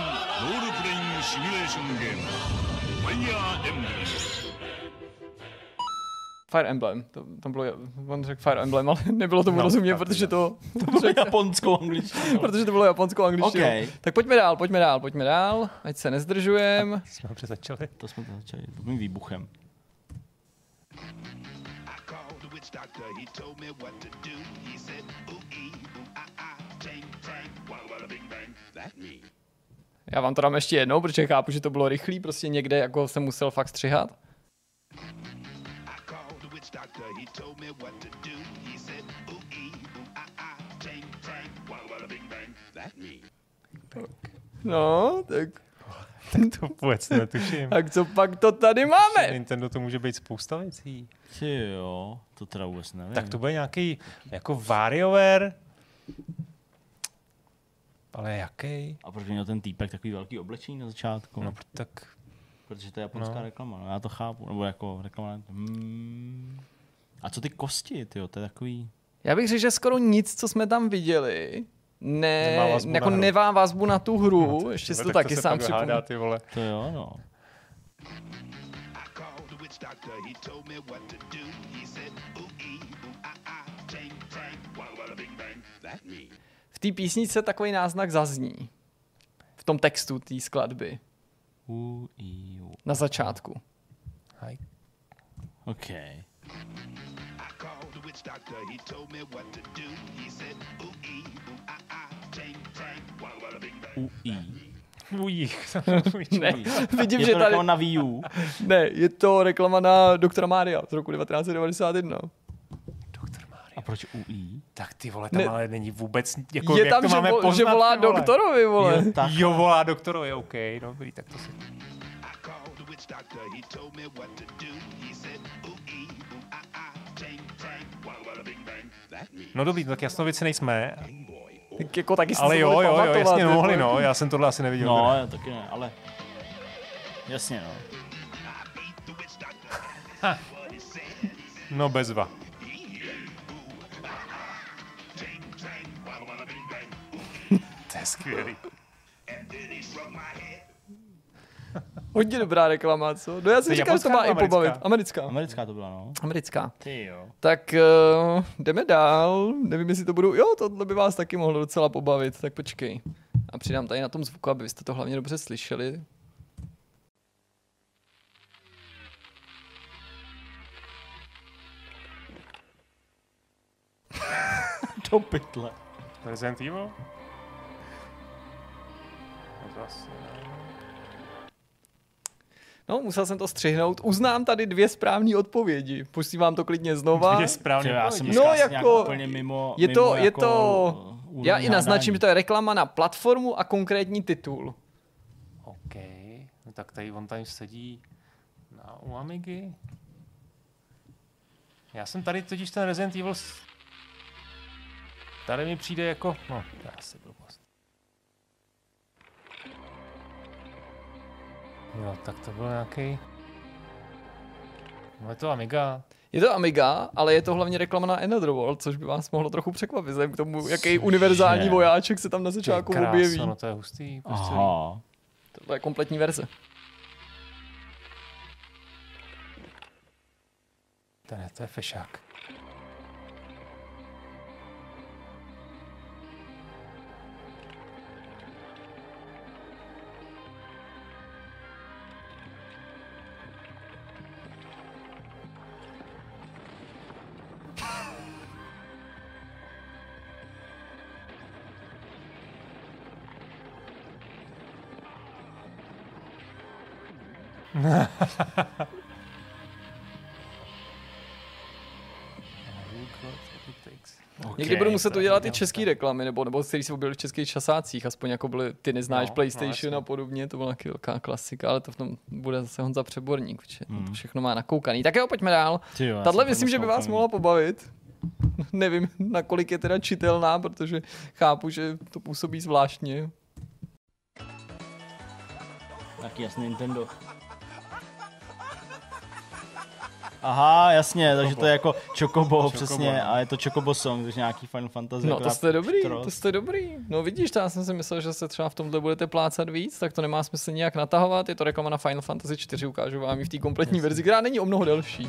Fire Emblem, to, tam bylo, on řekl Fire Emblem, ale nebylo tomu no, rozumět, protože to... To bylo japonskou angličtinou. Protože to bylo japonskou angličtinou. Okay. Tak pojďme dál, pojďme dál, pojďme dál, ať se nezdržujeme. Jsme ho začali. To jsme to začali, mým výbuchem. Já vám to dám ještě jednou, protože chápu, že to bylo rychlý, prostě někde jako jsem musel fakt střihat. No, tak... To vůbec netuším. Tak co pak to tady máme? Nintendo to může být spousta věcí. Ty jo, to teda vůbec nevím. Tak to bude nějaký jako WarioWare. Ale jaký? A proč měl ten týpek takový velký oblečení na začátku? No tak... Protože to je japonská no. reklama, no já to chápu. Nebo jako reklama... Hmm. A co ty kosti, tyjo, to je takový... Já bych řekl, že skoro nic, co jsme tam viděli, ne, nemá vazbu jako nemá vazbu na tu hru, no, ještě si to taky sám připomínám. To jo, no. V té písničce takový náznak zazní. V tom textu té skladby. U, i, u. Na začátku. Hej. OK. U, i. Ujích. Ne, vidím, je že to tady... reklama na Wii U? Ne, je to reklama na doktora Mária z roku devatenáct set devadesát jedna. Doktor Mária. A proč U I? Tak ty vole, tam ne. Ale není vůbec... Jako, je jak tam, to že, máme vo, poznat, že volá vole. doktorovi, vole. Jo, tak. Jo, volá doktorovi, OK, dobrý, tak to si... No dobrý, tak jasnovici nejsme. Tak jako taky ale jo, jo, jo, jasně mohli, no. Já jsem tohle asi neviděl. No, já taky ne, ale... Jasně, no. Ha. No bezva. To je skvělý. Hodně dobrá reklama, co? No já jsem říkal, že to má i pobavit. Americká. Americká to byla, no. Americká. Ty jo. Tak uh, jdeme dál. Nevím, jestli to budu... Jo, tohle by vás taky mohlo docela pobavit, tak počkej. A přidám tady na tom zvuku, aby jste to hlavně dobře slyšeli. Do pytle. Resident Evil? Zase... No, musel jsem to střihnout. Uznám tady dvě správné odpovědi. Pustím vám to klidně znova. Dvě správné odpovědi. No, jako... Úplně mimo, je to... mimo je jako to já i naznačím, že to je reklama na platformu a konkrétní titul. OK. No tak tady on tady sedí na u Amigy. Já jsem tady totiž ten Resident Evil... Tady mi přijde jako... No, to je asi blbost. Jo, tak to byl nějaký... No je to Amiga. Je to Amiga, ale je to hlavně reklama na Another World, což by vás mohlo trochu překvapit, vzhledem k tomu, jaký Cože? univerzální vojáček se tam na začátku Krása, objeví. No to je hustý. Aha. To je kompletní verze. To ne, to je fešák. Okay, někdy budu muset udělat i český reklamy, nebo, nebo který se objevily v českých časácích, aspoň jako byly, ty neznáš no, PlayStation no, a podobně, to byla taky velká klasika, ale to v tom bude zase Honza Přeborník, protože mm. to všechno má nakoukaný. Tak jo, pojďme dál. Tadle myslím, že by vás mohla pobavit. Nevím, nakolik je teda čitelná, protože chápu, že to působí zvláštně. Taky jasný Nintendo. Aha, jasně, takže to je jako Chocobo, Chocobo přesně, no. A je to Chocobo Song, takže nějaký Final Fantasy. No to jste dobrý, trost. to jste dobrý. No vidíš, já jsem si myslel, že se třeba v tomhle budete plácat víc, tak to nemá smysl nějak natahovat, je to reklama na Final Fantasy čtyři, ukážu vám ji v té kompletní verzi, která není o mnoho delší.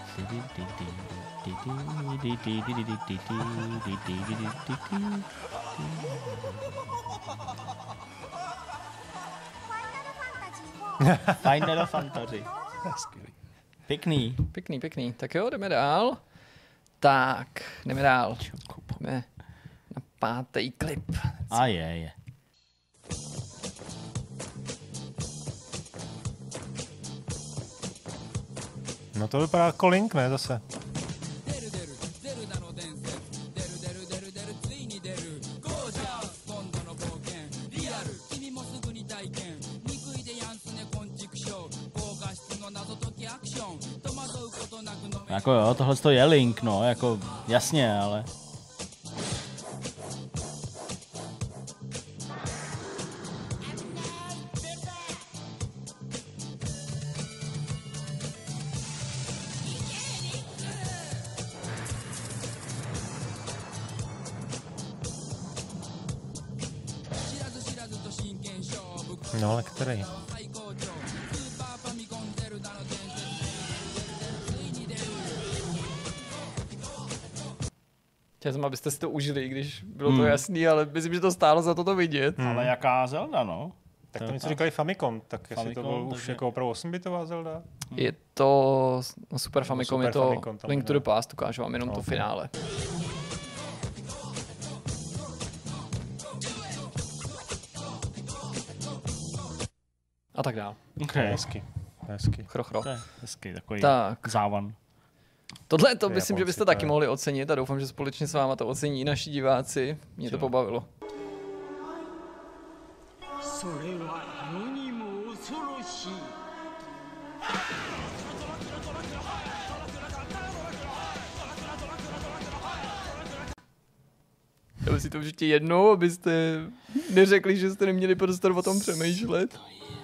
Final Fantasy. Pěkný. Pěkný, pěkný. Tak jo, jdeme dál. Tak, jdeme dál. Jdeme na pátý klip. A je, je. No to vypadá jako Link, ne, zase. Jako jo, tohle je Link, no, jako jasně, ale... No, ale který? Chtěl jsem, abyste si to užili, když bylo hmm. to jasný, ale myslím, že to stálo za to to vidět. Hmm. Ale jaká Zelda, no? Tak to něco říkali Famicom, tak Famicom, jestli to byl už jako opravdu osmibitová Zelda? Hmm. Je to no Super Famicom, Super je to Famicom, Link to the Past, ukážu vám jenom okay. to finále. A tak dál. Okay. Hezky. Hezky. Chro, chro. To je hezky, takový tak. závan. Tohle to myslím, že byste taky mohli ocenit a doufám, že společně s váma to ocení i naši diváci. Mě to pobavilo. Já si to určitě jednou, abyste neřekli, že jste neměli prostor o tom přemýšlet.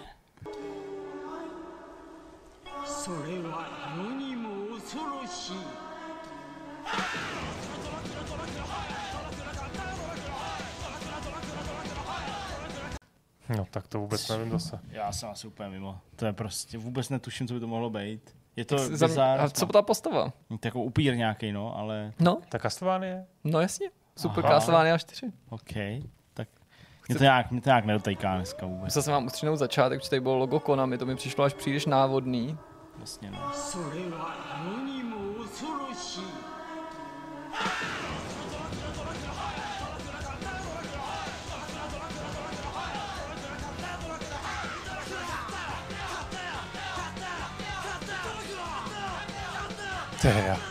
No tak to vůbec nevím zase. Já jsem asi úplně mimo. To je prostě, vůbec netuším, co by to mohlo být. Je to bizár. A co ta postava? Jako upír nějaký, no, ale... No. Tak Castlevania? No jasně. Super Castlevania čtyři. OK, tak mě to nějak, mě to nějak nedotejká dneska vůbec. Musel jsem vám ustřihnout začátek, protože tady bylo logo Konami, to mi přišlo až příliš návodný. Vlastně, no. To je já.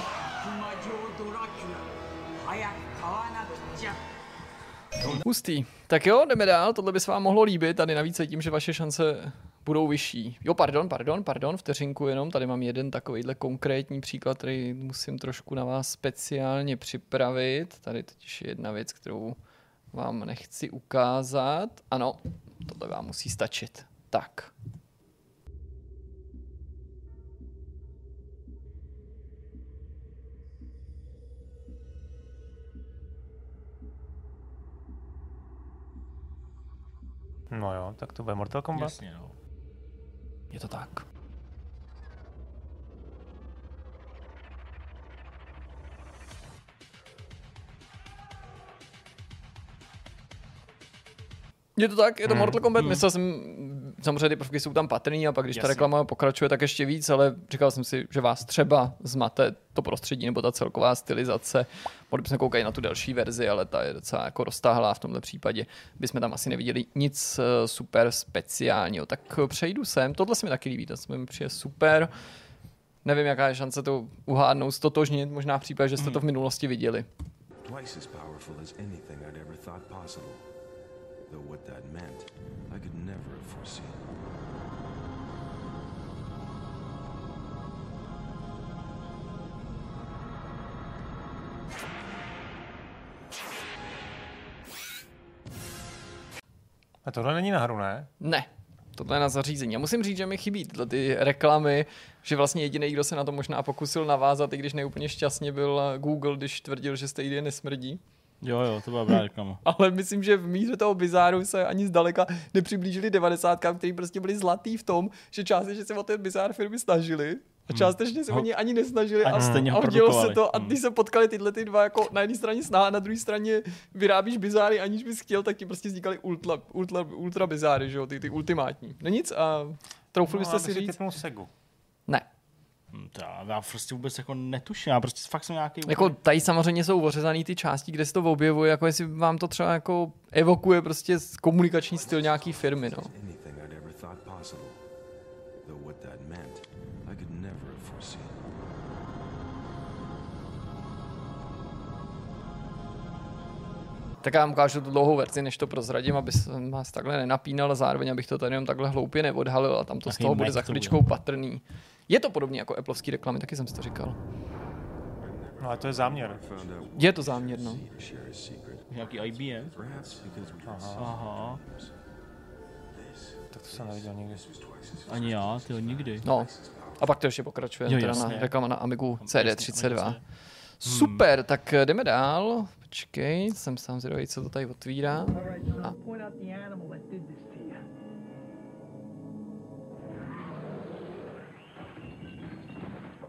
Hustý. Tak jo, jdeme dál, tohle by se vám mohlo líbit, tady navíc tím, že vaše šance budou vyšší. Jo, pardon, pardon, pardon, vteřinku jenom, tady mám jeden takovýhle konkrétní příklad, který musím trošku na vás speciálně připravit. Tady totiž je jedna věc, kterou vám nechci ukázat. Ano, tohle vám musí stačit. Tak. No jo, tak to bude Mortal Kombat. Jasně, no. Je to tak. Je to tak, je to hmm. Mortal Kombat, hmm. myslel jsem, samozřejmě ty prvky jsou tam patrný a pak když Jasně. ta reklama pokračuje, tak ještě víc, ale říkal jsem si, že vás třeba zmate to prostředí nebo ta celková stylizace. Mohli bychom koukat na tu další verzi, ale ta je docela jako roztáhlá v tomhle případě. Bychom tam asi neviděli nic super speciálního. Tak přejdu sem, tohle se mi taky líbí, to se mi přijde super. Nevím, jaká je šance to uhádnout, stotožnit, možná v případě, že jste to v minulosti viděli. Though what that meant, I could never have foreseen. A tohle není na hru, ne? Ne. Tohle je na zařízení. Já musím říct, že mi chybí tyhle ty reklamy, že vlastně jediný, kdo se na to možná pokusil navázat, i když neúplně šťastně byl Google, když tvrdil, že Stadia nesmrdí. Jo, jo, to byla dobrá reklama. Ale myslím, že v míře toho bizáru se ani zdaleka nepřiblížili devadesátkám, který prostě byli zlatý v tom, že částečně se o ten bizár firmy snažili a částečně se hmm. oni ani nesnažili a, a, a udělalo se to a když se potkali tyhle ty dva jako na jedné straně snaha a na druhé straně vyrábíš bizáry, aniž bys chtěl, tak ti prostě vznikaly ultra, ultra, ultra bizáry, že jo, ty, ty ultimátní. No nic a troufli byste no, si říct? Segu. Ne. Já, já prostě vůbec jako netuším, já prostě fakt jsem nějaký... Jako tady samozřejmě jsou ořezaný ty části, kde se to objevuje, jako jestli vám to třeba jako evokuje prostě komunikační styl nějaký firmy, no. Tak já vám ukážu tu dlouhou verzi, než to prozradím, aby jsem vás takhle nenapínal a zároveň abych to tady jenom takhle hloupě neodhalil a tam to z toho bude za chviličkou patrný. Je to podobně jako Appleovský reklamy, taky jsem si to říkal. No ale to je záměr. Je to záměr, no. Nějaký I B M? Aha. Aha. Tak to jsem neviděl nikdy. Ani já, tyjo, nikdy. No. A pak to ještě pokračuje, jo, teda na reklama na Amigu C D třicet dva. Super, tak jdeme dál. Počkej, jsem sám zvědavý, co to tady otvírá. A.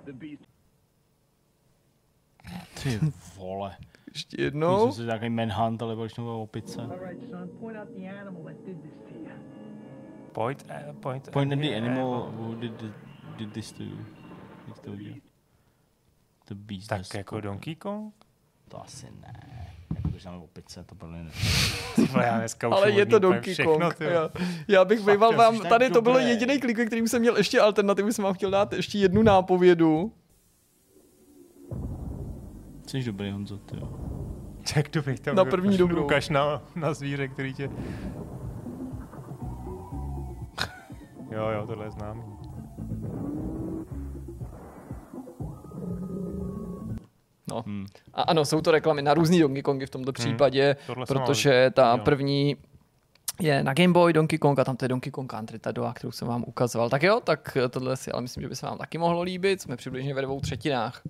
Ty vole. Ještě jednou. Myslím si, že nějaký manhunt, ale byl novou opice. Point, uh, point, point at the animal who did, did, did this to you. The beast. Tak jako Donkey Kong? To asi ne. Jako když máme opice, to bylo ne. Ale je to Donkey všechno, Kong. Já, já bych býval vám, tady to bylo jediný klik, kterým jsem měl ještě alternativu, jsem vám chtěl dát ještě jednu nápovědu. Jsi dobrý, Honzo, ty jo. Tak dobrý, tam na první dobrou. Ukaž na, na zvíře, který tě... Jo, jo, tohle je známý. No. Hmm. A ano, jsou to reklamy na různý Donkey Kongy v tomto případě, hmm. protože ta první je na Game Boy Donkey Kong a tam to je Donkey Kong Country, ta doa, kterou jsem vám ukazoval. Tak jo, tak tohle si ale myslím, že by se vám taky mohlo líbit. Jsme přibližně ve dvou třetinách.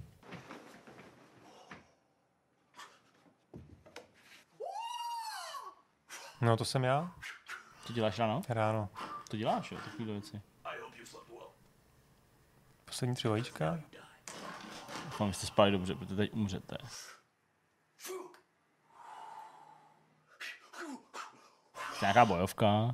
No, to jsem já. To děláš ráno? Ráno. To děláš, jo, takovýhle věci. Poslední tři vajíčka. Doufám, že jste spali dobře, protože teď umřete. Nějaká bojovka.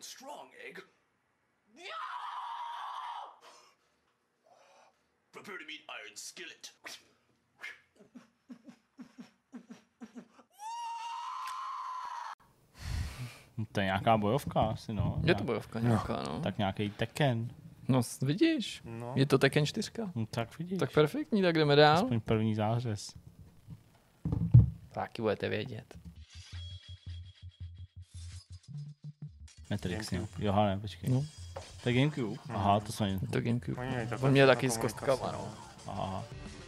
To je nějaká bojovka asi, no. Je to bojovka nějaká, no. Tak nějaký Tekken. No, vidíš, no. Je to Tekken čtyři. No, tak vidíš. Tak perfektní, tak jdeme dál. Aspoň první zářez. Taky budete vědět. Matrix, jo. Joha, ne, počkej. No. To je Gamecube. Aha, to jsou To je Gamecube. On měl taky s kostkama, no. Aha.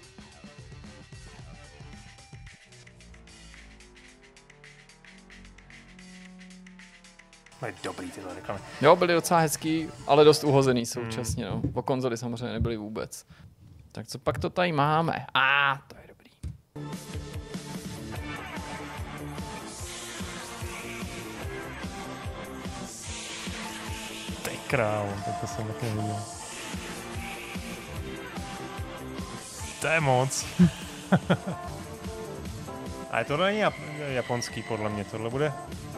Byly dobrý tyhle reklamy. Jo, byly docela hezký, ale dost uhozený současně, no. Po konzoli samozřejmě nebyly vůbec. Tak co pak to tady máme? A ah, to je dobrý. Ty krávo, tak to jsem taky neviděl. To je moc. Ale tohle není japonský, podle mě, tohle bude...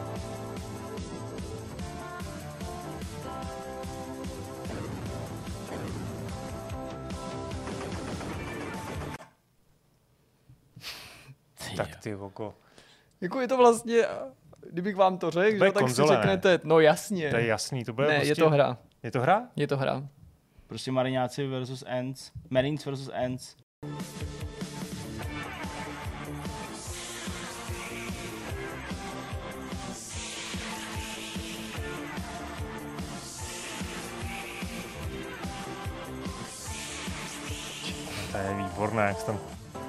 Tak ty oko. Jako je to vlastně, kdybych vám to řekl, že, tak konzole, si řeknete, ne? No jasně. To je jasný, to bude ne, prostě... je to hra. Je to hra? Je to hra. Prostě Mariňáci versus Ants. Marines versus Ants. To je výborné, jak tam...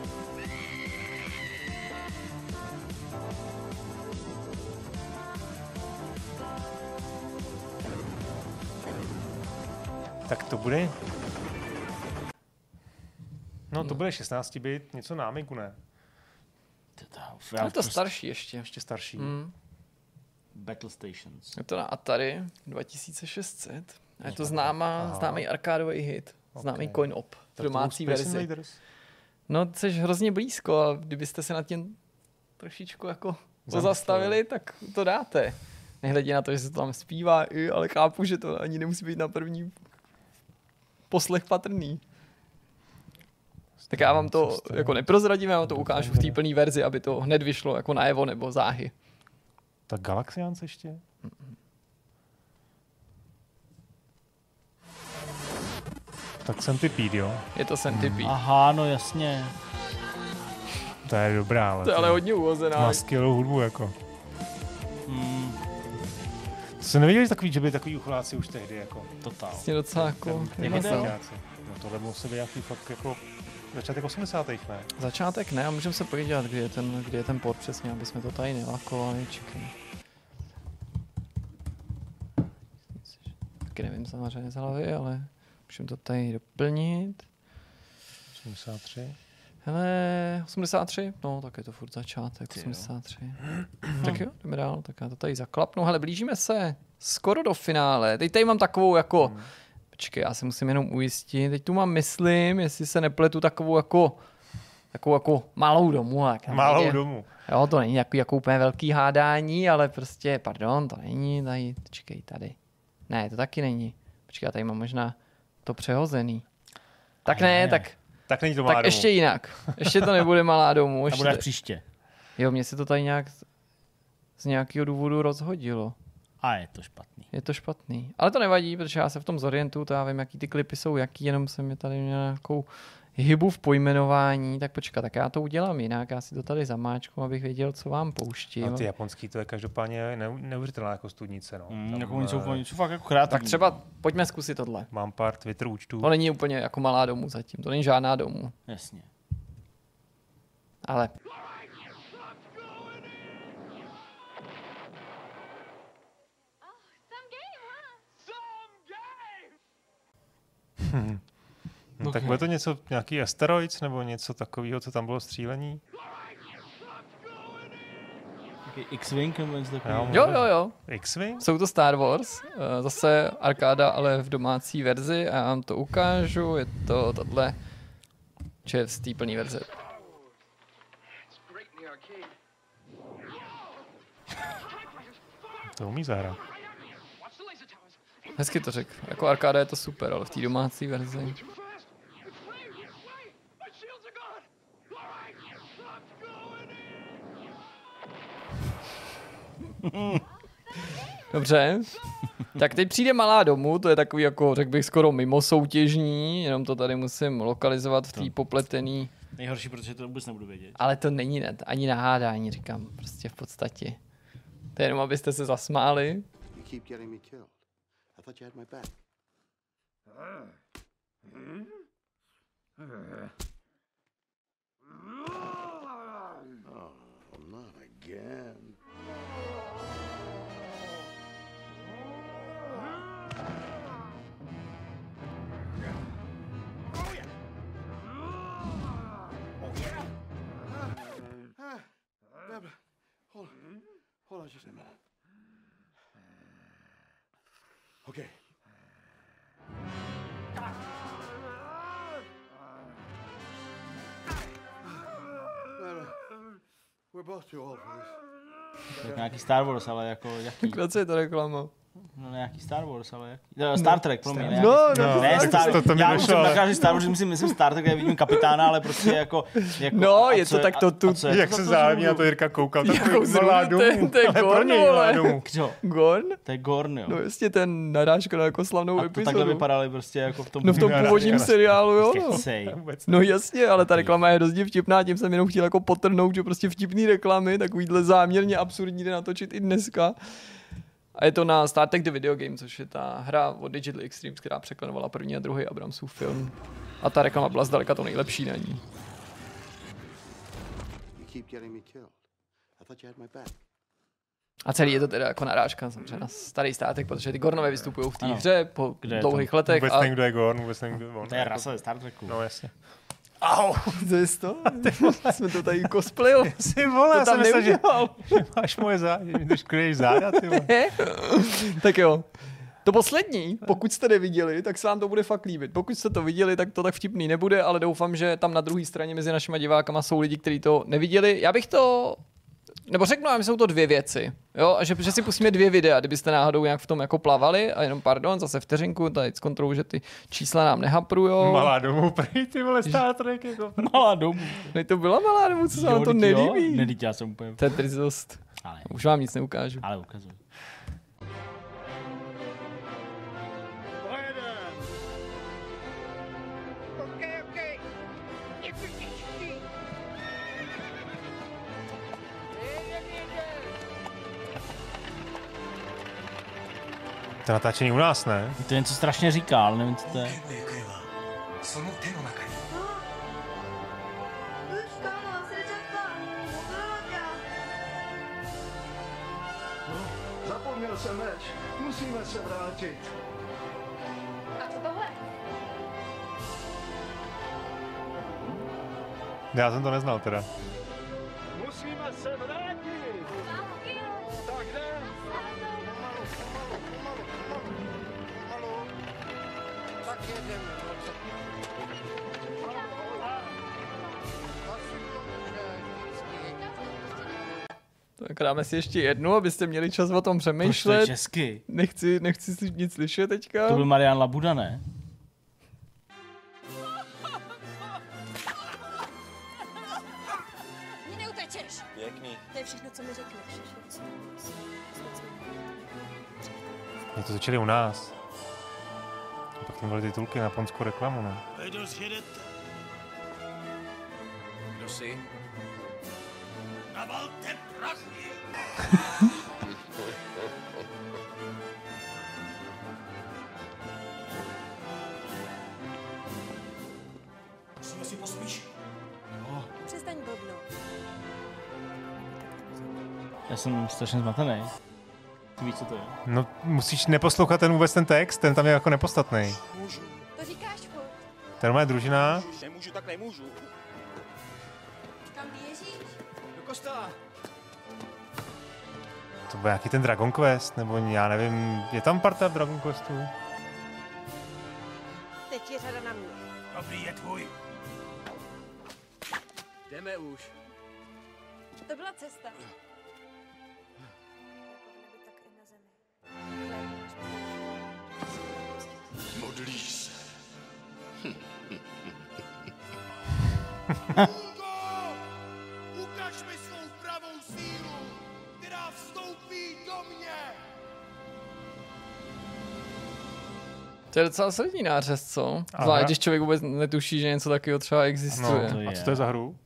Tak to bude... No to bude šestnáct bit, něco námiku, ne? Je to prostě... starší ještě. Ještě starší. Mm. Battle Stations. Je to na Atari dva tisíce šest set. A je to známá, známý arkádový hit. Známý okay. coin-op v domácí verzi. Invaders. No, jsi hrozně blízko a kdybyste se nad tím trošičku jako pozastavili, tak to dáte. Nehledě na to, že se to tam zpívá, ale chápu, že to ani nemusí být na první poslech patrný. Tak já vám to jako neprozradím, já vám to ukážu v té plné verzi, aby to hned vyšlo jako najevo nebo záhy. Tak Galaxians ještě? Tak Centipede, jo? Je to Centipede. Hmm. Aha, no jasně. To je dobrá, ale... To je ale hodně uhozená. Má skvělou hudbu, jako. Hmm. To jsi nevěděli takový, že byli takový uchláci už tehdy, jako? Totál. Vlastně docela jako... No tohle musí být nějaký fakt jako... Začátek osmdesátých, ne? Začátek ne, a můžeme se podívat, kdy je ten, kdy je ten port přesně, aby jsme to tady nelakovali. Čekaj. Taky nevím samozřejmě z hlavy, ale můžeme to tady doplnit. osmdesát tři. Hele, osmdesát tři? No, tak je to furt začátek, osmdesát tři. Tak jo, jdeme dál, tak já to tady zaklapnu. Hele, blížíme se skoro do finále. Teď tady mám takovou jako... Hmm. Počkej, já se musím jenom ujistit. Teď tu mám, myslím, jestli se nepletu, takovou jako, takovou jako malou domu. Malou nejde. domu. Jo, to není jako, jako úplně velký hádání, ale prostě, pardon, to není tady, počkej, tady. Ne, to taky není. Počkej, tady mám možná to přehozený. Tak ne, ne, tak... Tak není to malá tak domu. ještě jinak. Ještě to nebude malá domu. To Ještě... bude příště. Jo, mě se to tady nějak z nějakého důvodu rozhodilo. A je to špatný. Je to špatný. Ale to nevadí, protože já se v tom zorientuju, to já vím, jaký ty klipy jsou, jaký, jenom jsem je tady měl nějakou hybu v pojmenování. Tak počkat, tak já to udělám jinak, já si to tady zamáčku, abych věděl, co vám pouštím. No ty japonský, to je každopádně neuvěřitelná jako studnice. No. Mm, Tam, jako oni jsou, jsou fakt jako kreativní. Tak třeba pojďme zkusit tohle. Mám pár Twitter účtů. To není úplně jako malá domů zatím, to není žádná domů. Jasně. Ale... Hmm. No, okay. Tak bude to něco, nějaký asteroid nebo něco takového, co tam bylo střílení? X-Wing nebo něco takového? Jo, jo, jo. X-Wing? Jsou to Star Wars, zase arkáda, ale v domácí verzi a já vám to ukážu, je to tohle, čo je z té plný verze. To umí zahrát. Hezky to řekl. Jako arkáda je to super, ale v té domácí verzi. Dobře. Tak teď přijde malá domů, to je takový jako, řekl bych, skoro mimo soutěžní, jenom to tady musím lokalizovat v té popletený. Nejhorší, protože to vůbec nebudu vědět. Ale to není net, ani nahádání, říkám, prostě v podstatě. To je jenom, abyste se zasmáli. I thought you had my back. Oh, not again. Oh yeah. Oh yeah. Ah, Deborah, hold on. Hold on just a minute. Okay. We're both too old for this. Tak nějaký Star Wars, ale jako jaký? Co je to reklama? No nějaký Star Wars, ale jaký? No, Star Trek, pro mě. No, no, no, ne, Star, to, to já už jsem ale... nakážu Star Wars, myslím, myslím Star Trek, kde vidím kapitána, ale prostě jako... jako no, je to tak to tu... Je, jak to se to zájemně na to Jirka koukal, takový malá domů, to je Gorn, vole. Gorn? To je Gorn, jo. No jasně, ten narážka na jako slavnou a epizodu. takhle vypadali prostě jako v tom... No v tom původním seriálu, jo. No. no jasně, ale ta reklama je hrozně vtipná, tím jsem jenom chtěl jako potrhnout, že prostě vtipný reklamy, takovýhle záměrně absurdní jde natočit i dneska. A je to na Star Trek The Video Game, což je ta hra od Digital Extremes, která překlenovala první a druhý Abramsův film. A ta reklama byla zdaleka to nejlepší na ní. A celý je to teda jako narážka samozřejmě na starý Star Trek, protože ty Gornové vystupují v té hře po dlouhých letech. Vůbec a... nevím, kdo je Gorn, vůbec nevím, kdo je on. To je rasa ze Star Treku. No jasně. Au, to je to? Jsme to tady cosplayovali. Ty vole, já jsem myslel, že, že máš moje záda, že kryješ záda, ty vole. Tak jo. To poslední, pokud jste neviděli, tak se vám to bude fakt líbit. Pokud jste to viděli, tak to tak vtipný nebude, ale doufám, že tam na druhé straně mezi našimi divákama jsou lidi, kteří to neviděli. Já bych to... Nebo řeknu vám, že jsou to dvě věci. Jo? A že, že si pustíme dvě videa, kdybyste náhodou nějak v tom jako plavali. A jenom pardon, zase vteřinku, tady zkontroluji, že ty čísla nám nehaprujou. Malá domů, prý, ty vole, Star Trek. Jako malá domů. No to byla malá domů, co se vám to nelíbí. Nedíť, já jsem úplně... To je drzost. Ale... Už vám nic neukážu. Ale ukazuj. To natáčení u nás, ne? To něco strašně říká, ale nevím, co to je. Zapomněl jsem meč. Musíme se vrátit. A co tohle? Já jsem to neznal teda. Musíme se vrátit. Tak jdem. tak jedeme, no co? Tak dáme si ještě jednu, abyste měli čas o tom přemýšlet. Proč to je česky? Nechci, nechci si nic slyšet teďka. To byl Marian Labuda, ne? Mě neutečeš. Pěkný. To je všechno, co mi řekneš. Mě to začali u nás. A pak tam byly titulky na japonskou reklamu, no. Dost jedete. Kdo jsi? Navalte prachy. Musíme si pospíšit. Přestaň blbnout. Já jsem strašně zmatený. Ty víš, co to je? No, musíš neposlouchat ten vůbec ten text, ten tam je jako nepodstatný. Můžu. To říkáš furt. Ten moje družina. Nemůžu, tak nemůžu. Kam běžíš? Do kostela. To byl nějaký ten Dragon Quest, nebo já nevím, je tam parta v Dragon Questu? Teď je řada na mě. Dobrý je tvůj. Jdeme už. To byla cesta. Modlíš se. Hugo! Ukaž mi svou pravou sílu, která vstoupí do mě! To je docela solidní nářez, co? Aha. Zvlášť, když člověk vůbec netuší, že něco takového třeba existuje. No, a co to je za hru?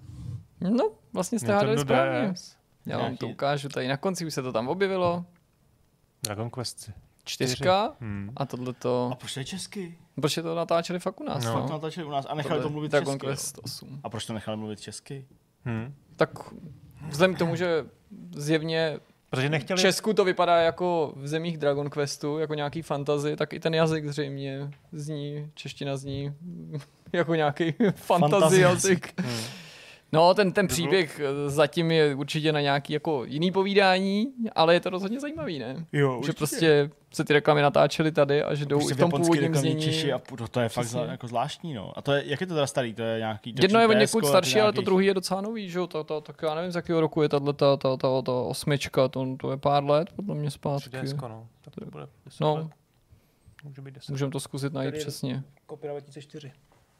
No, vlastně jste hádali Nintendo správně. D S. Já vám to ukážu tady. Na konci už se to tam objevilo. Dragon Quest Čtyřka. Hmm. A tohleto... A proč to je česky? Proč je to natáčeli fakt u nás, No. no? Fakt to natáčeli u nás a nechali Tohle to mluvit Dragon česky. Quest jo? osm. A proč to nechali mluvit česky? Hmm. Tak vzhledem k tomu, že zjevně Protože nechtěli... v Česku to vypadá jako v zemích Dragon Questu, jako nějaký fantasy, tak i ten jazyk zřejmě zní, čeština zní jako nějaký fantasy jazyk. Hmm. No, ten, ten příběh zatím je určitě na nějaký jako jiný povídání, ale je to rozhodně zajímavý, ne? Jo, že prostě se ty reklamy natáčely tady a že jdou prostě i v tom původním znění. Češi a to, to je fakt za, jako zvláštní, no. A to je, jak je to teda starý? To je nějaký... Jedno je od někud P S ko, starší, ale to nějakých... druhý je docela nový, že jo? To, to, tak já nevím, z jakého roku je tato, ta, ta, ta, ta osmička, to, to je pár let, podle mě zpátky. D S ko, no. Tak to bude deset No. let. Může být deset. Můžeme to zkusit najít Tady je přesně. Kopira dva tisíce čtyři.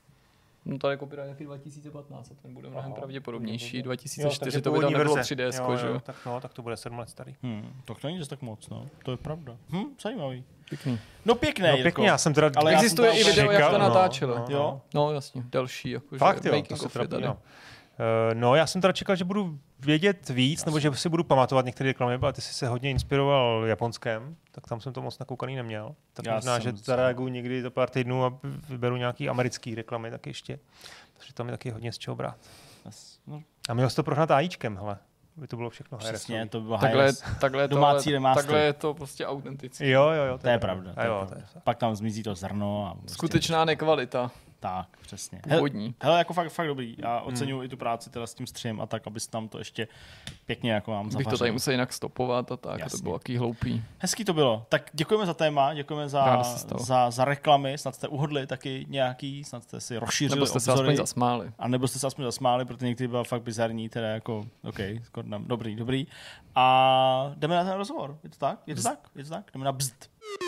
No tady kopira nějaký dva tisíce patnáct, a ten bude mnohem Aha. pravděpodobnější. dva tisíce Jo, čtyři takže to by tam původní nebylo verze. tři D S, Jo, že jo, jo? tak no, tak to bude sedm let starý. Hmm, to není zase tak moc, no. To je pravda. Hm, zajímavý. Pěkný. No pěkný, No pěkně, já jsem teda... Ale já Existuje jsem i video, jak čekal, to no, natáčelo. no, Jo? No jasně, další, jakože Fakt jo, to making se of je trapí, tady. no. Uh, no, já jsem teda čekal, že budu vědět víc, nebo že si budu pamatovat některé reklamy, ale ty jsi se hodně inspiroval Japonskem, tak tam jsem to moc nakoukaný neměl. Tak Já možná, jsem že zareaguju někdy za pár týdnů a vyberu nějaký americký reklamy tak ještě. Takže tam je taky hodně z čeho brát. No, A měl jsi to prohnat AIčkem, hele. By to bylo všechno přesně, to bylo Takhle, high-res. takhle, je to, Domácí ale- remaster. takhle je to prostě autentické. Jo, jo, jo. To je pravda. To A je jo, pravda. to je- Pak tam zmizí to zrno. A prostě Skutečná nekvalita. Tak, přesně. Původní. Hele, jako fakt, fakt dobrý. Já oceňuji hmm. i tu práci teda s tím střihem a tak, abys tam to ještě pěkně jako vám Bych zavařil. to tady musel jinak stopovat a tak, a to Jasně. bylo jaký hloupý. Hezký to bylo. Tak děkujeme za téma, děkujeme za, Rád se stalo. za, za reklamy, snad jste uhodli taky nějaký, snad jste si rozšířili Nebo jste se obzory. aspoň zasmáli. A nebo jste se aspoň zasmáli, protože někdy byla fakt bizarní, teda jako, OK, skoro nám, dobrý, dobrý. A jdeme na ten rozhovor, je to tak? Je to Bzd. tak? Je to tak? Jdeme na bzd.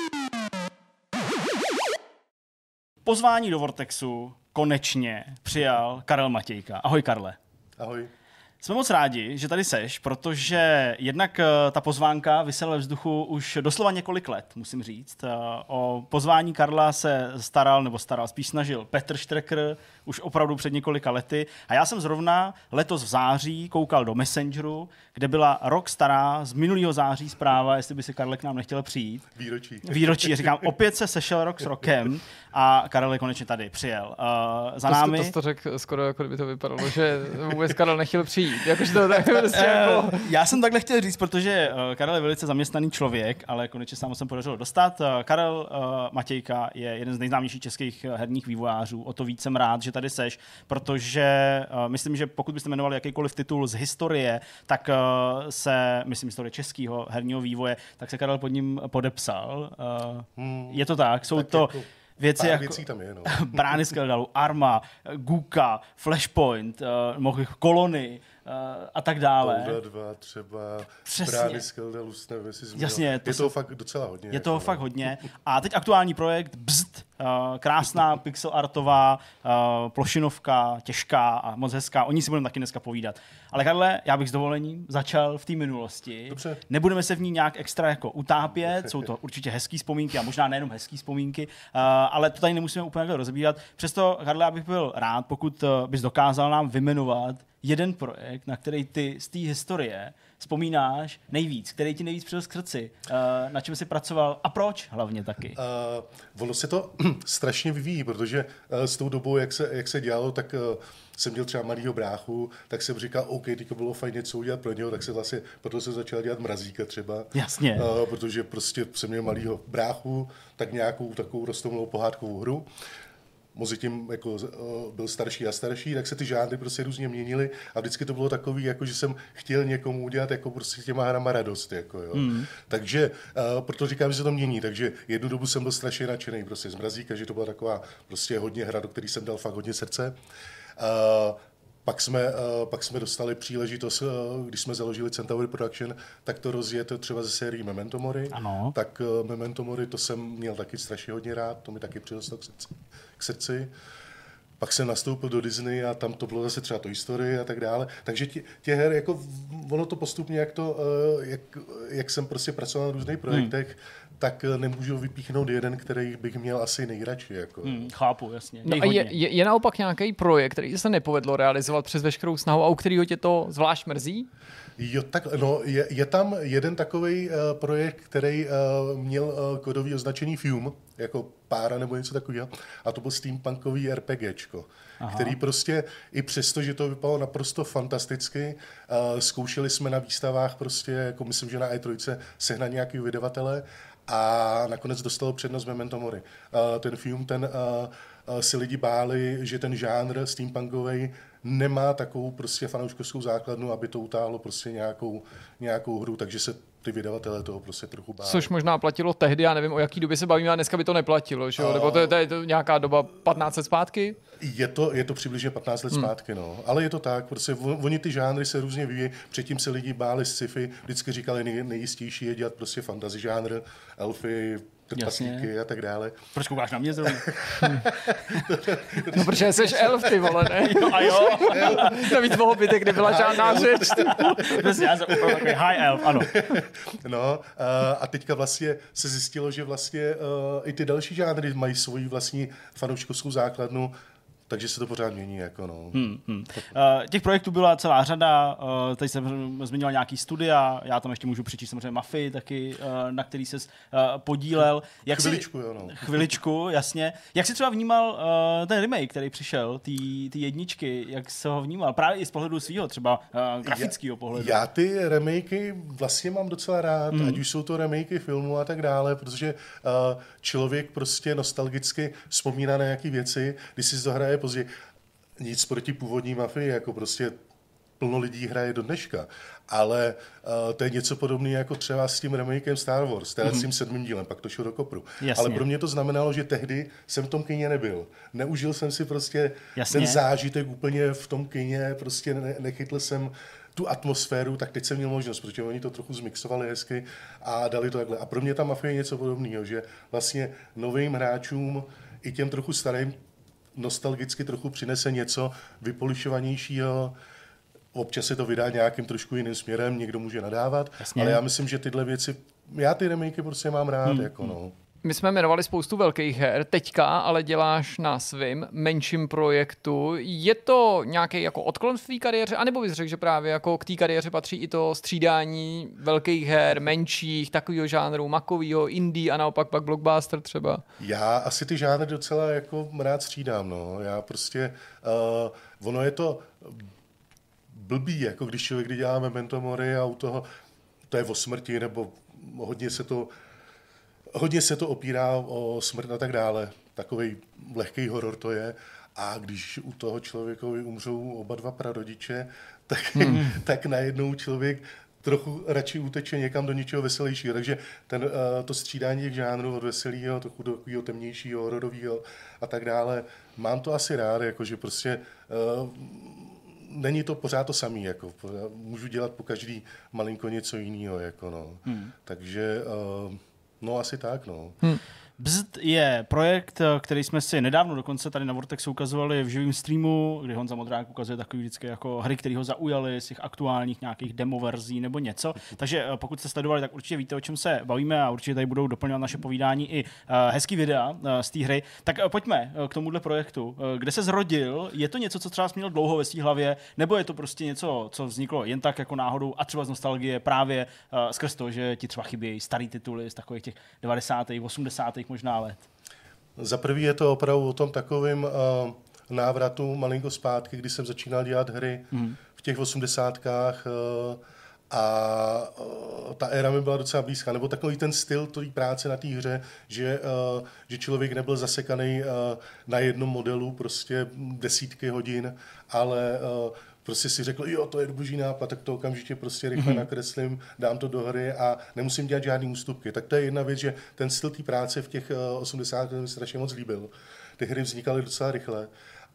Pozvání do Vortexu konečně přijal Karel Matějka. Ahoj, Karle. Ahoj. Jsme moc rádi, že tady seš, protože jednak eh, ta pozvánka visela ve vzduchu už doslova několik let, musím říct. Eh, O pozvání Karla se staral, nebo staral, spíš snažil Petr Štrekr už opravdu před několika lety. A já jsem zrovna letos v září koukal do Messengeru, kde byla rok stará z minulého září zpráva, jestli by si Karle k nám nechtěl přijít. Výročí. Výročí, říkám, opět se sešel rok s rokem a Karel je konečně tady, přijel. Uh, za To, námi... to, to, to řekl skoro, jako kdyby to vypadalo, že vůbec Karel nechtěl přijít. Jakože to tak prostě jako... Eh, Já jsem takhle chtěl říct, protože uh, Karel je velice zaměstnaný člověk, ale konečně se mu jsem podařilo dostat. Uh, Karel uh, Matějka je jeden z nejznámějších českých uh, herních vývojářů. O to víc jsem rád, že tady seš, protože uh, myslím, že pokud byste jmenovali jakýkoliv titul z historie, tak uh, se, myslím, historie českého herního vývoje, tak se Karel pod ním podepsal. Uh, Hmm. je to tak, jsou Tak to... jako věci jako tam je, no. Brány Skeldalu, Arma, Guka, Flashpoint, uh, kolony, uh, a tak dále. Touda dva třeba, Přesně. Brány Skeldalu, nevím, jestli zmínil. Jasně, to je jsou, toho fakt docela hodně. Je toho jako, fakt hodně. A teď aktuální projekt Bzd, uh, krásná pixel artová uh, plošinovka, těžká a moc hezká. O ní si budeme taky dneska povídat. Ale Karle, já bych s dovolením začal v té minulosti. Dobře. Nebudeme se v ní nějak extra jako utápět, jsou to určitě hezký vzpomínky a možná nejenom hezký vzpomínky, uh, ale to tady nemusíme úplně rozebírat. Přesto, Karle, já bych byl rád, pokud uh, bys dokázal nám vyjmenovat jeden projekt, na který ty z té historie vzpomínáš nejvíc, který ti nejvíc přišel z srdci, uh, na čem jsi pracoval a proč hlavně taky? Uh, ono se to strašně vyvíjí, protože uh, s tou dobou, jak se, jak se dělalo, tak uh, jsem měl třeba malýho bráchu, tak jsem říkal, OK, teďka bylo fajn něco udělat pro něho, tak se vlastně, proto jsem začal dělat Mrazíka třeba. Jasně. Uh, protože prostě jsem měl malýho bráchu, tak nějakou takovou roztomilou pohádkovou hru. Mezi tím jako, byl starší a starší, tak se ty žánry prostě různě měnily a vždycky to bylo takový, jako, že jsem chtěl někomu udělat jako prostě těma hrama radost. Jako, jo. Mm. Takže uh, proto říkám, že se to mění. Takže jednu dobu jsem byl strašně nadšený prostě z Mrazíka, že to byla taková prostě hodně hra, do který jsem dal fakt hodně srdce. Uh, Pak jsme, uh, pak jsme dostali příležitost, uh, když jsme založili Centauri Production, tak to rozjet třeba ze sérii Memento Mori. Ano. Tak uh, Memento Mori, to jsem měl taky strašně hodně rád, to mi taky přirostlo k srdci. K srdci. Pak jsem nastoupil do Disney a tam to bylo zase třeba Toy Story a tak dále. Takže tě, tě her, jako ono to postupně, jak, to, uh, jak, jak jsem prostě pracoval na různých projektech, hmm. tak nemůžu vypíchnout jeden, který bych měl asi nejradši. Jako. Hmm, chápu, jasně. No a je, je, je naopak nějaký projekt, který se nepovedlo realizovat přes veškerou snahu a u kterého tě to zvlášť mrzí? Jo, tak, no, je, je tam jeden takový uh, projekt, který uh, měl uh, kodový označení Fume, jako pára nebo něco takového, a to byl steampunkový RPGčko, Aha. který prostě, i přesto, že to vypadalo naprosto fantasticky, uh, zkoušeli jsme na výstavách prostě, jako myslím, že na E tři, sehnat nějaký vydavatele a nakonec dostalo přednost Memento Mori. Uh, ten Fume, ten uh, uh, si lidi báli, že ten žánr steampunkový nemá takovou prostě fanouškovskou základnu, aby to utáhlo prostě nějakou, nějakou hru, takže se ty vydavatelé toho prostě trochu báli. Což možná platilo tehdy, já nevím, o jaký době se bavíme, a dneska by to neplatilo, že jo? Nebo to je, to je to nějaká doba patnáct let zpátky? Je to, je to přibližně patnáct let hmm. zpátky, no. Ale je to tak, prostě oni ty žánry se různě vyvíjí, předtím se lidi báli z sci-fi, vždycky říkali, nej, nejistější je dělat prostě fantasy žánr, elfy, trpaslíky a tak dále. Proč koukáš na mě zrovna? No, protože jsi elf, ty vole, ne? Jo, a jo. Navíc v Hobbitech nebyla žádná řeč. Vlastně, já jsem úplně takový high elf, ano. No, a teďka vlastně se zjistilo, že vlastně i ty další žánry mají svoji vlastní fanouškovskou základnu, takže se to pořád mění. Jako no. hmm, hmm. Uh, těch projektů byla celá řada, uh, teď jsem zmiňoval nějaký studia, já tam ještě můžu přečíst samozřejmě Mafii taky, uh, na který ses uh, podílel. Jak chviličku, si, jo no. Chviličku, jasně. Jak jsi třeba vnímal uh, ten remake, který přišel, ty jedničky, jak se ho vnímal? Právě i z pohledu svýho, třeba uh, grafického pohledu. Já ty remakey vlastně mám docela rád, hmm. ať už jsou to remakey filmů a tak dále, protože uh, člověk prostě nostalgicky vzpomíná na nějaké věci, když si to hraje později. Nic proti původní Mafii, jako prostě plno lidí hraje do dneška, ale uh, to je něco podobného jako třeba s tím remakem Star Wars, teda mm-hmm. s tím sedmým dílem, pak to šlo do kopru. Jasně. Ale pro mě to znamenalo, že tehdy jsem v tom kině nebyl. Neužil jsem si prostě Jasně. ten zážitek úplně v tom kině, prostě ne, nechytl jsem tu atmosféru, tak teď jsem měl možnost, protože oni to trochu zmixovali hezky a dali to takhle. A pro mě ta Mafie je něco podobného, že vlastně novým hráčům i těm trochu starým nostalgicky trochu přinese něco vypolišovanějšího, občas se to vydá nějakým trošku jiným směrem, někdo může nadávat, Jasně. ale já myslím, že tyhle věci, já ty remakey prostě mám rád, hmm. jako no. My jsme jmenovali spoustu velkých her, teďka ale děláš na svým menším projektu. Je to nějaký jako odklon v tvý kariéře, anebo bys řekl, že právě jako k té kariéře patří i to střídání velkých her, menších, takového žánru, makového, indie a naopak pak blockbuster třeba? Já asi ty žánry docela jako rád střídám, no. Já prostě, uh, ono je to blbý, jako když člověk, kdy dělá Memento Mori a u toho, to je o smrti, nebo hodně se to Hodně se to opírá o smrt a tak dále. Takový lehký horor to je. A když u toho člověkovi umřou oba dva prarodiče, tak, hmm. tak najednou člověk trochu radši uteče někam do něčeho veselějšího. Takže ten, uh, to střídání těch žánrů od veselého, trochu do takového temnějšího, hororového a tak dále, mám to asi rád, jakože prostě uh, není to pořád to samý, jako můžu dělat po každý malinko něco jiného, jako no. Hmm. Takže uh, no asi tak, no. Hmm. Bzd je projekt, který jsme si nedávno dokonce tady na Vortexu ukazovali v živém streamu, kdy Honza Modrák ukazuje takový vždycky jako hry, které ho zaujaly z těch aktuálních nějakých demo verzí nebo něco. Takže pokud jste sledovali, tak určitě víte, o čem se bavíme a určitě tady budou doplňovat naše povídání i hezký videa z té hry. Tak pojďme k tomuhle projektu. Kde se zrodil? Je to něco, co třeba jsi měl dlouho ve své hlavě, nebo je to prostě něco, co vzniklo jen tak jako náhodou a třeba z nostalgie právě skrz to, že ti třeba chybějí starý tituly z takových těch devadesátých, osmdesátých možná let? Za prvý je to opravdu o tom takovým uh, návratu malinko zpátky, kdy jsem začínal dělat hry mm. v těch osmdesátkách uh, a uh, ta éra mi byla docela blízká. Nebo takový ten styl té práce na té hře, že, uh, že člověk nebyl zasekaný uh, na jednom modelu prostě desítky hodin, ale uh, prostě si řekl, jo, to je boží nápad, tak to okamžitě prostě rychle mm-hmm. nakreslím, dám to do hry a nemusím dělat žádný ústupky. Tak to je jedna věc, že ten styl té práce v těch uh, osmdesátých mi strašně moc líbil. Ty hry vznikaly docela rychle.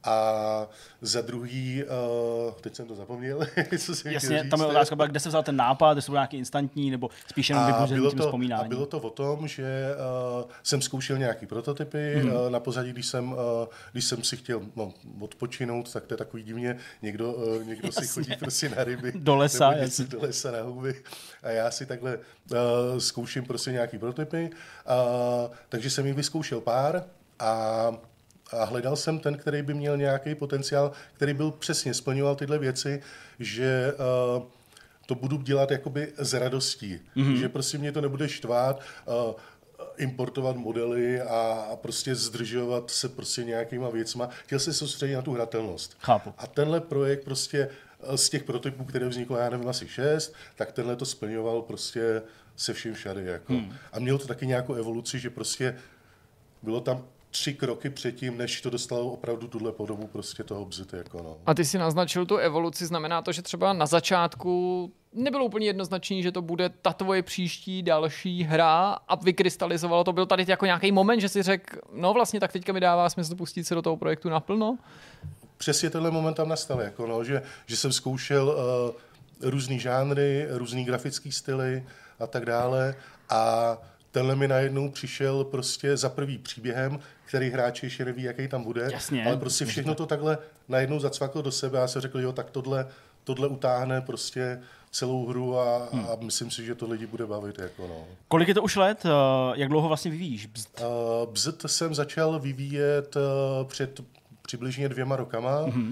A za druhý, uh, teď jsem to zapomněl, co jsem Jasně, tam je otázka byla, kde se vzal ten nápad, jestli to byl nějaký instantní, nebo spíš jenom vybuzený tím vzpomínáním. A bylo to o tom, že uh, jsem zkoušel nějaký prototypy mm-hmm. uh, na pozadí, když jsem, uh, když jsem si chtěl no, odpočinout, tak to je takový divně, někdo, uh, někdo si chodí prostě na ryby. Do lesa. Jasně. Do lesa na houby. A já si takhle uh, zkouším prostě nějaký prototypy. Uh, takže jsem jich vyzkoušel pár a A hledal jsem ten, který by měl nějaký potenciál, který byl přesně splňoval tyhle věci, že uh, to budu dělat jakoby z radostí. Mm-hmm. Že prostě mě to nebude štvát, uh, importovat modely a, a prostě zdržovat se prostě nějakýma věcma. Chtěl jsem se soustředit na tu hratelnost. Chápu. A tenhle projekt prostě z těch prototypů, které vzniklo, já nevím, asi šest, tak tenhle to splňoval prostě se vším všady. Jako. Mm. A mělo to taky nějakou evoluci, že prostě bylo tam tři kroky předtím, než to dostalo opravdu tuhle podobu prostě toho Bzd. Jako no. A ty si naznačil tu evoluci, znamená to, že třeba na začátku nebylo úplně jednoznačný, že to bude ta tvoje příští další hra a vykrystalizovalo to. Byl tady jako nějaký moment, že si řekl, no vlastně tak teďka mi dává smysl pustit se do toho projektu naplno? Přesně tenhle moment tam nastal, jako no, že, že jsem zkoušel uh, různý žánry, různý grafický styly a tak dále a tenhle mi najednou přišel prostě za prvý příběhem, který hráči ještě neví, jaký tam bude, Jasně, ale prostě všechno to takhle najednou zacvaklo do sebe a já jsem řekl, jo, tak tohle, tohle utáhne prostě celou hru a, hmm. a myslím si, že to lidi bude bavit. Jako no. Kolik je to už let? Jak dlouho vlastně vyvíjíš Bzd? Uh, Bzd jsem začal vyvíjet uh, před přibližně dvěma rokama. Mm-hmm.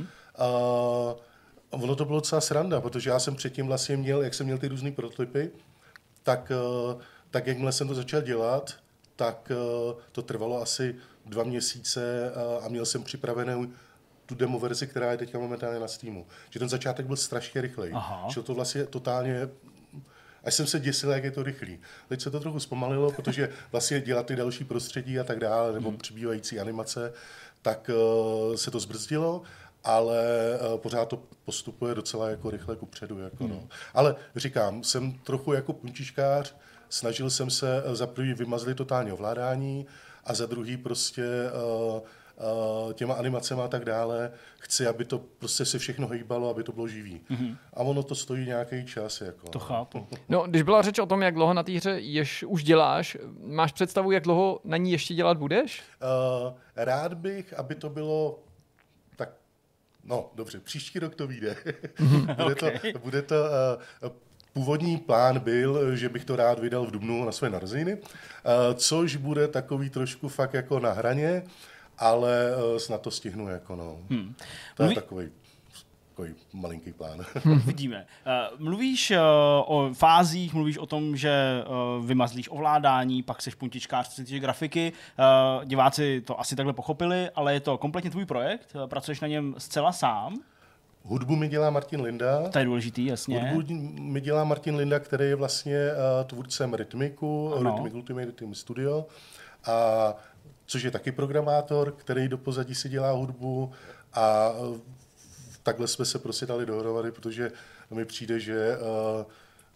Uh, ono to bylo docela sranda, protože já jsem předtím vlastně měl, jak jsem měl ty různý prototypy, tak uh, tak jakmile jsem to začal dělat, tak uh, to trvalo asi dva měsíce uh, a měl jsem připravenou tu demo verzi, která je teďka momentálně na Steamu. Že ten začátek byl strašně rychlej. Šlo to vlastně totálně, až jsem se děsil, jak je to rychlý. Teď se to trochu zpomalilo, protože vlastně dělat ty další prostředí a tak dále, nebo hmm. přibývající animace, tak uh, se to zbrzdilo, ale uh, pořád to postupuje docela jako rychle kupředu. Jako, hmm. no. Ale říkám, jsem trochu jako puntičkář, snažil jsem se za prvý vymazlit totální ovládání a za druhý prostě uh, uh, těma animacema a tak dále. Chci, aby to prostě se všechno hejbalo, aby to bylo živý. Mm-hmm. A ono to stojí nějaký čas. Jako. To chápu. No, když byla řeč o tom, jak dlouho na té hře jež už děláš, máš představu, jak dlouho na ní ještě dělat budeš? Uh, rád bych, aby to bylo tak, no dobře, příští rok to vyjde. bude, okay. to, bude to uh, Původní plán byl, že bych to rád vydal v dubnu na své narozeniny, což bude takový trošku fakt jako na hraně, ale snad to stihnu jako no. Hmm. To je takový, takový malinký plán. Vidíme. Mluvíš o fázích, mluvíš o tom, že vymazlíš ovládání, pak seš puntičkář, co se týče grafiky. Diváci to asi takhle pochopili, ale je to kompletně tvůj projekt, pracuješ na něm zcela sám. Hudbu mi dělá Martin Linda. To je důležitý, jasně. Hudbu mi dělá Martin Linda, který je vlastně uh, tvůrcem Rytmiku, Rytmik Ultimate Team Studio, a, což je taky programátor, který do pozadí si dělá hudbu a uh, takhle jsme se prostě dali dohromady, protože mi přijde, že uh,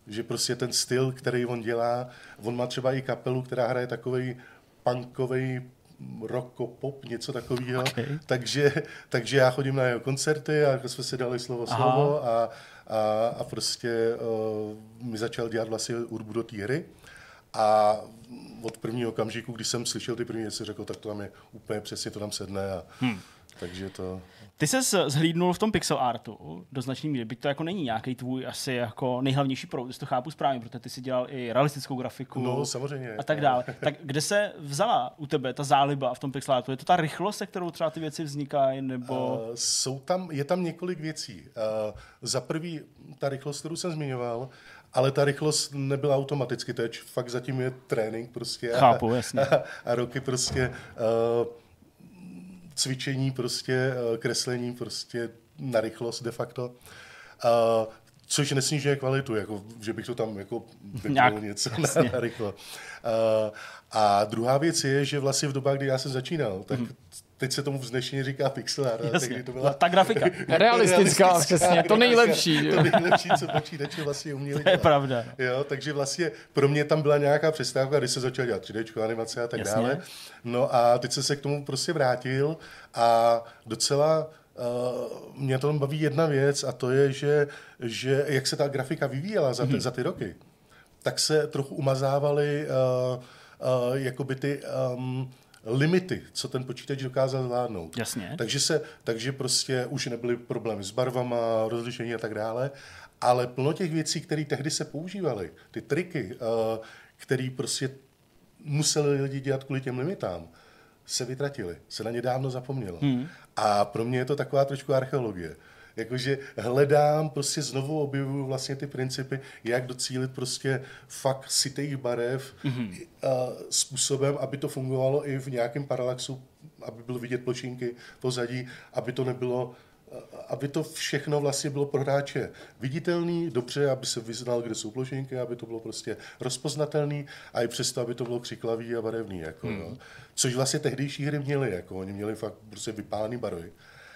Že prostě ten styl, který on dělá, on má třeba i kapelu, která hraje takovej punkovej rock, pop, něco takového. Okay. Takže, takže já chodím na jeho koncerty a jako jsme si dali slovo Aha. slovo a, a, a prostě uh, mi začal dělat vlastně hudbu do té hry. A od prvního okamžiku, když jsem slyšel ty první věci, řekl, tak to tam je úplně přesně, to tam sedne. A, hmm. Takže to... Ty ses zhlídnul v tom pixel artu do značné míry, byť to jako není nějaký tvůj asi jako nejhlavnější proud, jestli to chápu správně, protože ty si dělal i realistickou grafiku no, samozřejmě, a tak dále. Tak kde se vzala u tebe ta záliba v tom pixel artu? Je to ta rychlost, se kterou třeba ty věci vznikají, nebo... Uh, jsou tam, je tam několik věcí. Uh, za prvý ta rychlost, kterou jsem zmiňoval, ale ta rychlost nebyla automaticky, to je fakt zatím je trénink prostě. Chápu, jasně. A, a roky prostě... Uh, cvičení, prostě kreslení prostě na rychlost de facto. Uh, což nesnižuje kvalitu, jako, že bych to tam jako vypnul něco na, na rychlo. Uh, a druhá věc je, že vlastně v dobách, kdy já jsem začínal, tak mm. teď se tomu vznešeně říká pixel art. Jasně, to byla ta grafika. Realistická, přesně, to nejlepší. To nejlepší, co počítače vlastně uměli dělat. To je pravda. Jo, takže vlastně pro mě tam byla nějaká přestávka, kdy se začal dělat tři dé, animace a tak Jasně. dále. No a teď jsem se k tomu prostě vrátil a docela uh, mě to baví jedna věc a to je, že, že jak se ta grafika vyvíjela za ty, mm-hmm. za ty roky, tak se trochu umazávaly uh, uh, jakoby ty... Um, limity, co ten počítač dokázal zvládnout. Jasně. Takže, se, takže prostě už nebyly problémy s barvama, rozlišení a tak dále, ale plno těch věcí, které tehdy se používaly, ty triky, které prostě museli lidi dělat kvůli těm limitám, se vytratily, se na ně dávno zapomnělo. Hmm. A pro mě je to taková trošku archeologie. Jakože hledám, prostě znovu objevuju vlastně ty principy, jak docílit prostě fakt sitých barev mm-hmm. způsobem, aby to fungovalo i v nějakém paralaxu, aby bylo vidět plošinky pozadí, aby to nebylo, aby to všechno vlastně bylo pro hráče viditelný, dobře, aby se vyznal, kde jsou plošinky, aby to bylo prostě rozpoznatelný a i přesto, aby to bylo křiklavý a barevný. Jako, mm. no. Což vlastně tehdejší hry měly, jako, oni měli fakt prostě vypálený barvy.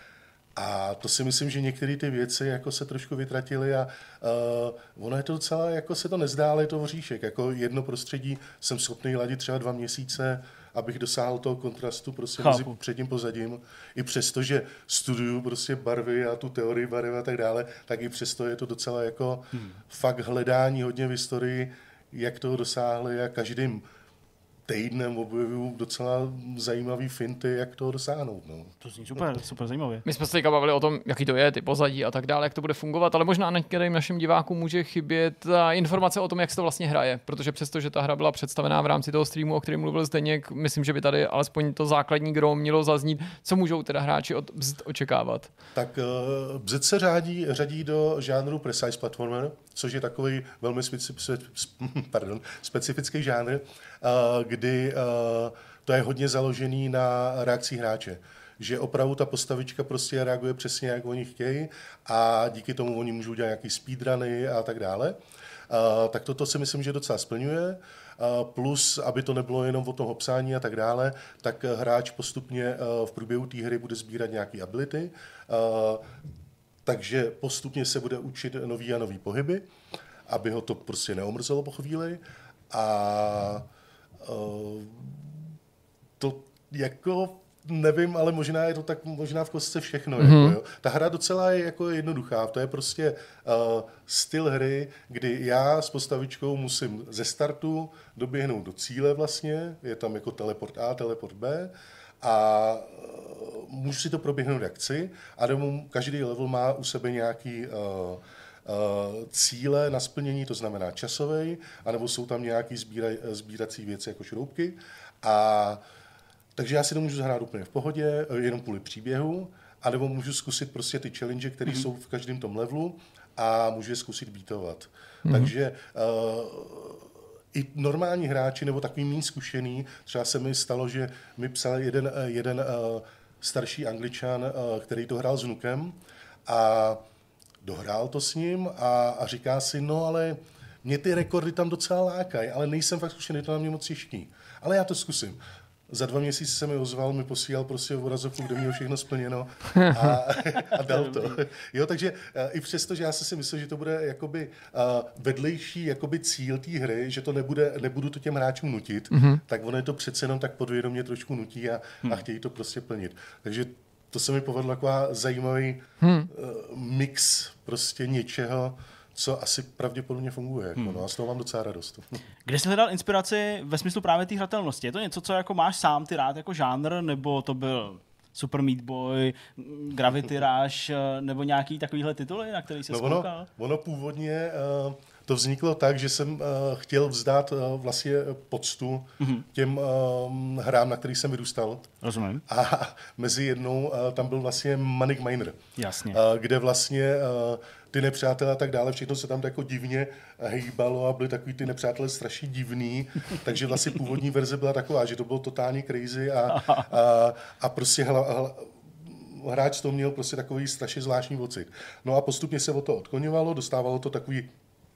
A to si myslím, že některé ty věci jako se trošku vytratily a uh, ono je to docela, jako se to nezdá, ale je to oříšek. Jako jedno prostředí jsem schopný ladit třeba dva měsíce, abych dosáhl toho kontrastu prostě mezi předním pozadím. I přesto, že studuju prostě barvy a tu teorii barev a tak dále, tak i přesto je to docela jako hmm. fakt hledání hodně v historii, jak toho dosáhli a každým týdnem objevuju docela zajímavý finty, jak toho dosáhnout. No. To zní super, super zajímavě. My jsme se teďka bavili o tom, jaký to je, ty pozadí a tak dále, jak to bude fungovat, ale možná některým našim divákům může chybět ta informace o tom, jak se to vlastně hraje, protože přesto, že ta hra byla představená v rámci toho streamu, o kterém mluvil Zdeněk, myslím, že by tady alespoň to základní gro mělo zaznít, co můžou teda hráči od Bzd očekávat. Tak uh, Bzd se řadí, řadí do žánru Precise Platformer, což je takový velmi specifický, pardon, specifický žánr, uh, kdy uh, to je hodně založený na reakcí hráče. Že opravdu ta postavička prostě reaguje přesně, jak oni chtějí a díky tomu oni můžou dělat nějaký speedruny a tak dále. Uh, tak toto si myslím, že docela splňuje. Uh, plus, aby to nebylo jenom o tom obsání a tak dále, tak hráč postupně uh, v průběhu té hry bude sbírat nějaké ability. Uh, takže postupně se bude učit nový a nový pohyby, aby ho to prostě neomrzelo po chvíli. A uh, to jako nevím, ale možná je to tak možná v kostce všechno. Mm-hmm. Jako, jo. Ta hra docela je jako jednoduchá. To je prostě uh, styl hry, kdy já s postavičkou musím ze startu doběhnout do cíle vlastně. Je tam jako teleport A, teleport B. A uh, můžu si to proběhnout jak chci. A domů každý level má u sebe nějaký uh, uh, cíle na splnění, to znamená časový, anebo jsou tam nějaký sbíraj, sbírací věci jako šroubky. A takže já si to můžu zahrát úplně v pohodě, jenom kvůli příběhu, anebo můžu zkusit prostě ty challenge, které mm-hmm. jsou v každém tom levelu a můžu je zkusit beatovat. Mm-hmm. Takže uh, i normální hráči, nebo takový méně zkušený, třeba se mi stalo, že mi psal jeden, jeden uh, starší Angličan, uh, který to hrál s vnukem a dohrál to s ním a, a říká si, no ale mě ty rekordy tam docela lákají, ale nejsem fakt zkušený, to na mě moc těžký. Ale já to zkusím. za dva měsíce se mi ozval, mi posílal prostě obrazovku, kde měl všechno splněno a, a dal to. Jo, takže i přesto, že já jsem si myslel, že to bude jakoby vedlejší jakoby cíl té hry, že to nebude, nebudu to těm hráčům nutit, mm-hmm. tak ono je to přece jenom tak podvědomě trošku nutí a, hmm. a chtějí to prostě plnit. Takže to se mi povedlo taková zajímavý hmm. uh, mix prostě něčeho, co asi pravděpodobně funguje. Jako, hmm. no, a z toho mám docela radost. Kde jsi hledal inspiraci ve smyslu právě té hratelnosti? Je to něco, co jako máš sám ty rád jako žánr, nebo to byl Super Meat Boy, Gravity Rush, nebo nějaký takovýhle tituly, na který jsi no skoukal? Ono, ono původně uh, to vzniklo tak, že jsem uh, chtěl vzdát uh, vlastně poctu mm-hmm. těm uh, hrám, na kterých jsem vyrůstal. Rozumím. A mezi jednou uh, tam byl vlastně Manic Miner. Jasně. Uh, kde vlastně uh, ty nepřátelé a tak dále, všechno se tam jako divně hejbalo a byly takový ty nepřátelé strašně divný, takže vlastně původní verze byla taková, že to bylo totálně crazy a, a, a prostě hla, hla, hráč to měl prostě takový strašně zvláštní pocit. No a postupně se o to odkloňovalo, dostávalo to takový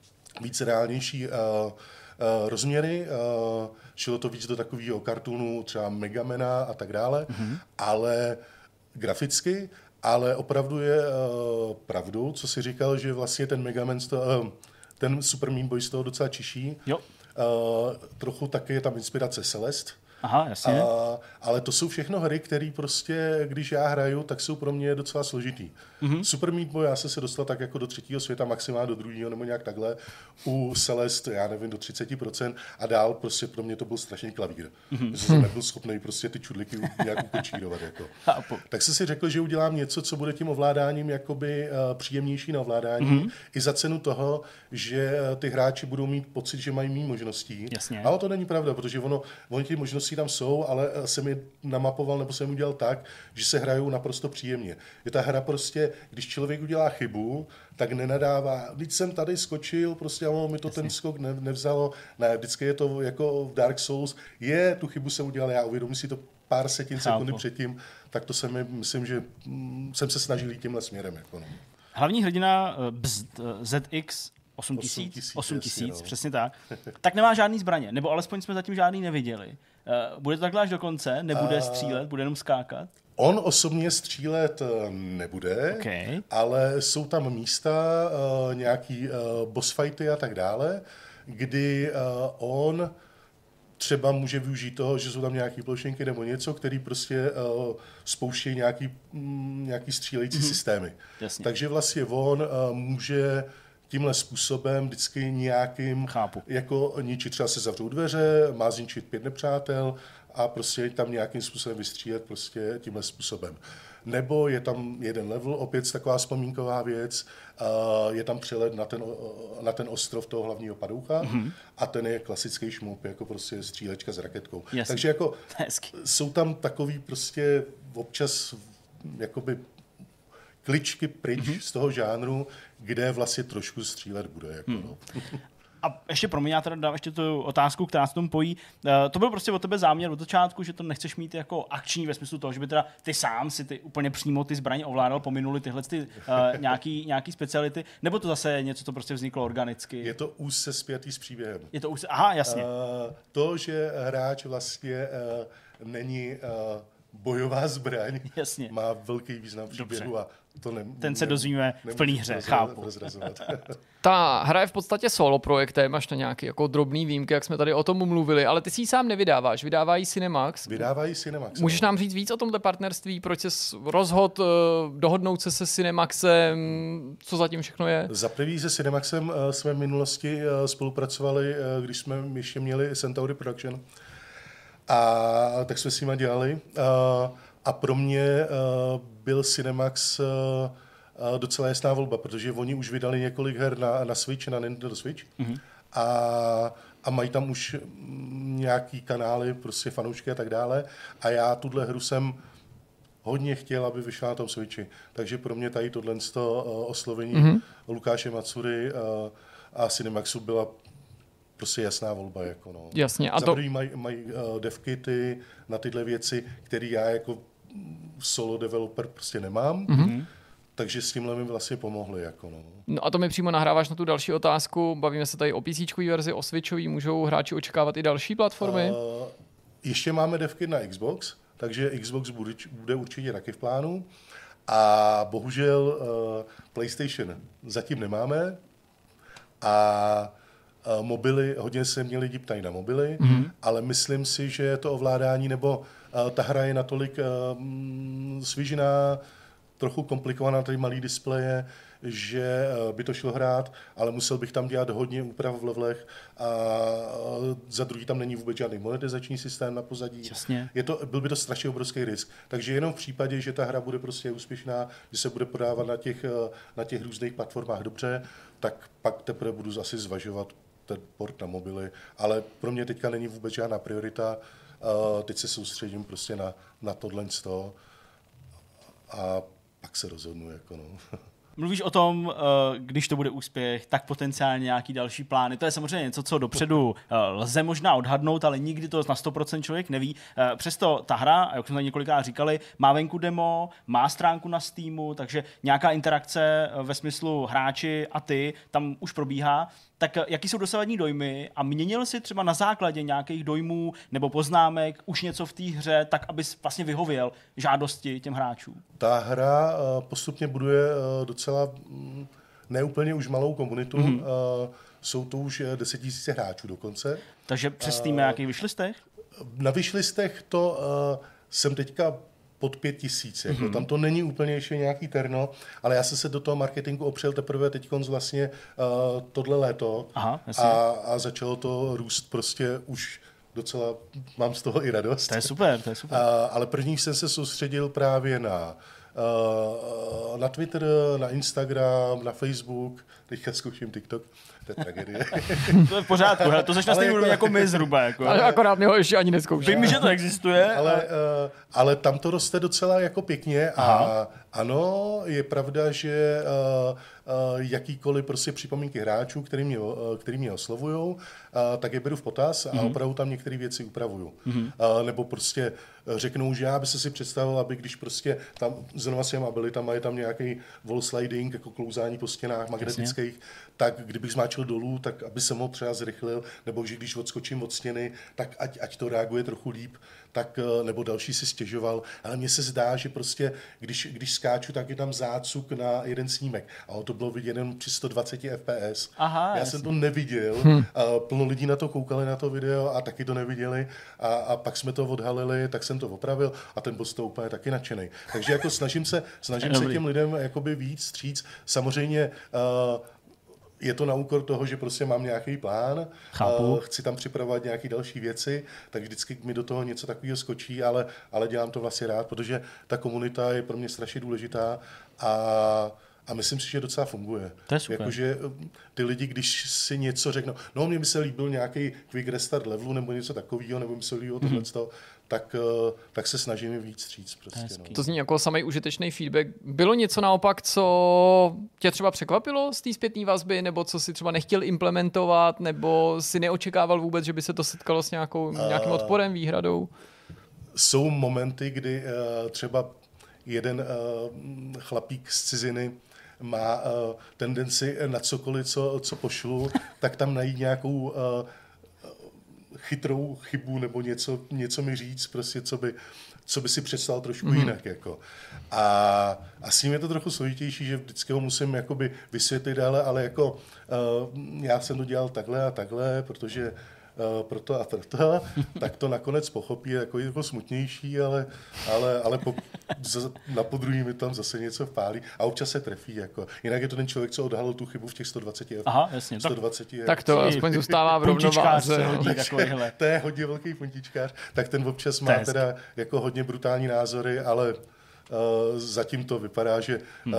víc reálnější uh, uh, rozměry, uh, šlo to víc do takového kartunu, třeba Megamana a tak dále, mm-hmm. ale graficky, ale opravdu je uh, pravdou, co si říkal, že vlastně ten Megaman, uh, ten Super Meat Boy z toho docela čiší. Jo. Uh, trochu taky je tam inspirace Celeste. Aha, jasně. Uh, ale to jsou všechno hry, které prostě, když já hraju, tak jsou pro mě docela složitý. Mm-hmm. Super Meat Boy, já jsem se dostal tak jako do třetího světa, maximálně do druhého nebo nějak takhle. U Celeste, já nevím, do třicet procent a dál prostě pro mě to byl strašný klavír. Mm-hmm. Že jsem nebyl schopný prostě ty čudliky nějak upečírovat. Jako. Tak jsem si řekl, že udělám něco, co bude tím ovládáním jakoby uh, příjemnější na ovládání. Mm-hmm. I za cenu toho, že uh, ty hráči budou mít pocit, že mají méně možností. Jasně. Ale to není pravda, protože ono, ono ty možnosti tam jsou, ale jsem je namapoval nebo jsem udělal tak, že se hrajou naprosto příjemně. Je ta hra prostě, když člověk udělá chybu, tak nenadává, když jsem tady skočil, prostě a mi to Jasně. ten skok ne, nevzalo. Ne, vždycky je to jako v Dark Souls, je, tu chybu jsem udělal, já uvědomím si to pár setin sekundy předtím, tak to jsem, myslím, že mm, jsem se snažil jít tímhle směrem. Jako, no. Hlavní hrdina Bzd, Z X osm tisíc, osm tisíc, přesně tak, tak nemá žádný zbraně, nebo alespoň jsme zatím žádný neviděli. Bude to takhle až do konce? Nebude uh, střílet? Bude jenom skákat? On osobně střílet nebude, okay. ale jsou tam místa, uh, nějaký uh, boss fighty a tak dále, kdy uh, on třeba může využít toho, že jsou tam nějaký plošinky nebo něco, který prostě uh, spouštějí nějaký, mm, nějaký střílející mm-hmm. systémy. Jasně. Takže vlastně on uh, může tímhle způsobem vždycky nějakým, Chápu. jako ničit, třeba se zavřou dveře, má zničit pět nepřátel a prostě tam nějakým způsobem vystřílet prostě tímhle způsobem. Nebo je tam jeden level, opět taková vzpomínková věc, uh, je tam přelet na ten, na ten ostrov toho hlavního padoucha mm-hmm. a ten je klasický šmup, jako prostě střílečka s raketkou. Jasně. Takže jako Hezky. jsou tam takový prostě občas jakoby kličky pryč mm-hmm. z toho žánru, kde vlastně trošku střílet bude. Jako hmm. no. A ještě pro mě, já teda dám ještě tu otázku, která se tomu pojí. Uh, to byl prostě od tebe záměr od začátku, že to nechceš mít jako akční ve smyslu toho, že by teda ty sám si ty úplně přímo ty zbraně ovládal, pominuli tyhle ty, uh, nějaký, nějaký speciality, nebo to zase něco, co prostě vzniklo organicky? Je to úzce spjatý s příběhem. Je to úzce, aha, jasně. Uh, to, že hráč vlastně uh, není uh, bojová zbraň, jasně. má velký význam v příběhu a to ne, ten se dozvíme v plný hře, chápu. Ta hra je v podstatě solo projektem, až na nějaký jako drobný výjimky, jak jsme tady o tom mluvili, ale ty si ji sám nevydáváš, vydávají Cinemax. Vydávají Cinemax. Můžeš nám říct víc o tomhle partnerství, proč jsi rozhodl dohodnout se se Cinemaxem, co zatím všechno je? Za prvý se Cinemaxem jsme v minulosti spolupracovali, když jsme ještě měli Centauri Production. A tak jsme s nimi dělali. A pro mě byl Cinemax docela jasná volba, protože oni už vydali několik her na, na Switch, na Nintendo Switch. Mm-hmm. A, a mají tam už nějaký kanály, prostě fanoušky a tak dále. A já tuhle hru jsem hodně chtěl, aby vyšla na tom Switchi. Takže pro mě tady tohle oslovení mm-hmm. Lukáše Matsury a Cinemaxu byla prostě jasná volba. Jako no. Jasně. A Za to... první mají maj, uh, devkity na tyhle věci, které já jako solo developer prostě nemám. Mm-hmm. Takže s tímhle mi vlastně pomohli. Jako no. no a to mi přímo nahráváš na tu další otázku. Bavíme se tady o PCčkový verzi, o Switchový. Můžou hráči očekávat i další platformy? Uh, ještě máme devky na Xbox, takže Xbox bude, bude určitě taky v plánu. A bohužel uh, PlayStation zatím nemáme. A uh, mobily, hodně se mě lidi ptají na mobily, mm-hmm. ale myslím si, že to ovládání, nebo uh, ta hra je natolik uh, svížená, trochu komplikovaná, tady malý displeje, že by to šlo hrát, ale musel bych tam dělat hodně úprav v levelech a za druhý tam není vůbec žádný monetizační systém na pozadí. Jasně. Je to, byl by to strašně obrovský risk. Takže jenom v případě, že ta hra bude prostě úspěšná, že se bude podávat na těch, na těch různých platformách dobře, tak pak teprve budu asi zvažovat ten port na mobily. Ale pro mě teďka není vůbec žádná priorita. Teď se soustředím prostě na, na tohle a pak se rozhodnu. Jako no. Mluvíš o tom, když to bude úspěch, tak potenciálně nějaký další plány. To je samozřejmě něco, co dopředu lze možná odhadnout, ale nikdy to na sto procent člověk neví. Přesto ta hra, jak jsme tady několikrát říkali, má venku demo, má stránku na Steamu, takže nějaká interakce ve smyslu hráči a ty tam už probíhá. Tak jaký jsou dosavadní dojmy a měnil jsi třeba na základě nějakých dojmů nebo poznámek už něco v té hře, tak abys vlastně vyhověl žádosti těm hráčům? Ta hra postupně buduje docela neúplně už malou komunitu. Mm-hmm. Jsou to už deset tisíc hráčů dokonce. Takže přes Steam na jakých wishlistech? Na wishlistech to jsem teďka pod pět tisíc. Jako. Mm-hmm. Tam to není úplně ještě nějaký terno, ale já jsem se do toho marketingu opřel teprve teď vlastně uh, tohle léto. Aha, a, a začalo to růst prostě už docela, mám z toho i radost. To je super, to je super. Uh, ale první jsem se soustředil právě na Uh, na Twitter, na Instagram, na Facebook, teďka zkouším TikTok, to je tragédie. To je v pořádku, hele, to seš na stejný úrovni jako my zhruba. Jako. Ale akorát mi ho ještě ani neskouším. Vím, že to existuje. Ale, uh, ale tam to roste docela jako pěkně. Aha. A ano, je pravda, že uh, uh, jakýkoliv prostě připomínky hráčů, který mě, uh, který mě oslovujou, uh, tak je beru v potaz a mm-hmm. opravdu tam některé věci upravuju. Mm-hmm. Uh, nebo prostě řeknou, že já by se si představil, aby když prostě tam znovu s těma byli, tam je tam nějaký wall sliding, jako klouzání po stěnách magnetických, Jasně. tak kdybych zmáčil dolů, tak aby se ho třeba zrychlil, nebo že když odskočím od stěny, tak ať, ať to reaguje trochu líp, tak, nebo další si stěžoval. Ale mně se zdá, že prostě, když, když skáču, tak je tam zácuk na jeden snímek. A to bylo vidět jen při sto dvacet F P S. Aha, Já jasný. jsem to neviděl. Hm. Plno lidí na to koukali, na to video a taky to neviděli. A, a pak jsme to odhalili, tak jsem to opravil a ten boss to úplně taky nadšenej. Takže jako snažím se, snažím se těm lidem jakoby víc stříc. Samozřejmě uh, je to na úkor toho, že prostě mám nějaký plán, uh, chci tam připravovat nějaké další věci, tak vždycky mi do toho něco takového skočí, ale, ale dělám to vlastně rád, protože ta komunita je pro mě strašně důležitá a, a myslím si, že docela funguje. To je super. Jakože ty lidi, když si něco řeknou, no mně by se líbil nějaký quick restart levelu nebo něco takového, nebo mi se líbilo tohle, mm-hmm. tak, tak se snažím víc říct. Prostě, no. To zní jako samý užitečný feedback. Bylo něco naopak, co tě třeba překvapilo z té zpětné vazby, nebo co si třeba nechtěl implementovat, nebo si neočekával vůbec, že by se to setkalo s nějakou, nějakým odporem, výhradou? Jsou momenty, kdy uh, třeba jeden uh, chlapík z ciziny má uh, tendenci na cokoliv, co, co pošlu, tak tam najít nějakou uh, chytrou chybu nebo něco, něco mi říct, prostě, co by, co by si představil trošku mm-hmm. jinak. Jako. A, a s ním je to trochu složitější, že vždycky ho musím jakoby vysvětlit dále, ale jako uh, já jsem to dělal takhle a takhle, protože Uh, proto a proto, tak to nakonec pochopí, jako je jako smutnější, ale, ale, ale po, z, na podruhý mi tam zase něco vpálí a občas se trefí. Jako. Jinak je to ten člověk, co odhalil tu chybu v těch sto dvacet. Aha, jasně. sto dvacet tak, tak to aspoň zůstává v rovnováze. To je hodně velký puntičkář, tak ten občas má teda jako hodně brutální názory, ale Uh, zatím to vypadá, že uh,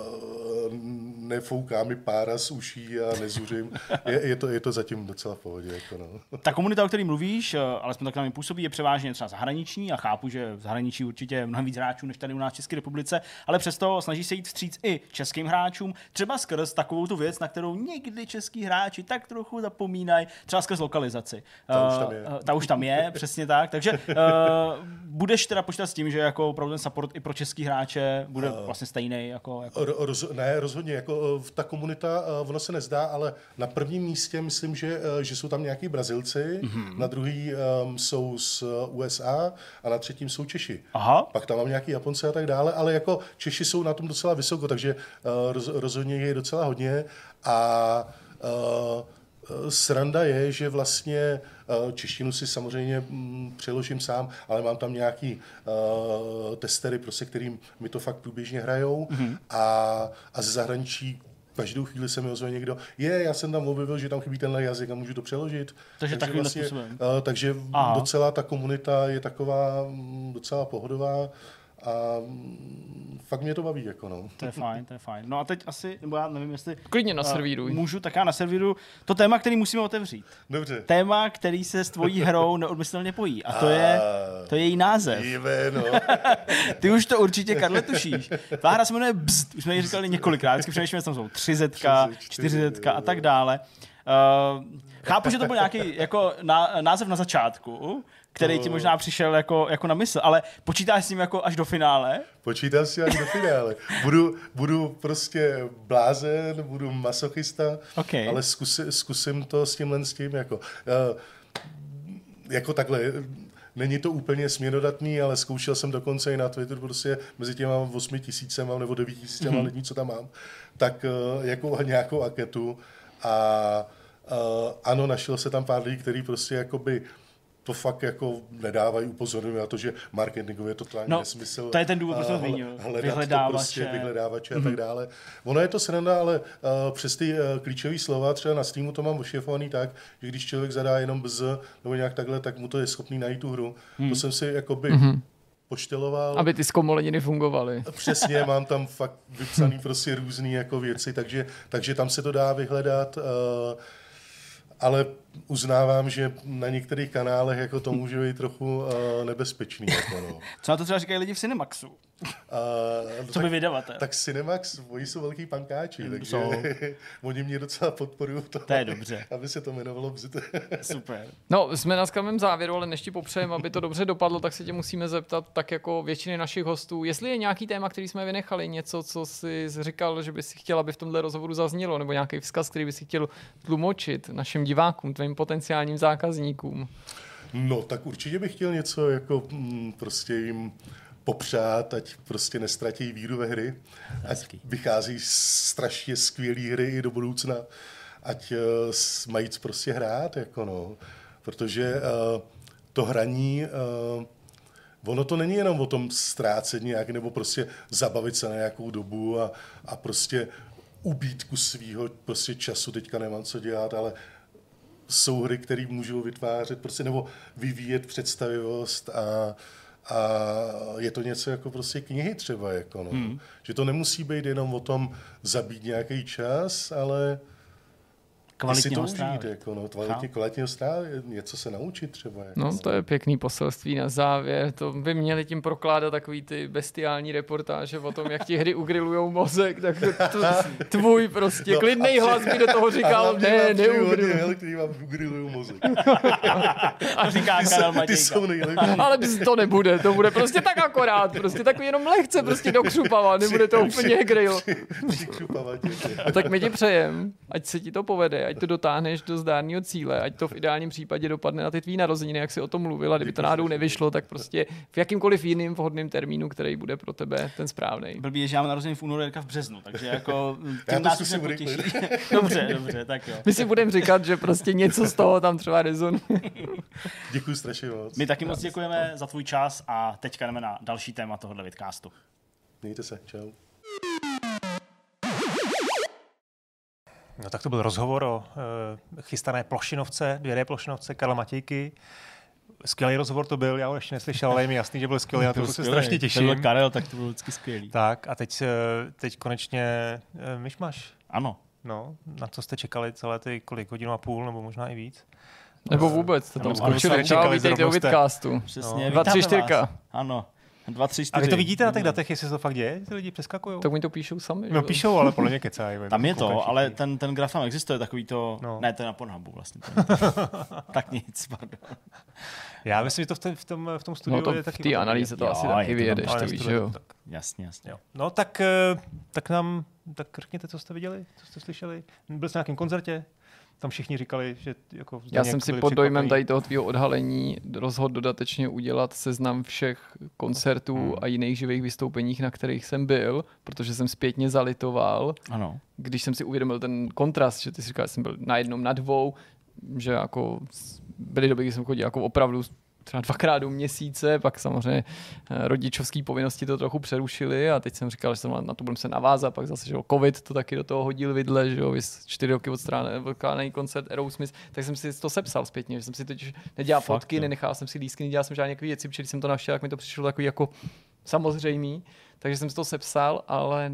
nefouká mi pára z uší a nezuřím. Je, je, to, je to zatím docela v pohodě. Jako no. Ta komunita, o které mluvíš, alespoň tak na mě působí, je převážně třeba zahraniční a chápu, že v zahraničí určitě je mnohem víc hráčů než tady u nás v České republice, ale přesto snaží se jít vstříc i českým hráčům, třeba skrz takovou tu věc, na kterou někdy český hráči tak trochu zapomínají, třeba skrz lokalizaci. Ta uh, už tam je. Ta už tam je, přesně tak. Takže uh, budeš teda počítat s tím, že jako opravdu ten support i pro český hráče bude uh, vlastně stejný jako... jako... Roz, ne, rozhodně, jako ta komunita, ono se nezdá, ale na prvním místě myslím, že, že jsou tam nějaký Brazilci, mm-hmm. na druhý um, jsou z U S A a na třetím jsou Češi. Aha. Pak tam mám nějaký Japonce a tak dále, ale jako Češi jsou na tom docela vysoko, takže uh, roz, rozhodně je docela hodně a uh, sranda je, že vlastně uh, češtinu si samozřejmě mm, přeložím sám, ale mám tam nějaký uh, testery, prostě, kterým mi to fakt průběžně hrajou mm-hmm. a, a ze zahraničí každou chvíli se mi ozve někdo, je, já jsem tam objevil, že tam chybí tenhle jazyk a můžu to přeložit. Takže, takže vlastně, uh, takže docela ta komunita je taková mm, docela pohodová. A fakt mě to baví, jako no. To je fajn, to je fajn. No a teď asi, nebo já nevím, jestli... Klidně naservíruj. Můžu, tak já naservíruju to téma, který musíme otevřít. Dobře. Téma, který se s tvojí hrou neodmyslitelně pojí. A to je, to je její název. Jíme, no. Ty už to určitě, Karle, tušíš. Ta hra se jmenuje Bzd. Už jsme ji říkali několikrát. Vždycky přemýšlíme, tam jsou tři zetka, čtyři zetka a tak dále. Uh, chápu, že to byl nějaký jako název na začátku, který ti možná přišel jako, jako na mysl, ale počítáš s ním jako až do finále? Počítám si až do finále. Budu, budu prostě blázen, budu masochista, okay. ale zkusi, zkusím to s tímhle s tím. Jako, uh, jako takhle, není to úplně směrodatný, ale zkoušel jsem dokonce i na Twitteru, prostě mezi těma osmi tisícema nebo devíti tisícema mm-hmm. lidí, co tam mám, tak uh, jako nějakou aketu a uh, ano, našel se tam pár lidí, který prostě jakoby to fakt jako nedávají upozornění na to, že marketingově je to totální no, nesmysl. To je ten důvod, proč to zmínil. Vyhledávače. To prostě, vyhledávače mm-hmm. a tak dále. Ono je to sranda, ale uh, přes ty uh, klíčové slova, třeba na Steamu to mám ošefovaný tak, že když člověk zadá jenom bz nebo nějak takhle, tak mu to je schopný najít tu hru. Mm. To jsem si jakoby mm-hmm. pošteloval. Aby ty zkomoleniny fungovaly. Přesně, mám tam fakt vypsaný prostě různý jako věci, takže, takže tam se to dá vyhledat. Uh, ale uznávám, že na některých kanálech jako to může být trochu uh, nebezpečný. Jako, no. Co na to třeba říkají lidi v Cinemaxu? Uh, Co tak, by vydavatel? Tak Cinemax, oni jsou velký pankáči, mm, takže oni mě docela podporují to, to je dobře. Aby se to jmenovalo Bzd. Super. No, jsme na skamém závěru, ale než ti popřejeme, aby to dobře dopadlo, tak se tě musíme zeptat, tak jako většiny našich hostů, jestli je nějaký téma, který jsme vynechali, něco, co jsi říkal, že bys si chtěl, aby v tomhle rozhovoru zaznělo, nebo nějaký vzkaz, který bys si chtěl tlumočit našim divákům, tvým potenciálním zákazníkům. No, tak určitě bych chtěl něco jako mm, prostě jim popřát, ať prostě nestratí víru ve hry, ať vychází strašně skvělý hry i do budoucna, ať uh, mají prostě hrát, jako no, protože uh, to hraní, uh, ono to není jenom o tom ztrácet nějak, nebo prostě zabavit se na nějakou dobu a, a prostě ubít kus svýho prostě času, teďka nemám co dělat, ale jsou hry, které můžou vytvářet prostě, nebo vyvíjet představivost a A je to něco jako prostě knihy třeba, jako no. hmm. že to nemusí být jenom o tom zabít nějaký čas, ale kvalitně to užít, jako no, kvalitně, kvalitně strávit, něco se naučit třeba. Jako. No to je pěkný poselství na závěr, to by měli tím prokládat takový ty bestiální reportáže o tom, jak ti hry ugrilujou mozek, tak to, tvůj prostě no, klidnej hlas by do toho říkal, ne, neugriluj. Který vám ugrilujou mozek. A říká Karel Matějka. Ale to nebude, to bude prostě tak akorát, prostě takový jenom lehce prostě dokřupavat, nebude to úplně grill. A tak my ti přejem, ať se ti to povede, ať to dotáhneš do zdárného cíle, ať to v ideálním případě dopadne na ty tvý narozeniny, jak jsi o tom mluvila, kdyby to náhodou nevyšlo, tak prostě v jakýmkoliv jiným vhodným termínu, který bude pro tebe ten správný. Blbý je, že já mám narozeniny v únoru, Jirka v březnu, takže jako tím nás se potěší. Dobře, dobře, tak jo. My si budeme říkat, že prostě něco z toho tam třeba rezonuje. Děkuji strašně moc. My taky moc děkujeme za tvůj čas a teďka jdeme na další téma tohohle vidcastu. Mějte se, čau. No tak to byl rozhovor o e, chystané plošinovce, dvě dé plošinovce Karla Matějky. Skvělý rozhovor to byl, já ho ještě neslyšel, ale je mi jasný, že byl skvělý, na to se strašně těším. To byl Karel, tak to byl vždycky skvělý. Tak a teď, teď konečně e, myšmaš. Ano. No, na co jste čekali celé ty kolik, hodinu a půl, nebo možná i víc? Nebo vůbec, to tam skočili, čau, vítejte u vidcastu. Přesně, dva, tři, čtyřka. Ano. Dva, tři, čtyři. A vy to vidíte na těch datech, jestli se to fakt děje? Ty lidi přeskakují? Tak oni to píšou sami. No píšou, ale podle mě kecají. Tam je to, ale ten, ten graf tam existuje, takový to... No. Ne, to je na Pornhubu vlastně. Tak nic, pardon. Já myslím, že to v, ten, v, tom, v tom studiu no to je taky... V té analýze to jo, asi taky vyjedeš, to víš, jo. Tak. Jasně, jasně. Jo. No tak, tak nám, tak řekněte, co jste viděli, co jste slyšeli. Byl jste na nějakém koncertě? Tam všichni říkali, že jako... Já jsem si pod dojmem tady toho tvýho odhalení rozhodl dodatečně udělat seznam všech koncertů hmm. a jiných živých vystoupeních, na kterých jsem byl, protože jsem zpětně zalitoval. Ano. Když jsem si uvědomil ten kontrast, že ty si říkal, že jsem byl na jednom, na dvou, že jako byly doby, kdy jsem chodil jako opravdu třeba dvakrát do měsíce, pak samozřejmě rodičovské povinnosti to trochu přerušily a teď jsem říkal, že jsem na to budem se navázat, pak zase, že jo, covid to taky do toho hodil vidle, že jo, vys čtyři roky odstránený koncert Aerosmith, tak jsem si to sepsal zpětně, že jsem si totiž nedělal Fakt, fotky, jo. nenechal jsem si lístky, nedělal jsem žádné věci, protože když jsem to našel, tak mi to přišlo takový jako samozřejmý, takže jsem si to sepsal, ale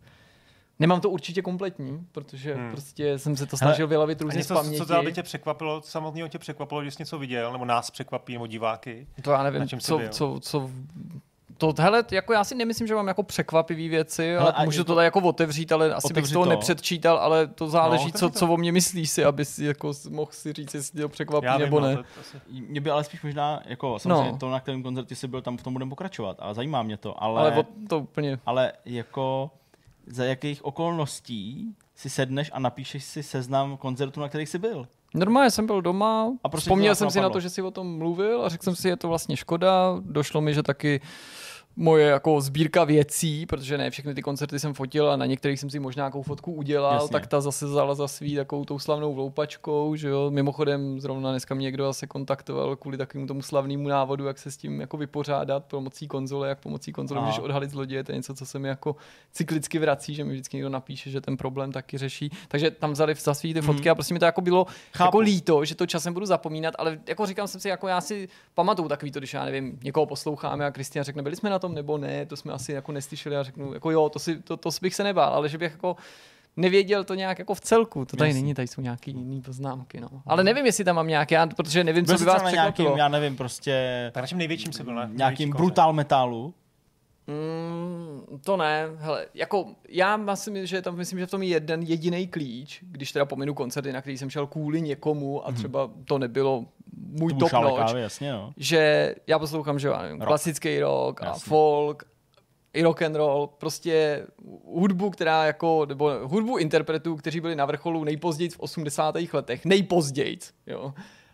nemám to určitě kompletní, protože hmm. prostě jsem se to snažil vylavit různě z paměti. Co to by tě překvapilo, samotného tě překvapilo, že jsi něco viděl, nebo nás překvapí, nebo diváky? To já nevím, co, co, co, to, hele, jako já si nemyslím, že mám jako překvapivý věci, ale hele, můžu to tady jako otevřít, ale asi bych to, to nepředčítal, ale to záleží, no, co, co o mě myslíš si, aby si jako mohl si říct, jestli to překvapí já nebo vím, ne. No, to, to si... Mě by ale spíš možná, jako samozřejmě no. to, na kterém koncertě jsi byl, tam v tom budeme pokračovat a zajímá mě to, ale... Ale to úplně... Ale jako... Za jakých okolností si sedneš a napíšeš si seznam koncertů, na kterých jsi byl? Normálně jsem byl doma, a prostě vzpomněl jsem si na to, že jsi o tom mluvil a řekl jsem si, je to vlastně škoda. Došlo mi, že taky moje jako sbírka věcí, protože ne všechny ty koncerty jsem fotil a na některých jsem si možná nějakou fotku udělal, Jasně. tak ta zase vzala za svý takovou tou slavnou vloupačkou, že jo. Mimochodem zrovna dneska mě někdo zase kontaktoval kvůli takovému tomu slavnému návodu, jak se s tím jako vypořádat pomocí konzole, jak pomocí konzole můžeš odhalit zloděje, to je něco, co se mi jako cyklicky vrací, že mi vždycky někdo napíše, že ten problém taky řeší. Takže tam vzali za svý ty fotky hmm. a prostě mi to jako bylo Chápu. jako líto, že to časem budu zapomínat, ale jako říkám jsem si, jako já si pamatuju takový to, když já nevím, někoho posloucháme a Kristian řekne, byli jsme na tom nebo ne, to jsme asi jako neslyšeli a řeknu, jako jo, to, si, to, to bych se nebál, ale že bych jako nevěděl to nějak jako v celku. To tady Jasně. není, tady jsou nějaký jiný poznámky, no. Ale nevím, jestli tam mám nějaké, já, protože nevím, byl co by vás překvapilo. Já nevím, prostě... Tak na čem největším se byl, ne? Nějakým brutal metalu. Mm, to ne, hele, jako já myslím, že tam myslím, že v tom je jeden jediný klíč, když teda pominu koncerty, na který jsem šel kvůli někomu a třeba to nebylo můj top notch, jasně, no. že já poslouchám, že já nevím, klasický rock jasně. a folk, i rock and roll, prostě hudbu, která jako, nebo hudbu interpretů, kteří byli na vrcholu nejpozději v osmdesátých letech, nejpozději, jo.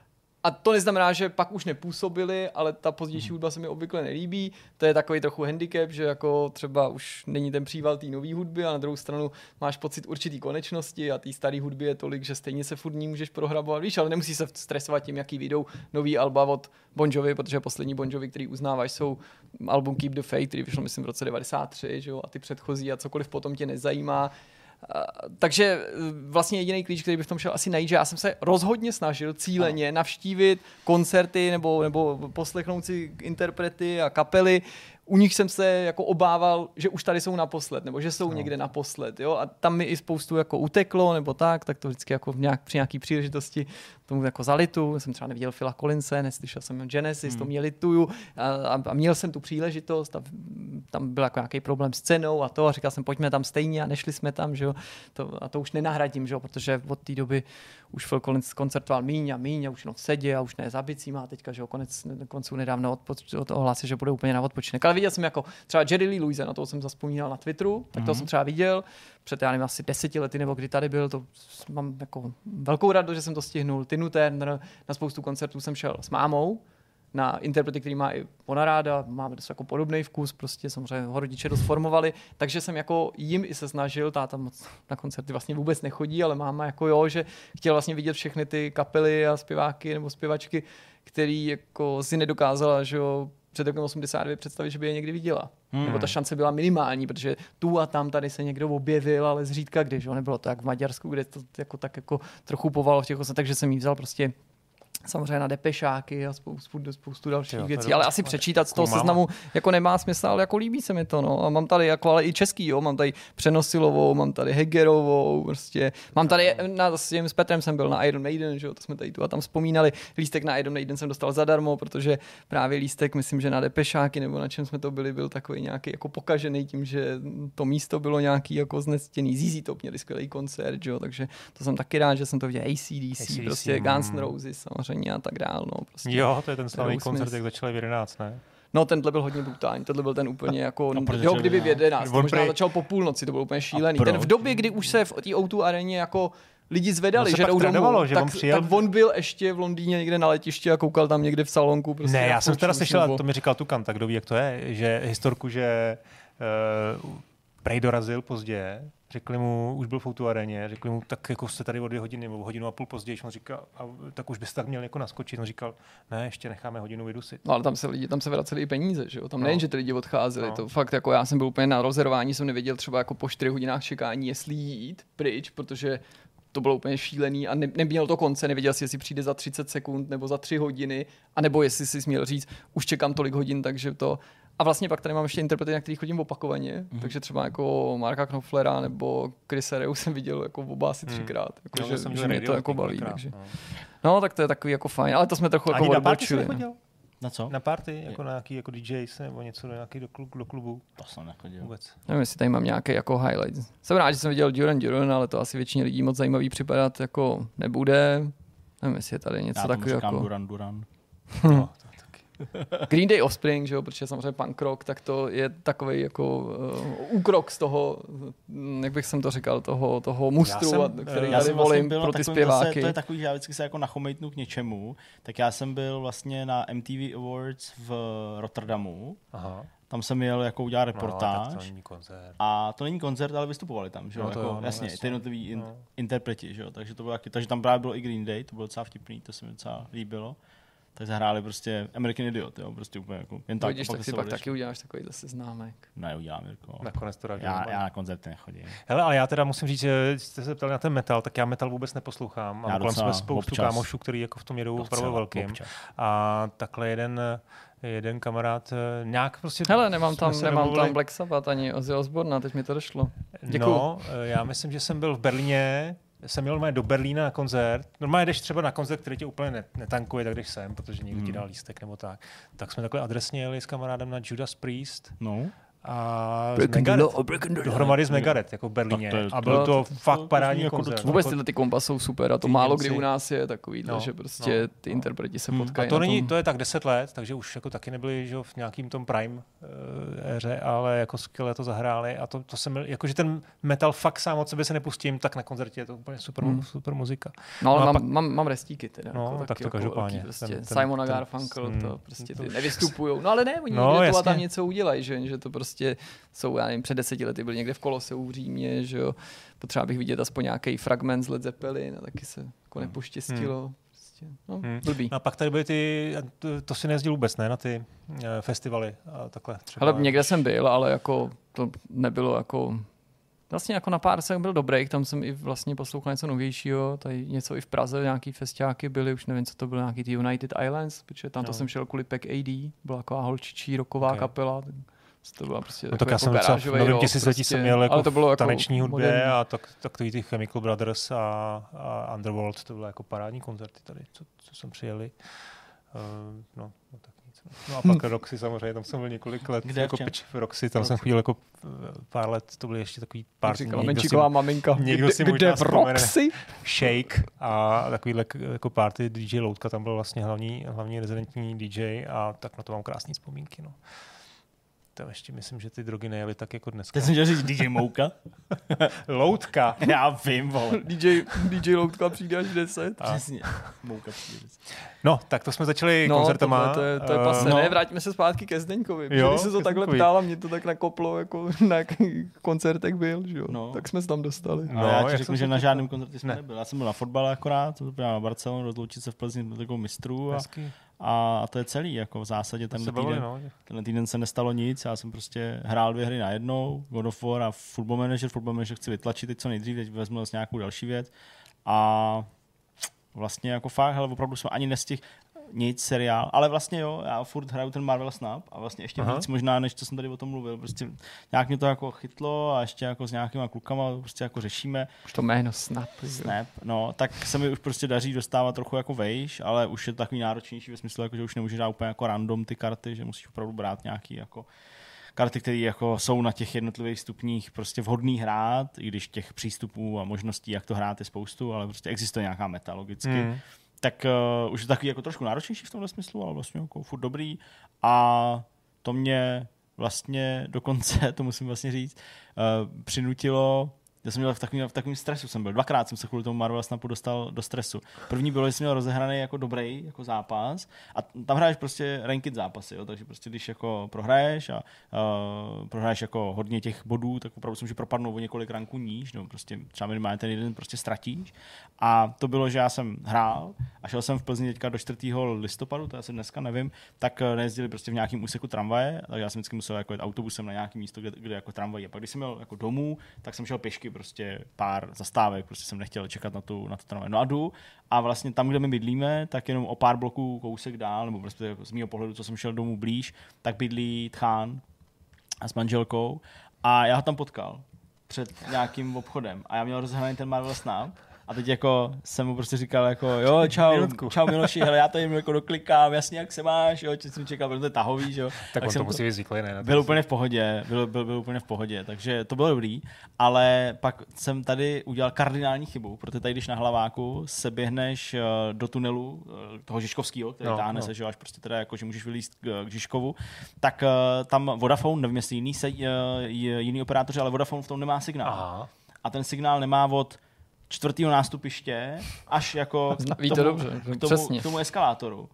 A to neznamená, že pak už nepůsobili, ale ta pozdější hudba se mi obvykle nelíbí. To je takový trochu handicap, že jako třeba už není ten příval té nové hudby a na druhou stranu máš pocit určitý konečnosti a té staré hudby je tolik, že stejně se furt ní můžeš prohrabovat. Víš, ale nemusí se stresovat tím, jaký vyjdou nový alba od Bon Jovi, protože poslední Bon Jovi, který uznáváš, jsou album Keep the Faith, který vyšlo myslím v roce devadesát tři, že jo, a ty předchozí a cokoliv potom tě nezajímá. Uh, takže vlastně jediný klíč, který bych v tom šel asi najít, že já jsem se rozhodně snažil cíleně ano. navštívit koncerty nebo, nebo poslechnout si interprety a kapely, u nich jsem se jako obával, že už tady jsou naposled, nebo že jsou no. někde naposled, jo, a tam mi i spoustu jako uteklo, nebo tak, tak to vždycky jako v nějak, při nějaký příležitosti tomu jako zalitu, jsem třeba neviděl Phila Collinse, neslyšel jsem Genesis, hmm. to mě lituju a, a měl jsem tu příležitost a tam byl jako nějaký problém s cenou a to a říkal jsem, pojďme tam stejně a nešli jsme tam, že jo, to, a to už nenahradím, že jo, protože od té doby už Phil Collins koncertoval míň a míň a už no sedě a už ne za bicí má teďka, že jo, konec konců nedávno odpoč- od ohlásil, že bude úplně na odpočinek. Ale viděl jsem jako třeba Jerry Lee Lewis, na toho jsem zapomínal na Twitteru, tak mm-hmm. to jsem třeba viděl před já nevím, asi deseti lety, nebo kdy tady byl, to mám jako velkou radost, že jsem to stihnul. Tinu Turner, na spoustu koncertů jsem šel s mámou, na interprety, který má i ona ráda, máme dost jako podobný vkus, prostě samozřejmě ho rodiče dost formovali, takže jsem jako jim i se snažil, táta moc na koncerty vlastně vůbec nechodí, ale máma jako jo, že chtěl vlastně vidět všechny ty kapely a zpěváky nebo zpěvačky, který jako si nedokázala, že jo, před rokem osmdesát dva představit, že by je někdy viděla. Hmm. Nebo ta šance byla minimální, protože tu a tam tady se někdo objevil, ale zřídka kdy, že jo, nebylo to jak v Maďarsku, kde to jako tak jako trochu povalo v těch osmdesátých, takže jsem jí vzal prostě samozřejmě na depešáky a spoustu, spoustu dalších jo, věcí, ale asi přečítat z toho seznamu jako nemá smysl, ale jako líbí se mi to, no. A mám tady jako ale i český, jo, mám tady Přenosilovou, mám tady Hegerovou, prostě. Mám tady, na, s tím s Petrem jsem byl na Iron Maiden, že jo, to jsme tady tu a tam vzpomínali. Lístek na Iron Maiden jsem dostal zadarmo, protože právě lístek, myslím, že na depešáky nebo na čem jsme to byli, byl takový nějaký jako pokažený tím, že to místo bylo nějaký jako znestěný. Z Z Top měli skvělý koncert, jo, takže to jsem taky rád, že jsem to viděl. A C D C, prostě Guns N' Roses samozřejmě a tak dál, no, prostě. Jo, to je ten slavný koncert, jak začali v jedenáct, ne? No, tenhle byl hodně brutální, tenhle byl ten úplně jako, no, jo, kdyby v jedenáct, to možná začal po půlnoci, to bylo úplně šílený. Ten v době, kdy už se v té O dva areně jako lidi zvedali, no že jdou domů, že tak, on přijel... tak on byl ještě v Londýně někde na letišti a koukal tam někde v salonku. Prostě ne, já jsem teda slyšel, nebo... to mi říkal Tukan, tak kdo ví, jak to je, že historku, že uh, Prej dorazil pozdě, řekli mu, už byl v Outu aréně, řekli mu, tak jako jste tady o dvě hodiny nebo hodinu a půl později, on říkal, a tak už byste tak měl jako naskočit. On říkal, ne, ještě necháme hodinu vydusit. No, ale tam se lidi, tam se vraceli i peníze, že jo? Tam no. nejen, že ty lidi odcházeli, no. To fakt jako já jsem byl úplně na rozervání, jsem nevěděl třeba jako po čtyřech hodinách čekání, jestli jít pryč, protože to bylo úplně šílený a ne, neměl to konce, nevěděl si, jestli přijde za třicet sekund nebo za tři hodiny, anebo jestli si směl říct, už čekám tolik hodin, takže to. A vlastně pak tady mám ještě interprety, na kterých chodím opakovaně, mm. takže třeba jako Marka Knopflera nebo Chrisa Reu jsem viděl jako oba asi třikrát, jako, no, že, že mě to jako baví. Takže. No. no, tak to je takový jako fajn, ale to jsme trochu jako odbočili. Na co? Na party, jako na nějaký jako D Js nebo něco, nějaký do, klub, do klubu. To jsem nechodil. Vůbec. Nevím, jestli tady mám nějaké jako highlights. Jsem rád, že jsem viděl Duran Duran, ale to asi většině lidí moc zajímavý připadat jako nebude. Nevím, jestli je tady něco takového jako... Duran Duran. no. Green Day Offspring, že jo, protože samozřejmě punk rock, tak to je takový jako uh, úkrok z toho, jak bych jsem to říkal, toho, toho mustru, já jsem, který já tady volím vlastně pro ty zpěváky. Zase, to je takový, že já vždycky se jako nachomejtnu k něčemu, tak já jsem byl vlastně na M T V Awards v Rotterdamu. Aha. Tam jsem jel jako udělat reportáž. No, to není koncert. A to není koncert, ale vystupovali tam, že jo, no, jako, jo, no, jasně, jasně, ty jednotliví in, no. interpreti, že jo, takže to bylo taky, takže tam právě bylo i Green Day, to bylo docela vtipný, to se mi docela líbilo. Tak zahráli prostě American Idiot, jo, prostě úplně jako jen tak. Vidíš, tak si pak taky uděláš takový zase známek. Ne, udělám, Jirko. Nakonec to já, já na koncerty nechodím. Hele, ale já teda musím říct, že jste se ptali na ten metal, tak já metal vůbec neposlouchám. Mám kolem jsme spoustu občas. kámošů, který jako v tom jedou opravdu velkým. Občas. A takhle jeden jeden kamarád nějak prostě... Hele, nemám tam, nemám tam Black Sabbath ani Ozzy Osbourne, teď mi to došlo. Děkuju. No, já myslím, že jsem byl v Berlíně, jsem měl normálně do Berlína na koncert. Normálně jdeš třeba na koncert, který tě úplně netankuje, tak jdeš sem, protože někdo hmm. ti dal lístek nebo tak. Tak jsme takhle adresně jeli s kamarádem na Judas Priest. No. A z Megadeth, dohromady z Megadeth, jako v Berlíně. Je, a byl to, to, to fakt parádní jako koncert. Vůbec tyhle ty kompa jsou super a to málo kdy u nás je takový, no, že prostě no, ty no. interpreti se potkají. A to, není, to je tak deset let, takže už jako taky nebyli že, v nějakým tom prime uh, éře, ale jako skvěle to zahráli a to, to jsem, jakože ten metal fakt sám od sebe se nepustím, tak na koncertě je to úplně super, hmm. super muzika. No ale no, mám, pak, mám, mám restíky teda. No, jako, tak, tak to jako, každopádně. Prostě, ten, ten, Simon a Garfunkel, ten, to prostě ty nevystupujou. No ale ne, oni no, někde tu a tam něco udělají, že, že to prostě jsou, já nevím, před deseti lety byli někde v Koloseu v Římě, že jo, potřeba bych vidět aspoň nějaký fragment z Led Zeppelin a taky se jako nepoštěstilo. Hmm. Prostě, no, hmm. blbý. A pak tady byly ty, to, to si nejezdil vůbec, ne, na ty uh, festivaly a takhle třeba. Ale někde jsem byl, ale jako to nebylo jako, vlastně jako na pár jsem byl dobrý, tam jsem i vlastně poslouchal něco novějšího, tady něco i v Praze, nějaký festiáky byly, už nevím, co to bylo, nějaký ty United Islands, protože tam no. to jsem šel kvůli Pack A D, byla taková holčičí rocková okay. kapela. To byla prostě no tak já jsem třeba v novém tisíciletí prostě, jsem měl jako v jako taneční hudbě moderní. A tak, tak ty Chemical Brothers a, a Underworld, to byly jako parádní koncerty tady, co, co jsem přijeli. Uh, no, no tak nic. No a pak Roxy samozřejmě, tam jsem byl několik let. Kde jako v Roxy, tam no. jsem chodil jako pár let, to byly ještě takový pár dní. Menčíková maminka. Někdo si kde v Roxy? Shake a takovýhle jako party D J Loutka, tam byl vlastně hlavní, hlavní rezidentní D J a tak na to mám krásné vzpomínky, no. To ještě myslím, že ty drogy nejeli tak jako dneska. Teď jsem chtěl říct D J Mouka. Loutka. Já vím, vole. D J, D J Loutka přijde až deset. Přesně. Mouka přijde deset. No, tak to jsme začali no, koncertama. No, to je, to je pase. Uh, no. Ne, vrátíme se zpátky ke Zdeňkovi. Když se to takhle ptala, mě to tak nakoplo, jako na jaký koncertek byl, že jo. No. Tak jsme se tam dostali. No, no já ti řeknu, že na žádném koncertě jsme ne. nebyl. Já jsem byl na fotbale akorát, to byl na Barcelonu, rozloučit se v Plzni do takovou mistrů. A, a to je celý, jako v zásadě tenhle týden, no. tenhle týden se nestalo nic, já jsem prostě hrál dvě hry najednou, God of War a Football Manager, Football Manager chci vytlačit teď co nejdřív, teď vezmu zase nějakou další věc a vlastně jako fakt, hele, opravdu jsme ani nestihl nic, seriál, ale vlastně jo, já furt hraju ten Marvel Snap a vlastně ještě Aha. víc možná, než co jsem tady o tom mluvil, prostě nějak mě to jako chytlo a ještě jako s nějakýma klukama prostě jako řešíme. Už to jméno Snap. Snap, no, tak se mi už prostě daří dostávat trochu jako vejš, ale už je to takový náročnější ve smyslu, jako, že už nemůžeš dát úplně jako random ty karty, že musíš opravdu brát nějaký jako karty, které jako jsou na těch jednotlivých stupních prostě vhodný hrát, i když těch přístupů a možností, jak to hrát, je spoustu, ale prostě existuje nějaká meta logicky. Mm. Tak uh, už je takový jako trošku náročnější v tomhle smyslu, ale vlastně jako furt dobrý. A to mě vlastně dokonce, to musím vlastně říct, uh, přinutilo. Já jsem měl v takovém, v takovém stresu, jsem byl. Dvakrát jsem se kvůli tomu Marvel Snapu dostal do stresu. První bylo, že jsem měl rozehraný jako dobrý jako zápas a tam hraješ prostě ranked zápasy, jo? Takže prostě když jako prohraješ a uh, prohraješ jako hodně těch bodů, tak opravdu jsem, že propadnou o několik ranků níž, no prostě třeba minimálně ten jeden prostě ztratíš. A to bylo, že já jsem hrál a šel jsem v Plzni teďka do čtvrtého listopadu, to já jsem dneska nevím, tak nejezdili prostě v nějakém úseku tramvaje, tak já jsem vždycky musel jako jet autobusem na nějaké místo, kde, kde jako tramvaj je. Pak když jsem měl jako domů, tak jsem šel pěšky prostě pár zastávek, prostě jsem nechtěl čekat na tu, na tu tramvaj. No a jdu a vlastně tam, kde my bydlíme, tak jenom o pár bloků kousek dál, nebo prostě z mého pohledu, co jsem šel domů blíž, tak bydlí Tchán a s manželkou a já ho tam potkal před nějakým obchodem a já měl rozhraný ten Marvel Snap. A teď jako jsem mu prostě říkal jako jo, čau, čau Miloši, hele, já to jim jako doklikám, jasně, jak se máš, jo, či jsem čekal, protože to je tahový, že jo. Tak, tak on to musí být zvyklý, ne? Byl úplně v pohodě, byl, byl, byl úplně v pohodě, takže to bylo dobrý, ale pak jsem tady udělal kardinální chybu, protože tady, když na Hlaváku se běhneš do tunelu toho Žižkovského, který no, táhne no. se, že až prostě teda jako, že můžeš vylízt k Žižkovu, tak tam Vodafone, nevím jestli jiný, se, jiný operátoři, ale Vodafone v tom nemá signál. Aha. A ten signál nemá od čtvrtého nástupiště až jako k tomu, dobře, k, tomu, k tomu eskalátoru.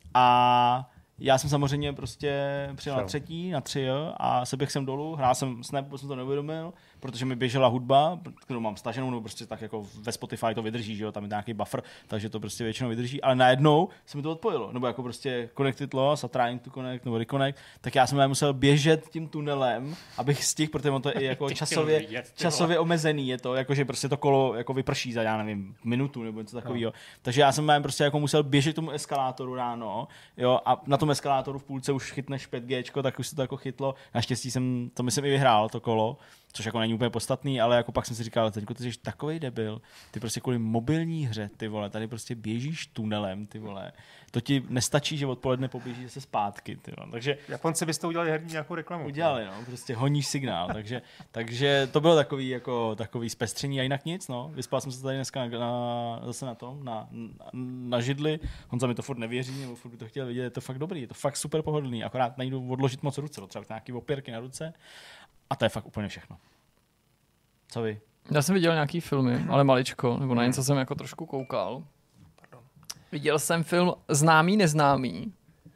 A já jsem samozřejmě prostě přijel na třetí, na tři a seběhl jsem dolů, hrál jsem Snap, jsem to neuvědomil, protože mi běžela hudba, kterou mám staženou, nebo prostě tak jako ve Spotify to vydrží, že jo, tam je nějaký buffer, takže to prostě většinou vydrží, ale najednou se mi to odpojilo, nebo jako prostě connected loss a trying to connect, nebo reconnect, tak já jsem musel běžet tím tunelem, abych stihl, protože on to je jako časově, časově omezený, je to, jakože prostě to kolo jako vyprší za, já nevím, minutu nebo něco takového. No. Takže já jsem prostě jako musel běžet k tomu eskalátoru ráno, jo, a na tom eskalátoru v půlce už chytneš pět G, tak už se to jako chytlo. Naštěstí jsem to myslím i vyhrál to kolo, což jako není úplně podstatný, ale jako pak jsem si říkal, teďko ty jsi takovej debil, ty prostě kvůli mobilní hře, ty vole, tady prostě běžíš tunelem, ty vole. To ti nestačí, že odpoledne poběžíš se zpátky, ty vole. Takže Japonci byste udělali herní nějakou reklamu. Udělali, no, prostě honíš signál, takže, takže to bylo takový jako takový zpestření a jinak nic, no. Vyspal jsem se tady dneska na, na, zase na tom, na, na, na židli. Honza mi to furt nevěří, nebo furt by to chtěl vidět, je to fakt dobrý, je to fakt super pohodlný, akorát nejdu odložit moc ruce, třeba nějaký opěrky na ruce. A to je fakt úplně všechno. Co vy? Já jsem viděl nějaký filmy, ale maličko, nebo na něco jsem jako trošku koukal. Pardon. Viděl jsem film Známý neznámý,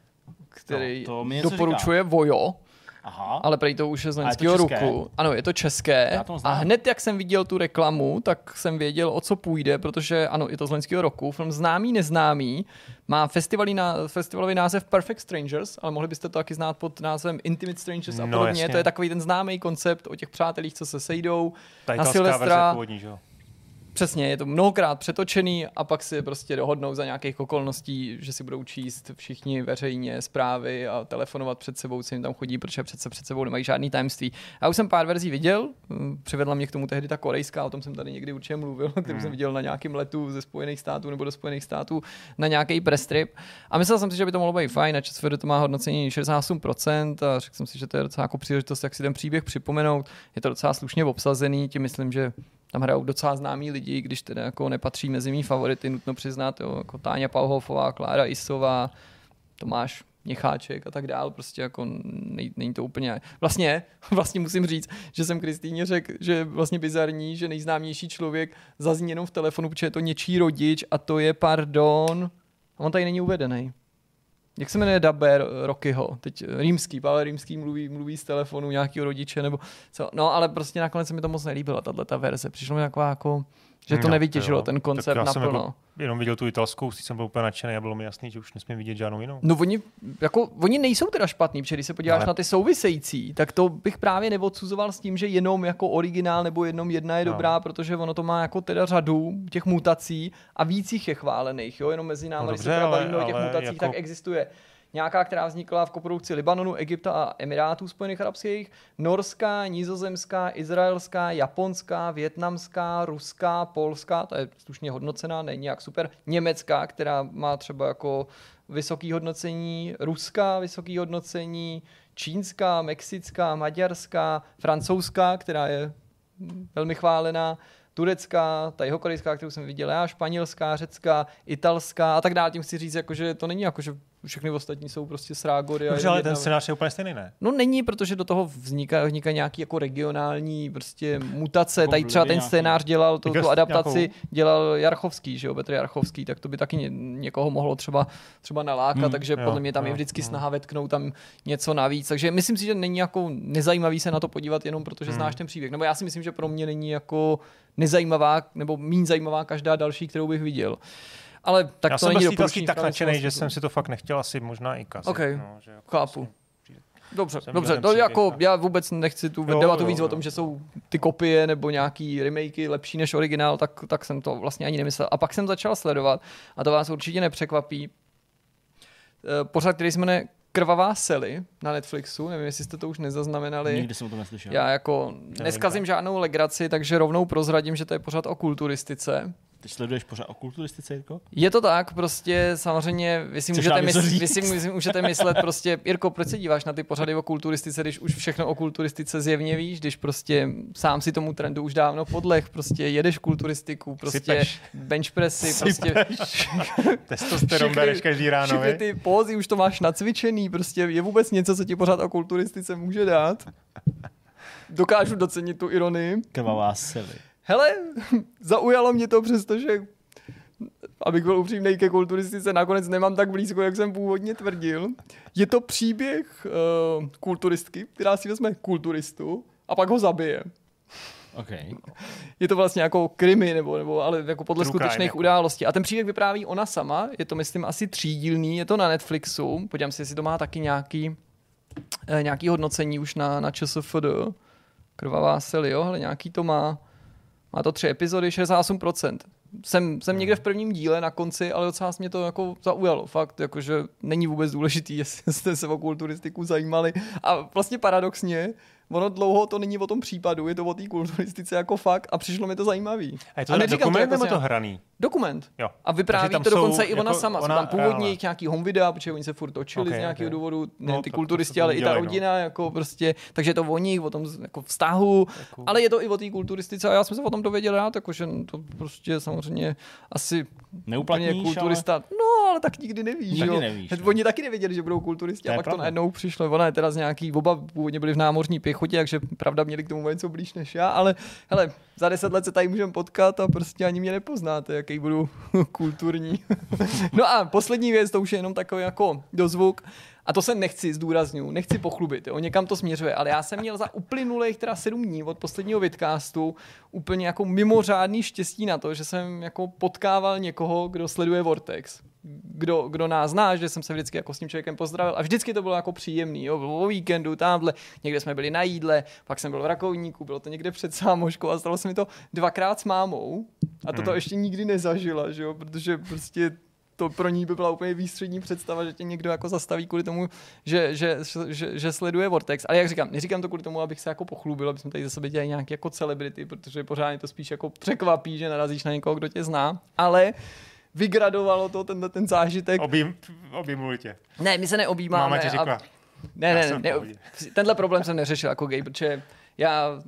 který no, doporučuje říká. Vojo. Aha. Ale prej to už je z loňského roku. Ano, je to české. A hned, jak jsem viděl tu reklamu, tak jsem věděl, o co půjde, protože ano, je to z loňského roku. Film Známý neznámý má festivalový název Perfect Strangers, ale mohli byste to taky znát pod názvem Intimate Strangers a no, podobně. Jasně. To je takový ten známý koncept o těch přátelích, co se sejdou na Silvestra. Původní, že jo? Přesně, je to mnohokrát přetočený a pak si prostě dohodnou za nějakých okolností, že si budou číst všichni veřejně zprávy a telefonovat před sebou, co jim tam chodí, protože přece před sebou nemají žádný tajemství. Já už jsem pár verzí viděl, přivedla mě k tomu tehdy ta korejská, o tom jsem tady někdy určitě mluvil, kterou hmm. jsem viděl na nějakém letu ze Spojených států nebo do Spojených států na nějaký press trip. A myslel jsem si, že by to mohlo být fajn, a ČSFD to má hodnocení šedesát osm procent a řekl jsem si, že to je docela jako příležitost, jak si ten příběh připomenout. Je to docela slušně obsazený, tím myslím, že tam hrajou docela známí lidi, když teda jako nepatří mezi mý favority, nutno přiznat, jo, jako Táňa Pauhofová, Klára Isová, Tomáš Měcháček a tak dál, prostě jako nej, není to úplně... Vlastně, vlastně musím říct, že jsem Kristýně řekl, že je vlastně bizarní, že nejznámější člověk zazní jenom v telefonu, protože je to něčí rodič a to je, pardon, a on tady není uvedený. Jak se jmenuje daber Rockyho? Teď Rýmský, Pavel Rýmský mluví, mluví z telefonu nějakého rodiče nebo co. No, ale prostě nakonec se mi to moc nelíbila, tato verze. Přišlo mi taková jako, Že to no, nevytěžilo jo. ten koncept naplno. Jako jenom viděl tu italskou, jsem byl úplně nadšený a bylo mi jasný, že už nesmím vidět žádnou jinou. No oni, jako, oni nejsou teda špatný, protože když se podíváš ale... na ty související, tak to bych právě neodsuzoval s tím, že jenom jako originál nebo jenom jedna je no. dobrá, protože ono to má jako teda řadu těch mutací a víc jich je chválených, jo, jenom mezi námi, no, když se bavíme o těch mutacích, jako... tak existuje nějaká, která vznikla v koprodukci Libanonu, Egypta a Emirátů Spojených arabských, norská, nizozemská, izraelská, japonská, vietnamská, ruská, polská, ta je slušně hodnocená, není jak super, německá, která má třeba jako vysoké hodnocení, ruská vysoké hodnocení, čínská, mexická, maďarská, francouzská, která je velmi chválená, turecká, ta jihokorejská, kterou jsem viděl já, španělská, řecká, italská a tak dále. Tím chci říct, jako, že to není jako, že všechny ostatní jsou prostě srágory. Dobře, ale ten scénář je úplně stejný, ne? No není, protože do toho vzniká, vzniká nějaký jako regionální prostě mutace. Tady třeba ten scénář dělal, tu, tu adaptaci nějakou... dělal Jarchovský, že jo, Petr Jarchovský, tak to by taky ně, někoho mohlo třeba, třeba nalákat, hmm, takže jo, podle mě tam jo, je vždycky jo. snaha vetknout tam něco navíc. Takže myslím si, že není jako nezajímavý se na to podívat jenom protože hmm. znáš ten příběh. Nebo já si myslím, že pro mě není jako nezajímavá, nebo méně zajímavá každá další, kterou bych viděl. Ale tak já to není doporučení. Já jsem tak nadšený, že jsem si to fakt nechtěl asi možná i kazit. Okay. No, že jako chápu. Dobře, dobře. To jako, já vůbec nechci tu jo, debatu jo, víc jo. o tom, že jsou ty kopie nebo nějaký remakey lepší než originál, tak, tak jsem to vlastně ani nemyslel. A pak jsem začal sledovat, a to vás určitě nepřekvapí, pořád, který se jmenuje Krvavá Sally na Netflixu, nevím, jestli jste to už nezaznamenali. Nikdy jsem to neslyšel. Já jako neskazím žádnou legraci, takže rovnou prozradím, že to je pořád o kulturistice. Ty sleduješ pořád o kulturistice, Jirko? Je to tak, prostě samozřejmě, vy si, můžete, mysl, vy si můžete myslet prostě, Jirko, proč se díváš na ty pořady o kulturistice, když už všechno o kulturistice zjevně víš, když prostě sám si tomu trendu už dávno podleh, prostě jedeš kulturistiku, prostě Sypeš. benchpressy, prostě testosteron bereš každý ráno, všechny ty pózy už to máš nacvičený, prostě je vůbec něco, co ti pořád o kulturistice může dát. Dokážu docenit tu ironii. Krvavá Sally. Hele, zaujalo mě to, přestože, abych byl upřímnej ke kulturistice, nakonec nemám tak blízko, jak jsem původně tvrdil. Je to příběh uh, kulturistky, která si vezme kulturistu a pak ho zabije. Okay. Je to vlastně jako krimi, nebo, nebo ale jako podle True skutečných crime. událostí. A ten příběh vypráví ona sama, je to myslím asi třídílný, je to na Netflixu, podívám si, jestli to má taky nějaký, eh, nějaký hodnocení už na, na ČSFD. Krvavá Sally, jo, hele, nějaký to má. Má to tři epizody, šedesát osm procent. Jsem, jsem někde v prvním díle na konci, ale docela mě to jako zaujalo. Fakt, jakože není vůbec důležitý, jestli jste se o kulturistiku zajímali. A vlastně paradoxně, ono dlouho to není o tom případu, je to o té kulturistice jako fakt a přišlo mi to zajímavý. A je to dokument to, nebo to hraný? Dokument. Jo. A vypráví to dokonce i ona jako sama. Ona, tam původně jich nějaký home videa, protože oni se furt točili okay, z nějakého okay. důvodu, ne no, ty kulturisti, ale i ta rodina, no. jako prostě, takže je to o nich, o tom jako vztahu, jako... ale je to i o té kulturistice a já jsem se o tom dověděl rád, jakože to prostě samozřejmě asi neuplatníš, kulturista, ale... no ale tak nikdy nevíš, taky jo. Nevíš, no. Oni taky nevěděli, že budou kulturisti a pak pravda. To najednou přišlo. Ona je teda z nějaký, oba původně byli v námořní pěchotě, takže pravda měli k tomu něco blíž než já, ale hele, za deset let se tady můžeme potkat a prostě ani mě nepoznáte, jaký budu kulturní. No a poslední věc, to už je jenom takový jako dozvuk. A to se nechci zdůrazňuji, nechci pochlubit, jo, někam to směřuje, ale já jsem měl za uplynulých teda sedm dní od posledního vidcastu úplně jako mimořádný štěstí na to, že jsem jako potkával někoho, kdo sleduje Vortex. Kdo, kdo nás zná, že jsem se vždycky jako s tím člověkem pozdravil a vždycky to bylo jako příjemný, jo, bylo o víkendu, tamhle, někde jsme byli na jídle, pak jsem byl v Rakovníku, bylo to někde před Sámoškou a stalo se mi to dvakrát s mámou a toto hmm. ještě nikdy nezažila, že jo, protože prostě to pro ní by byla úplně výstřední představa, že tě někdo jako zastaví kvůli tomu, že, že, že, že sleduje Vortex. Ale jak říkám, neříkám to kvůli tomu, abych se jako pochlubil, aby jsme tady ze sebe dělali nějaké jako celebrity, protože pořádně to spíš jako překvapí, že narazíš na někoho, kdo tě zná. Ale vygradovalo to ten, ten zážitek. Obím, objímuji tě. Ne, my se neobjímáme. Máma ti řekla. A... Ne, ne, ne, ne, tenhle problém jsem neřešil jako gay, protože já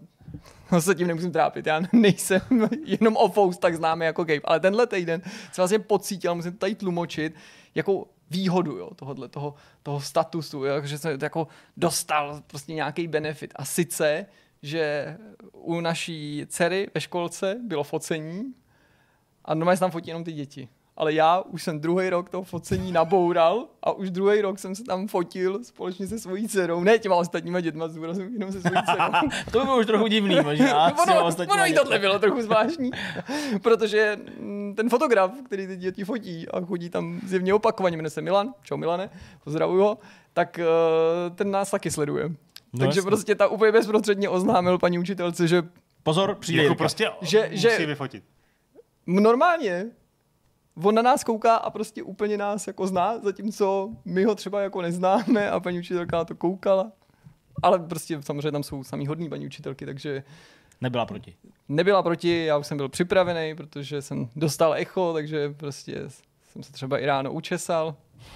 se tím nemusím trápit, já nejsem jenom ofous tak známý jako gay, ale tenhle týden jsem vlastně pocítil, musím to tady tlumočit, jako výhodu, jo, tohodle, toho, toho statusu, jo, že jsem jako dostal prostě nějaký benefit a sice, že u naší dcery ve školce bylo focení a normálně se tam fotí jenom ty děti. A ale já už jsem druhý rok toho focení naboural a už druhý rok jsem se tam fotil společně se svojí dcerou, ne těma ostatníma dětma, zdůrazňuji, jenom se svojí dcerou. To by bylo už trochu divný, možná. ono, ono i tohle bylo trochu zvláštní, protože ten fotograf, který ty děti fotí a chodí tam zjevně opakovaně, jmenuje se Milan, čau Milane, pozdravuju ho, tak ten nás taky sleduje. No Takže jasný. Prostě ta úplně bezprostředně oznámil paní učitelce, že pozor, přijde jako prostě že, musí že vyfotit. Normálně on na nás kouká a prostě úplně nás jako zná, zatímco my ho třeba jako neznáme a paní učitelka na to koukala. Ale prostě samozřejmě tam jsou samý hodný paní učitelky, takže nebyla proti. Nebyla proti, já už jsem byl připravený, protože jsem dostal echo, takže prostě jsem se třeba i ráno učesal.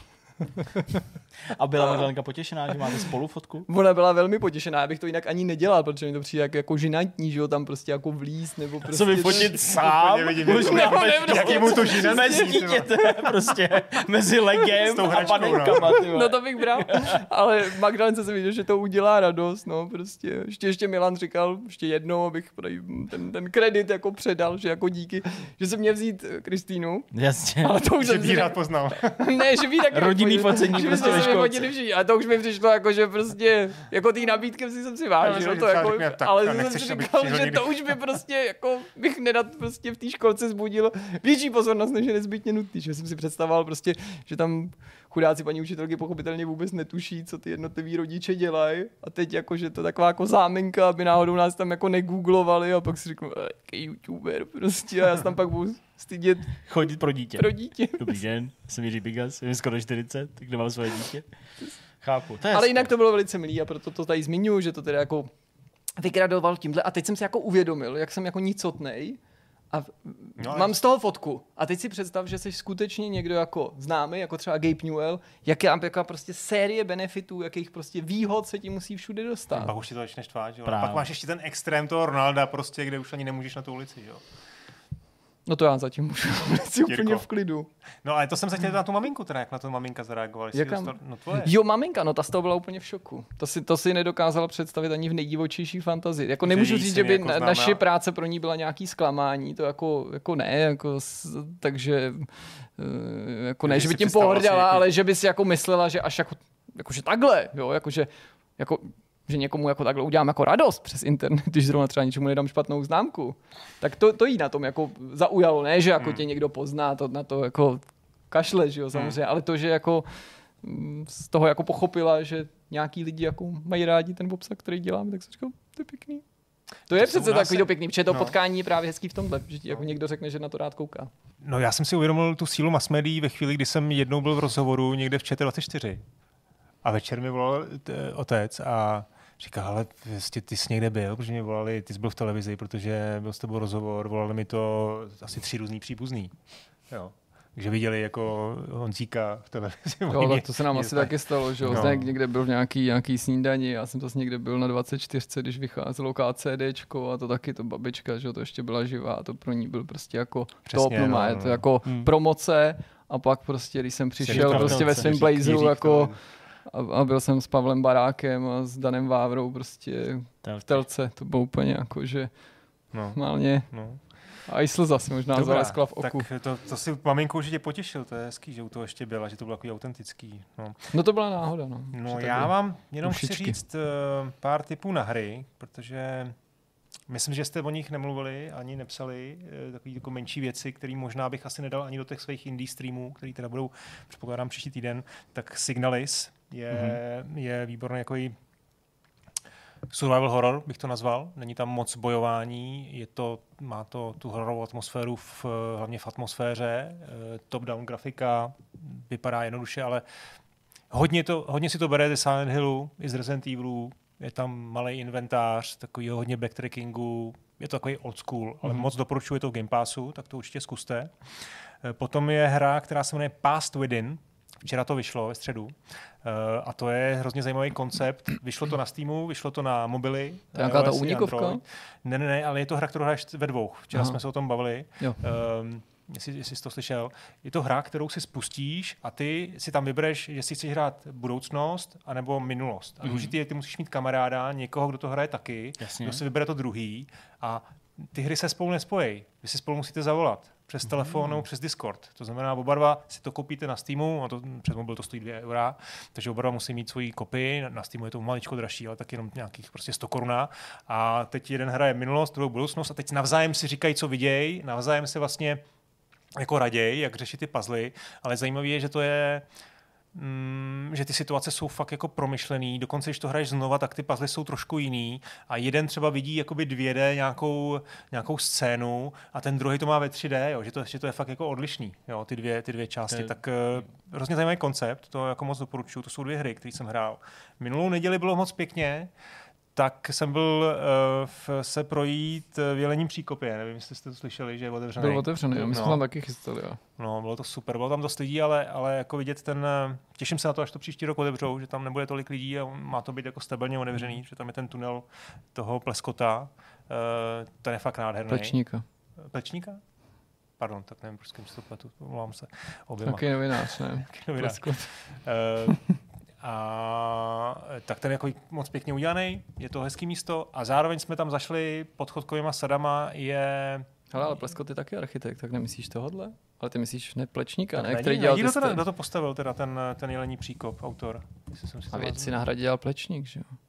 A byla Magdalenka potěšená, že máte spolu fotku? Ona byla velmi potěšená, já bych to jinak ani nedělal, protože mi to přijde jak, jako žinantní, že jo, tam prostě jako vlíz, nebo prostě... Co vyfotit sám? Už no, jaký mu to žinantní? Mezi dítěte, prostě, mezi legem a panenkama. No to bych bral, ale Magdalence se viděl, že to udělá radost, no prostě. Ještě, ještě Milan říkal, ještě jednou, abych ten, ten kredit jako předal, že jako díky, že jsem měl vzít Kristýnu. Jasně. Ale to už že by rád poznal. Ne, že by tak rodinný focení prostě ve školce. A to už mi přišlo jako, že prostě, jako tý nabídky si jsem si vážil, no, to jako, řekne, tak, ale jsem si říkal, že někdy... to už by prostě, jako bych nedat prostě v té školce zbudilo větší pozornost, než je nezbytně nutný, že jsem si představoval prostě, že tam chudáci paní učitelky pochopitelně vůbec netuší, co ty jednotliví rodiče dělají a teď jako, že to taková jako záminka, aby náhodou nás tam jako negooglovali a pak si řeknu, jaký youtuber prostě a já tam pak budu stydět. Chodit pro dítě. Pro dítě. Dobrý den, jsem Jiří Bigas, jsem skoro čtyřicet, tak nemám svoje dítě. Chápu. To je ale jinak to bylo velice milý a proto to tady zmiňuji, že to teda jako vygradoval tímhle a teď jsem si jako uvědomil, jak jsem jako nicotnej a no, mám z toho fotku. A teď si představ, že jsi skutečně někdo jako známý, jako třeba Gabe Newell, jaká, jaká prostě série benefitů, jakých prostě výhod se ti musí všude dostat. Pak už ti to začne štvát, jo. Pak máš ještě ten extrém toho Ronalda, prostě, kde už ani nemůžeš na tu ulici, jo. No to já zatím můžu si úplně v klidu. No ale to jsem se chtěl na tu maminku, teda jak na tu maminka zareagovala. Dostal, no tvoje. Jo, maminka, no ta z toho byla úplně v šoku. To si, to si nedokázala představit ani v nejdivočejší fantazii. Jako nemůžu říct, že by jako na, naše práce pro ní byla nějaký zklamání, to jako, jako ne, jako, takže jako ne, že by tím pohrdala, ale že by si jako myslela, že až jako, jakože takhle, jo, jakože jako že někomu jako takhle udělám jako radost přes internet, když zrovna třeba něčemu nedám špatnou známku, tak to, to jí na tom jako zaujalo, ne, že jako hmm. tě někdo pozná, to na to jako kašle, že jo, samozřejmě, hmm. ale to, že jako z toho jako pochopila, že nějaký lidi jako mají rádi ten obsah, který děláme, tak jsem říkal, to je pěkný. To, to je přece takový to pěkný, protože to no. potkání je právě hezký v tomhle, že ti jako no. někdo řekne, že na to rád kouká. No já jsem si uvědomil tu sílu mass médií ve chvíli, kdy jsem jednou byl v rozhovoru někde v Č T dvacet čtyři a večer mi volal t- otec a říkal, ale ty jsi někde byl, protože mě volali, ty jsi byl v televizi, protože byl s tebou rozhovor, volali mi to asi tři různý příbuzný. Jo. Takže viděli jako Honzíka v televizi. Jo, tak to se nám asi tak. taky stalo, že no. Zdeněk někde byl v nějaký, nějaký snídani, já jsem to někde byl na dvacet čtyři, když vycházelo KCDčko a to taky to babička, že to ještě byla živá a to pro ní byl prostě jako přesně, top, no, no, je to jako hmm. promoce a pak prostě, když jsem přišel Říkal, prostě ve svém blazeru jako a, a byl jsem s Pavlem Barákem a s Danem Vávrou prostě v telce, to bylo úplně jako, že no. normálně no. a i slza si možná zaleskla v oku. Tak to, to si maminku určitě potěšil, to je hezký, že u toho ještě byla, že to bylo takový autentický. No, no to byla náhoda. No, no já vám jenom chci říct uh, pár tipů na hry, protože myslím, že jste o nich nemluvili, ani nepsali uh, takový jako menší věci, které možná bych asi nedal ani do těch svých indie streamů, který teda budou, předpokládám, příští týden, tak Signalis je, mm-hmm. je výborný jako survival horror, bych to nazval. Není tam moc bojování, je to, má to tu hororovou atmosféru, v, hlavně v atmosféře, top-down grafika, vypadá jednoduše, ale hodně, to, hodně si to bere ze Silent Hillu, i z Resident Evilu, je tam malý inventář, takový hodně backtrackingu, je to takový old school, mm-hmm. ale moc doporučuji to v Game Passu, tak to určitě zkuste. Potom je hra, která se jmenuje Past Within. Včera to vyšlo ve středu uh, a to je hrozně zajímavý koncept. Vyšlo to na Steamu, vyšlo to na mobily. To je nějaká ta únikovka? Ne, ne, ne, ale je to hra, kterou hraješ ve dvou. Včera Aha. jsme se o tom bavili. Um, jestli, jestli jsi to slyšel. Je to hra, kterou si spustíš a ty si tam vybereš, jestli chceš hrát budoucnost anebo minulost. A důležitý je, ty musíš mít kamaráda, někoho, kdo to hraje taky, Jasně. kdo si vybere to druhý a ty hry se spolu nespojí. Vy si spolu musíte zavolat přes mm. telefon nebo přes Discord. To znamená, oba dva si to koupíte na Steamu, a to přes mobil to stojí dvě eura, takže oba dva musí mít svoji kopii. Na Steamu je to maličko dražší, ale tak jenom nějakých prostě sto korun. A teď jeden hraje minulost, druhou budoucnost a teď navzájem si říkají, co vidějí, navzájem se vlastně jako raději, jak řešit ty puzzle, ale zajímavé je, že to je Mm, že ty situace jsou fakt jako promyšlený, dokonce když to hraješ znova, tak ty puzzle jsou trošku jiný a jeden třeba vidí jakoby dvě dé nějakou, nějakou scénu a ten druhý to má ve tři dé, jo, že, to, že to je fakt jako odlišný, jo, ty dvě, ty dvě části, je... tak uh, hrozně zajímavý koncept, to jako moc doporučuju, to jsou dvě hry, které jsem hrál. Minulou neděli bylo moc pěkně, tak jsem byl uh, v, se projít v Jelením Příkopě. Nevím, jestli jste to slyšeli, že je otevřený. Byl otevřený, my jsme no. tam taky chystali. Jo. No, bylo to super, bylo tam dost lidí, ale, ale jako vidět ten, těším se na to, až to příští rok otevřou, že tam nebude tolik lidí a má to být jako stabilně otevřený, že tam je ten tunel toho Pleskota. Uh, ten je fakt nádherný. Plečníka. Plečníka? Pardon, tak nevím, prostě si to pletu, omlouvám se oběma. Taky novinář, ne? Taky novinář. Uh, A tak ten je jako moc pěkně udělaný, je to hezký místo a zároveň jsme tam zašli pod chodkovýma sadama, je... Hele, ale Pleskot je taky architekt, tak nemyslíš tohodle? Ale ty myslíš ne Plečníka, ne? Není, Který dělal kdo, ty to, kdo to postavil, teda ten, ten Jelení Příkop, autor? Jsem si a věci na hradě dělal Plečník, že jo?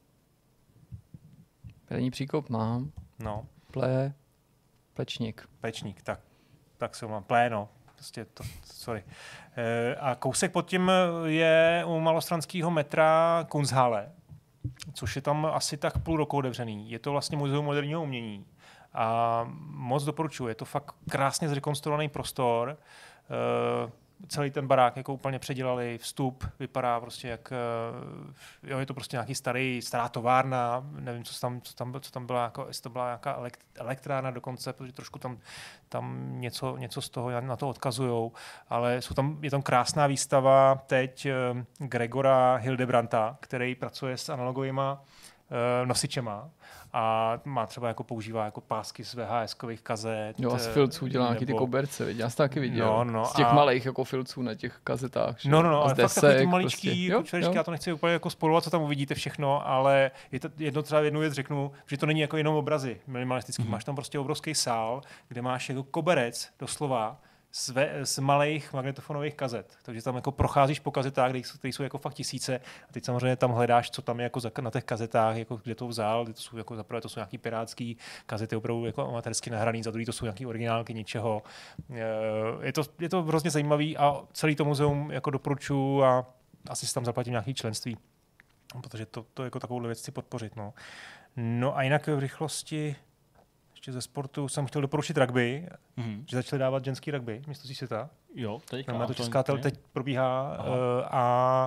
Jelení Příkop mám. No. Ple... Plečník. Plečník, tak, tak se mám. Pléno. Prostě to, sorry. E, a kousek pod tím je u malostranského metra Kunsthalle, což je tam asi tak půl roku otevřený. Je to vlastně muzeum moderního umění. A moc doporučuji. Je to fakt krásně zrekonstruovaný prostor. E, celý ten barák jako úplně předělali, vstup vypadá prostě jak, jo, je to prostě nějaký starý, stará továrna, nevím, co tam, co tam, co tam byla, jako, jestli to byla nějaká elektrárna dokonce, protože trošku tam, tam něco, něco z toho na to odkazujou, ale jsou tam, je tam krásná výstava teď Gregora Hildebrandta, který pracuje s analogovýma nosičema a má třeba jako používá jako pásky z vé há eskových kazet. Jo, a z filců dělá nějaký ty koberce, viděl? Já jsem to taky viděl. No, no, z těch a... malých jako filců na těch kazetách. Že? No, no, no, ale desek, fakt takový ty maličký prostě. Jo, čverečky, já to nechci úplně jako spolovat, co tam uvidíte všechno, ale je to jedno třeba jednu věc řeknu, že to není jako jenom obrazy minimalistický. Mm-hmm. Máš tam prostě obrovský sál, kde máš jako koberec doslova z, ve, z malých magnetofonových kazet. Takže tam jako procházíš po kazetách, které jsou, jsou jako fakt tisíce a teď samozřejmě tam hledáš, co tam je jako za, na těch kazetách, jako kde to vzal, kde to jsou jako zaprvé to jsou nějaký pirátský kazety, opravdu jako amatérsky nahraný, za druhý to jsou nějaký originálky něčeho. Je to, je to hrozně zajímavý a celý to muzeum jako doporučuji a asi si tam zaplatím nějaký členství, protože to, to jako takovou věc chci podpořit. No. no a jinak v rychlosti ještě ze sportu jsem chtěl doporučit rugby, mm-hmm. že začali dávat ženský rugby, mistrovství světa. Jo, teďka. No, to česká tel teď probíhá uh, a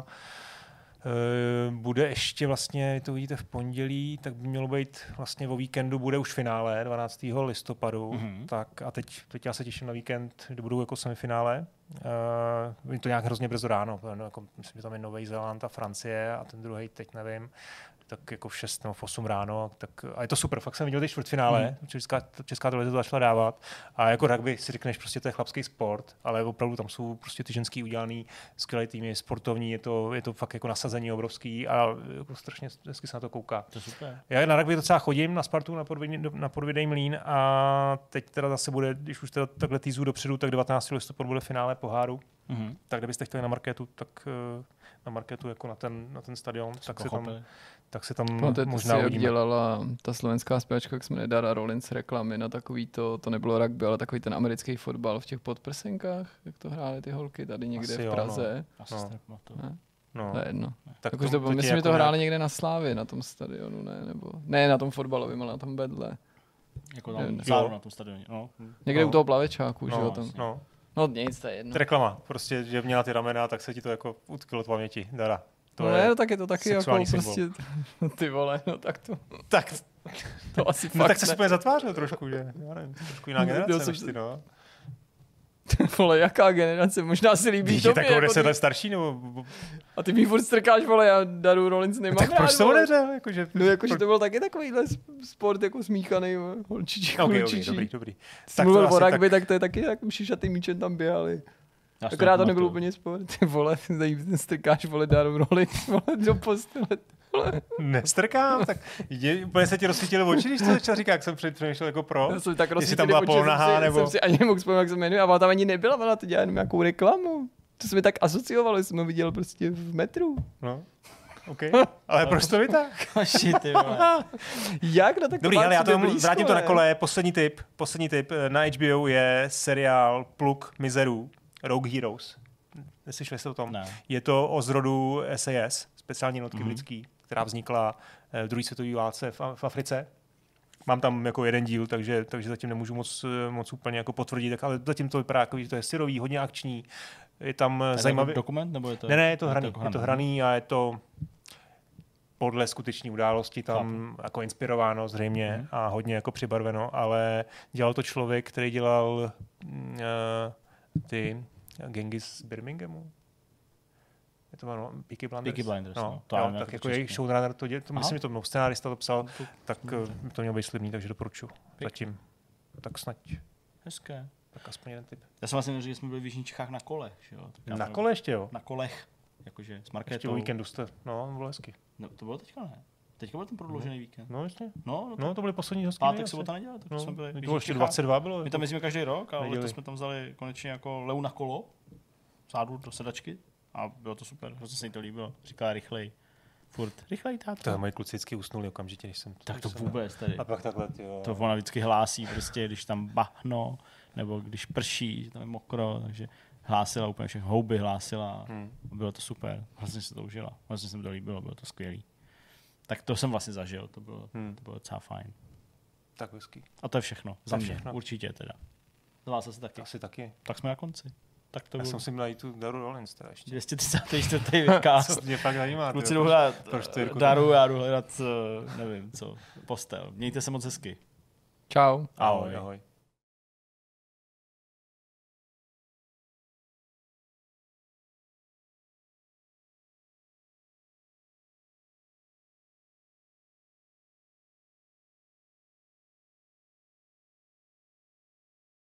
uh, bude ještě vlastně, to vidíte v pondělí, tak by mělo být vlastně o víkendu, bude už finále dvanáctého listopadu, mm-hmm. tak a teď, teď já se těším na víkend, kdy budou jako semifinále. Uh, je to nějak hrozně brzo ráno, no, jako, myslím, že tam je Nový Zéland a Francie a ten druhý teď nevím. Tak jako v šest nebo v osm ráno, tak a je to super, fakt jsem viděl ty čtvrtfinále, mm. česká, česká televize to začala dávat a jako rugby si řekneš, prostě to je chlapský sport, ale opravdu tam jsou prostě ty ženský udělaný skvělý týmy, sportovní, je to, je to fakt jako nasazení obrovský a jako strašně hezky se na to kouká. To super. Já na rugby docela chodím, na Spartu, na Podvidej, na Podvidej Mlýn a teď teda zase bude, když už teda takhle týzu dopředu, tak devatenáctého listopadu bude finále poháru, mm. tak kdybyste chtěli na marketu, tak na marketu jako na ten, na ten stadion, tak se tam tak se tam no, možná uvidíme. Jak dělala ta slovenská zpěvačka, jak se jmenuje Dara Rollins, reklamy na takový to, to nebylo rugby, ale takový ten americký fotbal v těch podprsenkách, jak to hrály ty holky tady někde asi v Praze. Jo, no. Ne? No. To je jedno. Tak jako, to, to myslím, že jako to hráli někde na Slávě, na tom stadionu, ne? Nebo, ne na tom fotbalovém, ale na tom bedle. Jako tam vzadu na tom stadioně. No. Někde no. u toho plavečáku, no, že jo tam. No. no nic, to je jedno. To je reklama, prostě, že měla ty ramena, tak se ti to jako utkilo v paměti, Dara. To no ne, no, tak je to taky jako prostě, ty vole, no tak to, tak to asi no fakt tak se ne. úplně zatvářil trošku, že, já nevím, trošku jiná generace než ty, no. Vole, jaká generace, možná si líbí tobě. Víš, je takovou deset let starší, nebo... A ty mi furt strkáš, vole, já Daru Rollins nemám tak rád, proč to neřel, jakože... No jakože to byl taky takovýhle sport, jako smíchaný, holčičí, okay, klučičí. Okay, dobrý, dobrý. Jsi mluvil o rugby, tak... tak to je taky, jak už a ty míčem tam běhali. Akorát to nebyl úplně sport, ty vole, tady strkáš, vole, Daru Rollins, vole, do postele. Nestrkám, tak je, úplně se ti rozsvítily oči, když to začal říkat, jak jsem přemýšlel jako pro. Já jsem tak jestli tam byla polonahá, nebo... Jsem si ani nemohl vzpomínat, jak se jmenuje, a ona tam ani nebyla, ona to dělala jenom nějakou reklamu. To se mi tak asociovalo, jsem ho viděl prostě v metru. No. OK, ale proč to vytáh? Jak? No tak dobrý, ale já to blízko, vrátím to na kole. Poslední tip, poslední tip na H B O je seriál Pluk mizerů, Rogue Heroes. Neslyšeli jste o tom? Ne. Je to o zrodu S A S, speciální jednotky mm-hmm. britský, která vznikla v druhé světové válce v, v Africe. Mám tam jako jeden díl, takže, takže zatím nemůžu moc, moc úplně jako potvrdit, tak, ale zatím to vypadá jako, že to je syrový, hodně akční. Je tam je zajímavý... dokument? Nebo je to... Ne, ne, je to hraný. Je to hraný, je to hraný a je to podle skutečné události tam Chápu. jako inspirováno zřejmě mm. a hodně jako přibarveno, ale dělal to člověk, který dělal uh, ty gangy z Birminghamu. Je to ano, Peaky Blinders. Peaky Blinders, no. no. To jo, tak jako jejich showrunner to dělal, to myslím, že to mnoho scenárista to psal, no, tak uh, to mělo být slibný, takže doporučuji. Zatím. Tak snad. Hezké. Tak aspoň jeden tip. Já jsem vlastně neřekl, že jsme byli v Jižních Čechách na kolech. Že jo? Na kole ještě, jo? Na kolech. Jakože s Markétou. Ještě o víkendu jste, no, bylo hezky. No, to bylo teďka, ne? Teďka byl ten prodloužený víkend. No, jasně. No, no, to, no, to byly poslední hezky. Pátek, sobota, neděle, tak no, jsme byli. Bylo ještě dvacet dva bylo. My tam jezdíme každý rok, ale letos jsme tam vzali konečně jako leu na kolo, sádu do sedačky a bylo to super, hrozně se jí to líbilo. Říkala rychlej. Furt, rychlej, táto. To moji kluci vždycky usnuli okamžitě, než jsem... Tak to vůbec tady. A pak takhle, jo. To ona vždycky hlásí, prostě, když tam bahno, nebo když prší, že tam je mokro, takže hlásila úplně všechno, houby hlásila. Hmm. Bylo to super, vlastně se to užila. Vlastně se mi to líbilo, bylo to skvělý. Tak to jsem vlastně zažil, to bylo, hmm. to bylo docela fajn. Tak hezký. A to je všechno, za mě, všechno. Určitě teda. Za vás asi taky. Asi taky. Tak jsme na konci. Tak to Já byl... jsem si měl i tu Daru Rollins teda ještě. dvě stě třicátý čtvrtý vidcast. Co mě fakt zajímá. Kluci jdou hledat Daru, já jdu hledat, nevím co, postel. Mějte se moc hezky. Čau. Ahoj. Ahoj.